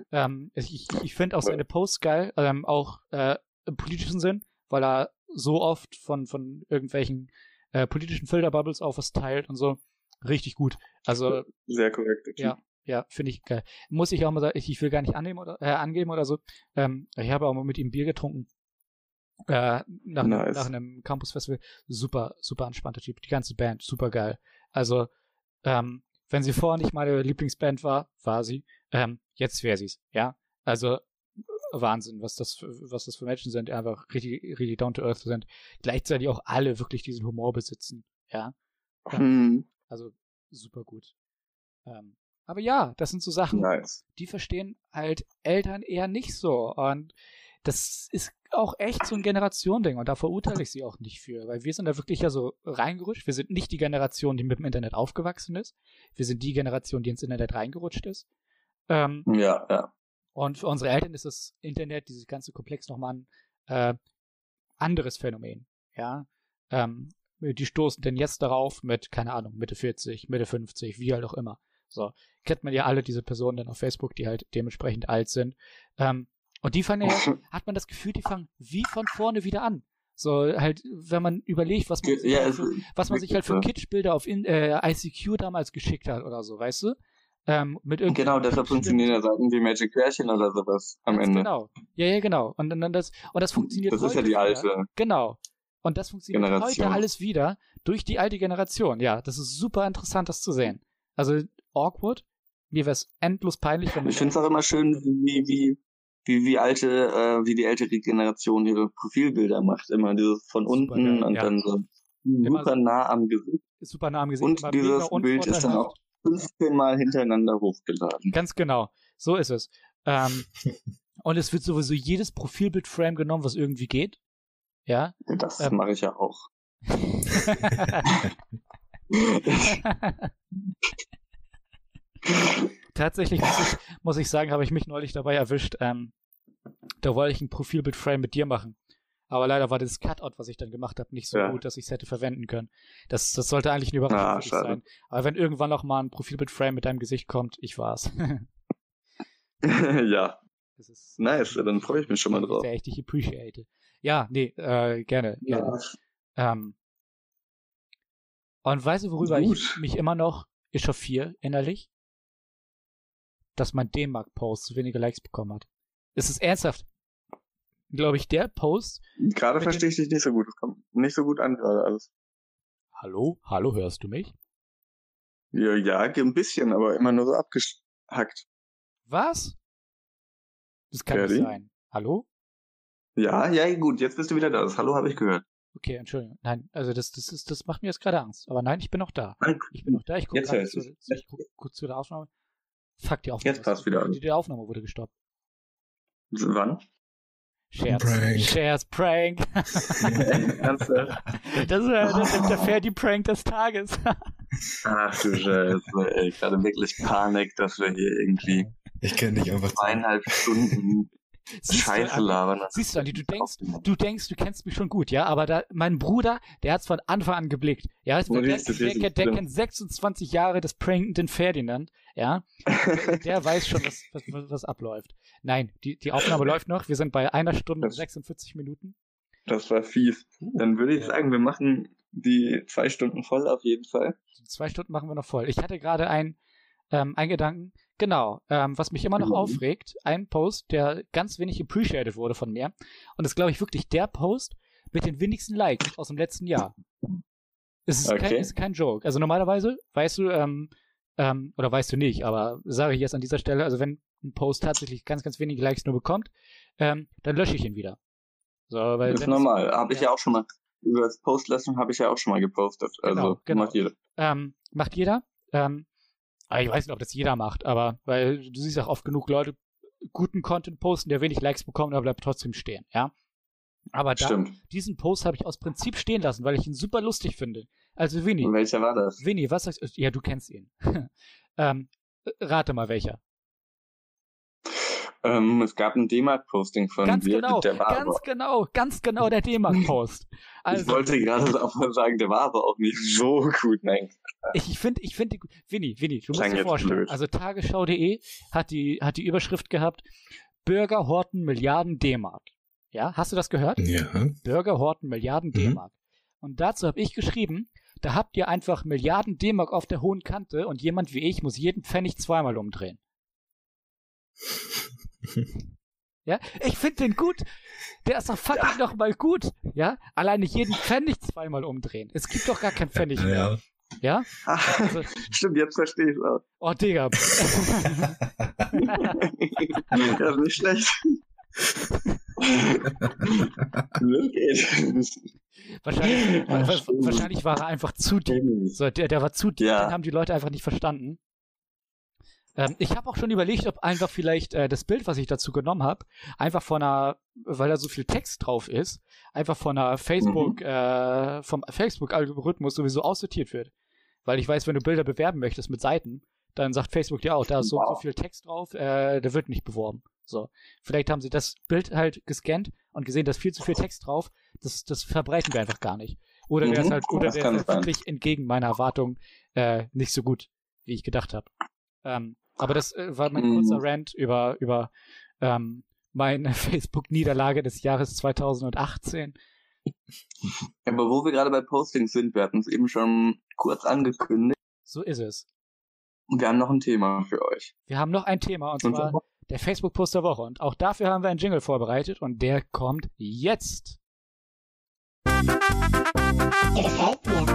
Ich finde auch seine Posts geil, auch im politischen Sinn, weil er so oft von irgendwelchen politischen Filterbubbles auch was teilt und so. Richtig gut. Also sehr korrekt. Ja, finde ich geil. Muss ich auch mal sagen, ich will gar nicht angeben oder so. Ich habe auch mal mit ihm Bier getrunken. Nach einem Campus-Festival. Super, super entspannter Typ. Die ganze Band, super geil. Also, wenn sie vorher nicht meine Lieblingsband war sie. Jetzt wäre sie's, ja. Also, Wahnsinn, was das für Menschen sind, die einfach richtig, richtig down to earth sind. Gleichzeitig auch alle wirklich diesen Humor besitzen, ja. Also, super gut. Aber ja, das sind so Sachen, die verstehen halt Eltern eher nicht so. Und das ist auch echt so ein Generationending. Und da verurteile ich sie auch nicht für. Weil wir sind da wirklich ja so reingerutscht. Wir sind nicht die Generation, die mit dem Internet aufgewachsen ist. Wir sind die Generation, die ins Internet reingerutscht ist. Und für unsere Eltern ist das Internet, dieses ganze Komplex, nochmal ein anderes Phänomen. Ja. Die stoßen denn jetzt darauf mit, keine Ahnung, Mitte 40, Mitte 50, wie halt auch immer. So, kennt man ja alle diese Personen dann auf Facebook, die halt dementsprechend alt sind. Und die fangen ja, hat man das Gefühl, die fangen wie von vorne wieder an. So, halt, wenn man überlegt, was man sich halt für Kitschbilder auf ICQ damals geschickt hat oder so, weißt du? Genau, deshalb funktionieren ja Seiten wie Magic Pärchen oder sowas am Ende. Genau. Ja, genau. Und das funktioniert heute. Das ist ja die alte. Wieder. Genau. Und das funktioniert heute alles wieder durch die alte Generation. Ja, das ist super interessant, das zu sehen. Also, awkward. Mir wäre es endlos peinlich, wenn ich finde es auch immer schön, wie die ältere Generation ihre Profilbilder macht. Immer dieses von unten und dann so super nah am Gesicht. Super nah am Gesicht. Und dieses Bild ist dann auch 15 Mal hintereinander hochgeladen. Ganz genau. So ist es. Und es wird sowieso jedes Profilbild-Frame genommen, was irgendwie geht. Ja. Das mache ich ja auch. Tatsächlich muss ich sagen, habe ich mich neulich dabei erwischt. Da wollte ich ein Profilbild-Frame mit dir machen. Aber leider war das Cutout, was ich dann gemacht habe, nicht so gut, dass ich es hätte verwenden können. Das sollte eigentlich eine Überraschung für dich sein. Aber wenn irgendwann noch mal ein Profilbild-Frame mit deinem Gesicht kommt, ich war's. Ja. Das ist nice, dann freue ich mich schon mal drauf. Sehr echt, ich appreciate. Ja, nee, gerne. Ja. Und weißt du, worüber ich mich immer noch echauffiere innerlich? Dass mein D-Mark-Post zu wenige Likes bekommen hat. Es ist ernsthaft, glaube ich, der Post. Gerade verstehe ich dich nicht so gut. Es kommt nicht so gut an gerade alles. Hallo? Hallo, hörst du mich? Ja, ein bisschen, aber immer nur so abgehackt. Was? Das kann nicht sein. Hallo? Ja, gut, jetzt bist du wieder da. Das Hallo habe ich gehört. Okay, Entschuldigung. Nein, also das macht mir jetzt gerade Angst. Aber nein, ich bin noch da. Ich bin noch da. Ich gucke kurz zu der Aufnahme. Fuck, die Aufnahme. Jetzt passt wieder an. Die Aufnahme wurde gestoppt. Wann? Scherz, Prank. Das ist der Ferdi-Prank des Tages. Ach du Scheiße, ey. Gerade wirklich Panik, dass wir hier irgendwie ich kenne dich einfach 2,5 Stunden Scheiße labern. Siehst du, Andi, du denkst, du kennst mich schon gut, ja, aber mein Bruder, der hat's von Anfang an geblickt. Ja, der kennt 26 Jahre des prankenden Ferdinand, ja. Der weiß schon, was abläuft. Nein, die Aufnahme läuft noch. Wir sind bei 1 Stunde und 46 Minuten. Das war fies. Dann würde ich sagen, wir machen die 2 Stunden voll auf jeden Fall. Die 2 Stunden machen wir noch voll. Ich hatte gerade einen Gedanken. Genau, was mich immer noch aufregt, ein Post, der ganz wenig appreciated wurde von mir. Und das ist, glaube ich, wirklich der Post mit den wenigsten Likes aus dem letzten Jahr. Es ist kein Joke. Also normalerweise weißt du, oder weißt du nicht, aber sage ich jetzt an dieser Stelle, also wenn ein Post tatsächlich ganz, ganz wenige Likes nur bekommt, dann lösche ich ihn wieder. So, weil das ist normal. Habe ich ja auch schon mal, über das Postlöschen habe ich ja auch schon mal gepostet. Also genau. Macht jeder. Macht jeder. Aber ich weiß nicht, ob das jeder macht, aber weil du siehst auch oft genug Leute guten Content posten, der wenig Likes bekommt, aber bleibt trotzdem stehen, ja. Aber diesen Post habe ich aus Prinzip stehen lassen, weil ich ihn super lustig finde. Also Winnie. Und welcher war das? Winnie, was sagst du? Ja, du kennst ihn. Rate mal welcher. Es gab ein D-Mark-Posting von dir. Ganz genau, der D-Mark-Post. Also, ich wollte gerade auch mal sagen, der war aber auch nicht so gut, nein. Ich finde, Winnie, du musst dir vorstellen, also Tagesschau.de hat die Überschrift gehabt, Bürger horten Milliarden D-Mark. Ja, hast du das gehört? Ja. Bürger horten Milliarden D-Mark. Und dazu habe ich geschrieben, da habt ihr einfach Milliarden D-Mark auf der hohen Kante und jemand wie ich muss jeden Pfennig zweimal umdrehen. Ja, ich finde den gut. Der ist doch fucking noch mal gut. Ja, alleine jeden Pfennig zweimal umdrehen. Es gibt doch gar keinen Pfennig mehr. Ja? Also, stimmt, jetzt verstehe ich es auch. Oh, Digga. Das ist nicht schlecht. Wahrscheinlich war er einfach zu deep. So, der war zu deep, den haben die Leute einfach nicht verstanden. Ich habe auch schon überlegt, ob einfach vielleicht das Bild, was ich dazu genommen habe, einfach weil da so viel Text drauf ist, einfach von einer vom Facebook-Algorithmus sowieso aussortiert wird. Weil ich weiß, wenn du Bilder bewerben möchtest mit Seiten, dann sagt Facebook dir auch, da ist so viel Text drauf, der wird nicht beworben. So. Vielleicht haben sie das Bild halt gescannt und gesehen, da ist viel zu viel Text drauf, das verbreiten wir einfach gar nicht. Oder der ist halt, wirklich entgegen meiner Erwartung nicht so gut, wie ich gedacht habe. Aber das war mein kurzer Rant über meine Facebook-Niederlage des Jahres 2018. Aber wo wir gerade bei Postings sind, wir hatten es eben schon kurz angekündigt. So ist es. Und wir haben noch ein Thema für euch. Wir haben noch ein Thema, und zwar der Facebook-Post der Woche. Und auch dafür haben wir einen Jingle vorbereitet, und der kommt jetzt. Gefällt mir.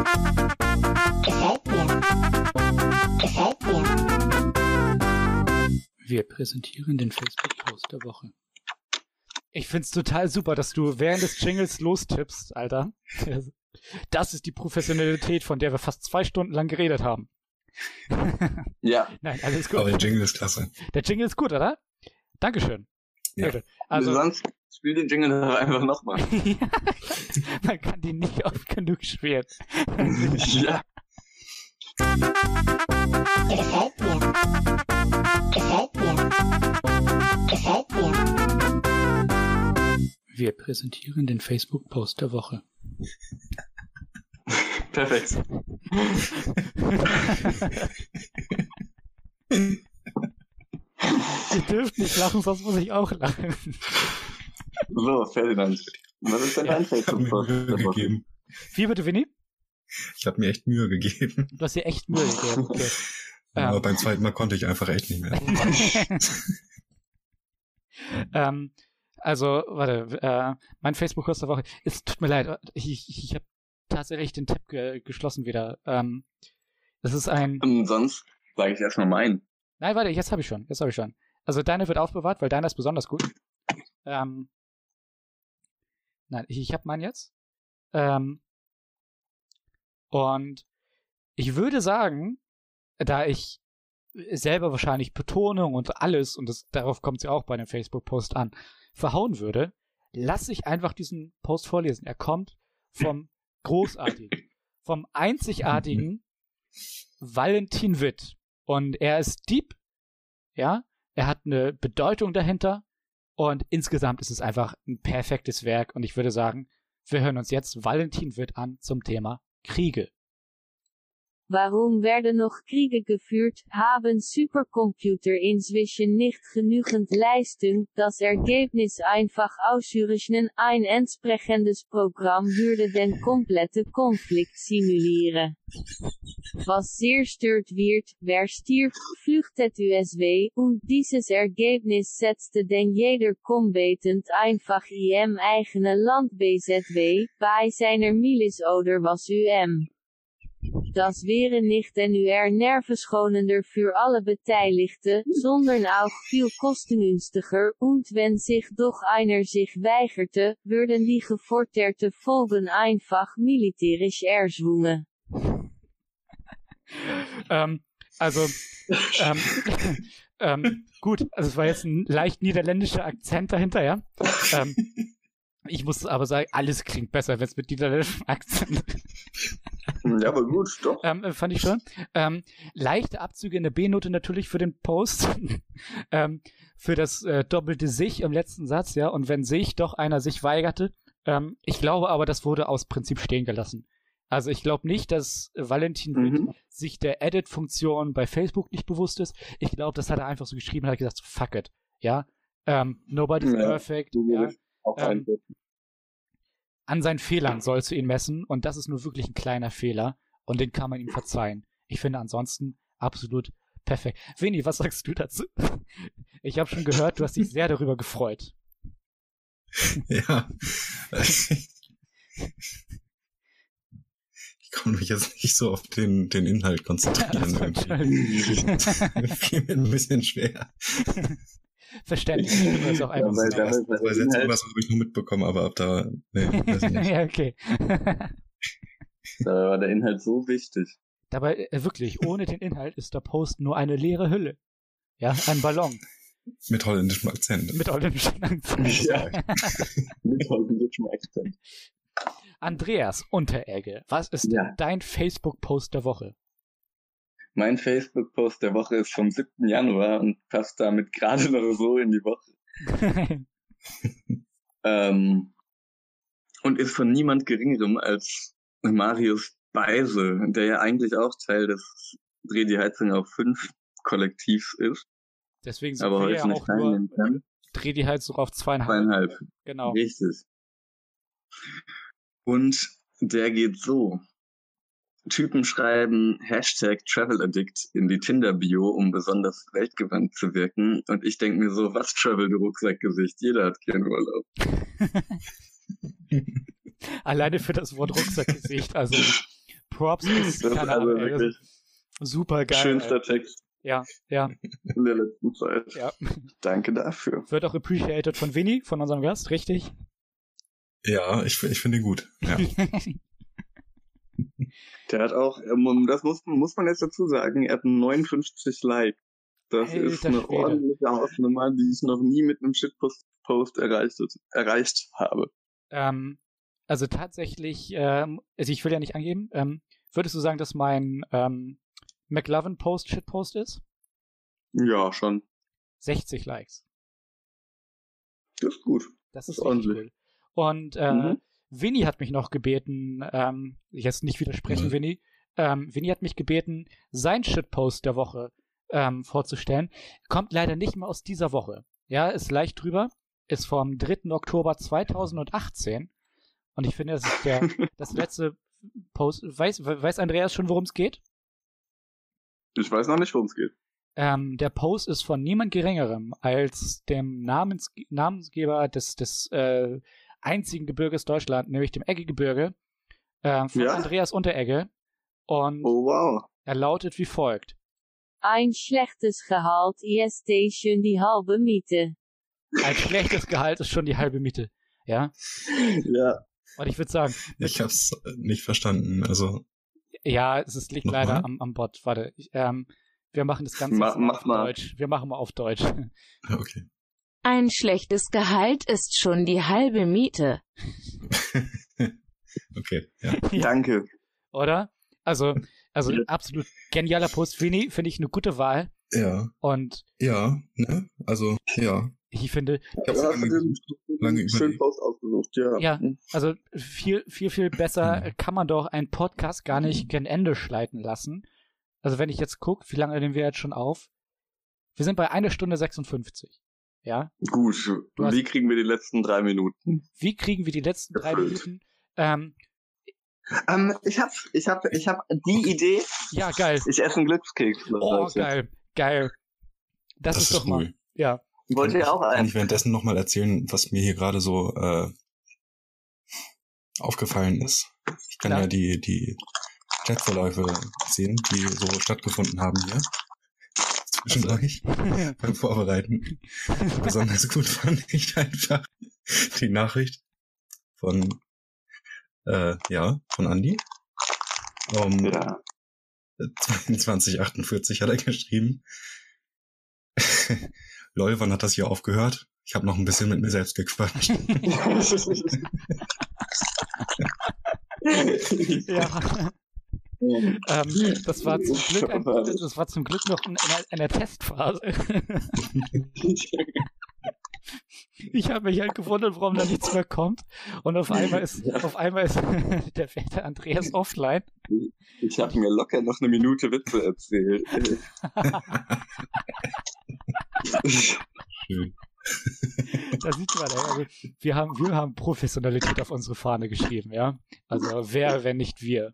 Wir präsentieren den Facebook-Post der Woche. Ich find's total super, dass du während des Jingles lostippst, Alter. Das ist die Professionalität, von der wir fast 2 Stunden lang geredet haben. Ja. Nein, alles gut. Aber der Jingle ist klasse. Der Jingle ist gut, oder? Dankeschön. Ja. Also sonst spiel den Jingle doch einfach nochmal. Ja, man kann die nicht oft genug spielen. Ja. Gefällt mir. Gefällt mir. Gefällt mir. Wir präsentieren den Facebook-Post der Woche. Perfekt. Ihr dürft nicht lachen, sonst muss ich auch lachen. So, Ferdinand. Was ist denn dein Facebook-Post der Woche? Gegeben. Wie bitte, Winnie? Ich habe mir echt Mühe gegeben. Du hast dir echt Mühe gegeben. Okay. Aber beim zweiten Mal konnte ich einfach echt nicht mehr. Also, warte, mein Facebook-Post der Woche. Es tut mir leid, ich habe tatsächlich den Tab geschlossen wieder. Das ist ein... Sonst sage ich erstmal meinen. Nein, warte, jetzt habe ich schon. Also deine wird aufbewahrt, weil deiner ist besonders gut. Nein, ich habe meinen jetzt. Und ich würde sagen, da ich selber wahrscheinlich Betonung und alles, und darauf kommt es ja auch bei dem Facebook-Post an, verhauen würde, lasse ich einfach diesen Post vorlesen. Er kommt vom großartigen, vom einzigartigen Valentin Witt. Und er ist deep, ja, er hat eine Bedeutung dahinter und insgesamt ist es einfach ein perfektes Werk und ich würde sagen, wir hören uns jetzt Valentin Witt an zum Thema Kriege. Warum werden noch Kriege geführt? Haben Supercomputer inzwischen nicht genügend Leistung? Das Ergebnis einfach ausrechnen. Ein entsprechendes Programm würde den komplette Konflikt simulieren. Was sehr stört wird, wer stirbt, flüchtet USW, und dieses Ergebnis setzte den jeder combatant einfach im eigene Land BZW, bei seiner Milis oder was Das wäre nicht nur nervenschonender für alle Beteiligten, sondern auch viel kostengünstiger, und wenn sich doch einer sich weigerte, würden die geforderten Folgen einfach militärisch erzwungen. Gut, also es war jetzt ein leicht niederländischer Akzent dahinter, ja. Ich muss aber sagen, alles klingt besser, wenn es mit niederländischem Akzent Ja, aber gut, doch. Fand ich schon. Leichte Abzüge in der B-Note natürlich für den Post. Für das doppelte sich im letzten Satz, ja. Und wenn doch einer sich weigerte. Ich glaube aber, das wurde aus Prinzip stehen gelassen. Also ich glaube nicht, dass Valentin Witt sich der Edit-Funktion bei Facebook nicht bewusst ist. Ich glaube, das hat er einfach so geschrieben und hat gesagt, so, fuck it. Ja. Nobody's perfect. Ja. An seinen Fehlern sollst du ihn messen und das ist nur wirklich ein kleiner Fehler und den kann man ihm verzeihen. Ich finde ansonsten absolut perfekt. Vinny, was sagst du dazu? Ich habe schon gehört, du hast dich sehr darüber gefreut. Ja. Ich konnte mich jetzt nicht so auf den Inhalt konzentrieren. Fiel mir ein bisschen schwer. Verständlich. Das ist auch einfach so. Was jetzt irgendwas habe ich nur mitbekommen, aber ab da, nee, weiß ich nicht. Ja, okay. Da war der Inhalt so wichtig. Dabei, wirklich, ohne den Inhalt ist der Post nur eine leere Hülle. Ja, ein Ballon. Mit holländischem Akzent. Mit holländischem Akzent. Ja. Mit holländischem Akzent. Andreas Unteregge, was ist dein Facebook-Post der Woche? Mein Facebook-Post der Woche ist vom 7. Januar und passt damit gerade noch so in die Woche. Und ist von niemand Geringerem als Marius Beise, der ja eigentlich auch Teil des Dreh die Heizung auf 5 Kollektivs ist. Deswegen sind wir ja auch nur Dreh die Heizung auf 2,5. Genau. Richtig. Und der geht so. Typen schreiben #TravelAddict in die Tinder-Bio, um besonders weltgewandt zu wirken. Und ich denke mir so, was Travel, du Rucksackgesicht? Jeder hat keinen Urlaub. Alleine für das Wort Rucksackgesicht. Also Props ist keine Ahnung. Super geil. Schönster Text. Ja. In der letzten Zeit. Ja. Danke dafür. Wird auch appreciated von Vinny, von unserem Gast, richtig? Ja, ich finde ihn gut. Ja. Der hat auch, das muss man jetzt dazu sagen, er hat 59 Likes. Das ist eine ordentliche Hausnummer, die ich noch nie mit einem Shitpost erreicht habe. Also tatsächlich, also ich will ja nicht angeben, würdest du sagen, dass mein McLovin-Post Shitpost ist? Ja, schon. 60 Likes. Das ist gut. Das ist ordentlich. Cool. Und Winnie hat mich noch gebeten, jetzt nicht widersprechen, Winnie, Winnie hat mich gebeten, sein Shitpost der Woche vorzustellen. Kommt leider nicht mehr aus dieser Woche. Ja, ist leicht drüber. Ist vom 3. Oktober 2018. Und ich finde, das ist das letzte Post. Weiß Andreas schon, worum es geht? Ich weiß noch nicht, worum es geht. Der Post ist von niemand Geringerem als dem Namensgeber des einzigen Gebirges Deutschland, nämlich dem Eggegebirge, von Andreas Unteregge. Und er lautet wie folgt. Ein schlechtes Gehalt ist schon die halbe Miete. Ein schlechtes Gehalt ist schon die halbe Miete. Ja? Ja. Und ich würde sagen... Ich hab's nicht verstanden, also... Ja, es liegt leider am Bot. Warte, wir machen das Ganze auf Deutsch. Wir machen mal auf Deutsch. Okay. Ein schlechtes Gehalt ist schon die halbe Miete. Okay, ja. Danke. Oder? Also absolut genialer Post. Winnie, finde ich eine gute Wahl. Ja. Und ja, ne? Also, ja. Ich finde... Ich habe einen schönen Post ausgesucht, ja. Ja, also viel besser kann man doch einen Podcast gar nicht gen Ende schreiten lassen. Also wenn ich jetzt gucke, wie lange nehmen wir jetzt schon auf? Wir sind bei 1 Stunde 56. Ja? Gut. Wie kriegen wir die letzten 3 Minuten? Wie kriegen wir die letzten 3 Minuten? Ich hab die Idee. Ja, geil. Ich esse einen Glückskeks. Oh, geil. Das ist doch cool. Mal. Ja. Wollt ihr auch einen? Kann ich währenddessen nochmal erzählen, was mir hier gerade so aufgefallen ist? Ich kann ja die Chatverläufe sehen, die so stattgefunden haben hier. Zwischen euch beim Vorbereiten. Besonders gut fand ich einfach die Nachricht von Andi. 22:48 hat er geschrieben. Lol, wann hat das hier aufgehört? Ich habe noch ein bisschen mit mir selbst gequatscht. Ja. Das war zum Glück noch in einer Testphase. Ich habe mich halt gewundert, warum da nichts mehr kommt. Und auf einmal ist der werte Andreas offline. Ich habe mir locker noch 1 Minute Witze erzählt. Schön. Da sieht man, also wir haben Professionalität auf unsere Fahne geschrieben, ja. Also wer, wenn nicht wir.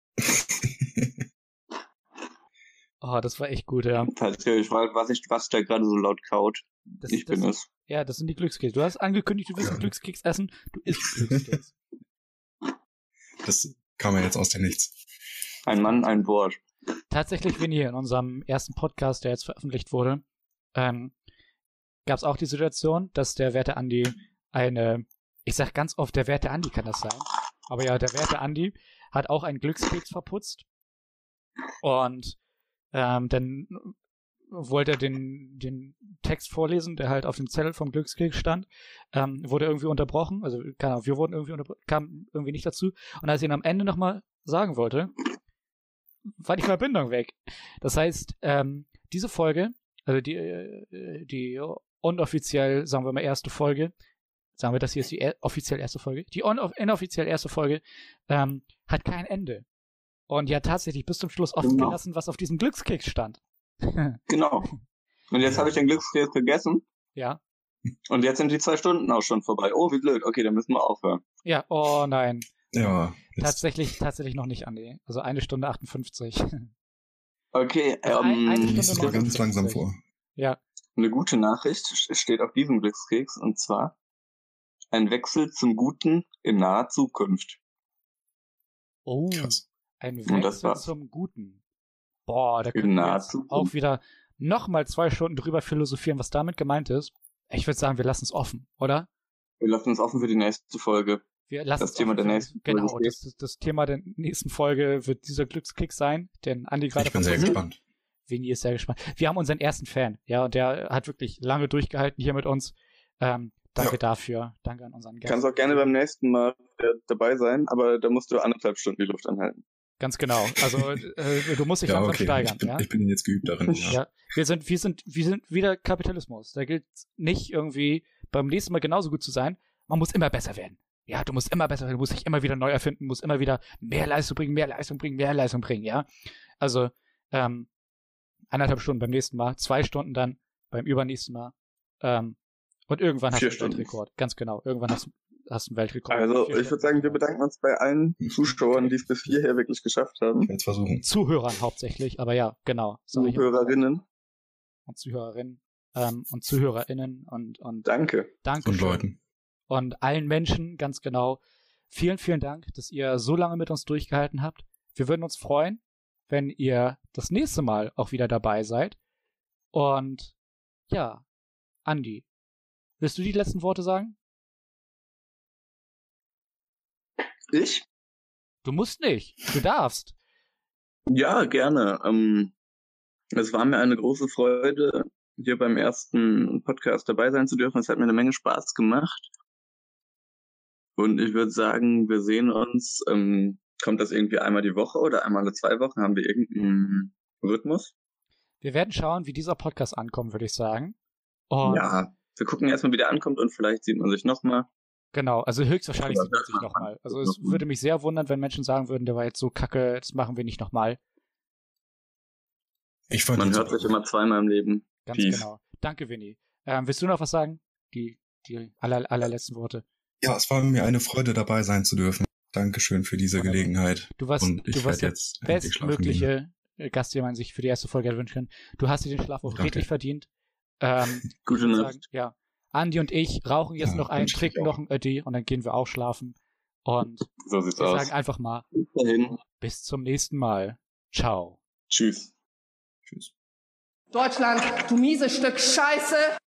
Oh, das war echt gut, ja. Tatsächlich, was da gerade so laut kaut. Ich bin es. Ja, das sind die Glückskeks. Du hast angekündigt, du willst Glückskeks essen. Du isst Glückskeks. Das kam ja jetzt aus dem Nichts. Ein Mann, ein Wort. Tatsächlich, Winnie, in unserem ersten Podcast, der jetzt veröffentlicht wurde, gab es auch die Situation, dass der werte Andi ich sag ganz oft, der werte Andi kann das sein, aber ja, der werte Andi hat auch einen Glückskeks verputzt und dann wollte er den Text vorlesen, der halt auf dem Zettel vom Glückskeks stand, wurde irgendwie unterbrochen, also keine Ahnung, wir wurden irgendwie unterbrochen, kam irgendwie nicht dazu, und als ich ihn am Ende nochmal sagen wollte, war die Verbindung weg. Das heißt, diese Folge, also die unoffiziell, sagen wir mal, erste Folge, sagen wir, das hier ist die offiziell erste Folge, die inoffiziell erste Folge, hat kein Ende. Und die hat tatsächlich bis zum Schluss offen gelassen, was auf diesem Glückskeks stand. Genau. Und jetzt habe ich den Glückskeks gegessen. Ja. Und jetzt sind die 2 Stunden auch schon vorbei. Oh, wie blöd. Okay, dann müssen wir aufhören. Ja, oh nein. Ja. Tatsächlich noch nicht, Andi. Also 1 Stunde 58. Okay, das geht ganz langsam vor. Ja. Eine gute Nachricht steht auf diesem Glückskeks, und zwar ein Wechsel zum Guten in naher Zukunft. Oh, krass. Ein Wechsel zum Guten. Boah, da können wir jetzt auch wieder nochmal 2 Stunden drüber philosophieren, was damit gemeint ist. Ich würde sagen, wir lassen es offen, oder? Wir lassen es offen für die nächste Folge. Das Thema der nächsten Folge. Genau, das Thema der nächsten Folge wird dieser Glückskeks sein, den Andi gerade Ich bin sehr gespannt. Vinny ist sehr gespannt. Wir haben unseren ersten Fan, ja, und der hat wirklich lange durchgehalten hier mit uns. Danke dafür. Danke an unseren Gast. Kannst auch gerne beim nächsten Mal dabei sein, aber da musst du 1,5 Stunden die Luft anhalten. Ganz genau. Also du musst dich langsam steigern. Ich bin jetzt geübt darin. Ja. Wir sind wieder Kapitalismus. Da gilt nicht irgendwie beim nächsten Mal genauso gut zu sein. Man muss immer besser werden. Ja, du musst immer besser werden. Du musst dich immer wieder neu erfinden. Du musst immer wieder mehr Leistung bringen. Ja. Also 1,5 Stunden beim nächsten Mal, 2 Stunden dann beim übernächsten Mal. Und irgendwann hast du einen Weltrekord. Ganz genau. Irgendwann hast du einen Weltrekord. Also ich würde sagen, wir bedanken uns bei allen Zuschauern, die es bis hierher wirklich geschafft haben. Ich werde es versuchen. Zuhörern hauptsächlich, aber ja, genau. Zuhörerinnen. Und Zuhörerinnen. Und ZuhörerInnen und Danke. Und Leuten. Und allen Menschen, ganz genau. Vielen, vielen Dank, dass ihr so lange mit uns durchgehalten habt. Wir würden uns freuen, wenn ihr das nächste Mal auch wieder dabei seid. Und ja, Andi, willst du die letzten Worte sagen? Ich? Du musst nicht. Du darfst. Ja, gerne. Es war mir eine große Freude, hier beim ersten Podcast dabei sein zu dürfen. Es hat mir eine Menge Spaß gemacht. Und ich würde sagen, wir sehen uns. Kommt das irgendwie einmal die Woche oder einmal alle 2 Wochen? Haben wir irgendeinen Rhythmus? Wir werden schauen, wie dieser Podcast ankommt, würde ich sagen. Und ja, wir gucken erstmal, wie der ankommt und vielleicht sieht man sich nochmal. Genau, also höchstwahrscheinlich sieht man sich nochmal. Also es würde mich sehr wundern, wenn Menschen sagen würden, der war jetzt so kacke, das machen wir nicht nochmal. Man hört sich immer zweimal im Leben. Ganz genau. Danke, Vinny. Willst du noch was sagen? Die allerletzten Worte. Ja, es war mir eine Freude, dabei sein zu dürfen. Dankeschön für diese Gelegenheit. Du warst der bestmögliche Gast, den man sich für die erste Folge wünschen kann. Du hast dir den Schlaf auch wirklich verdient. Gute Nacht. Ja. Andi und ich rauchen jetzt noch einen, trinken noch einen Öddi und dann gehen wir auch schlafen. Und so sieht's wir aus. sagen einfach mal bis zum nächsten Mal. Ciao. Tschüss. Deutschland, du mieses Stück Scheiße!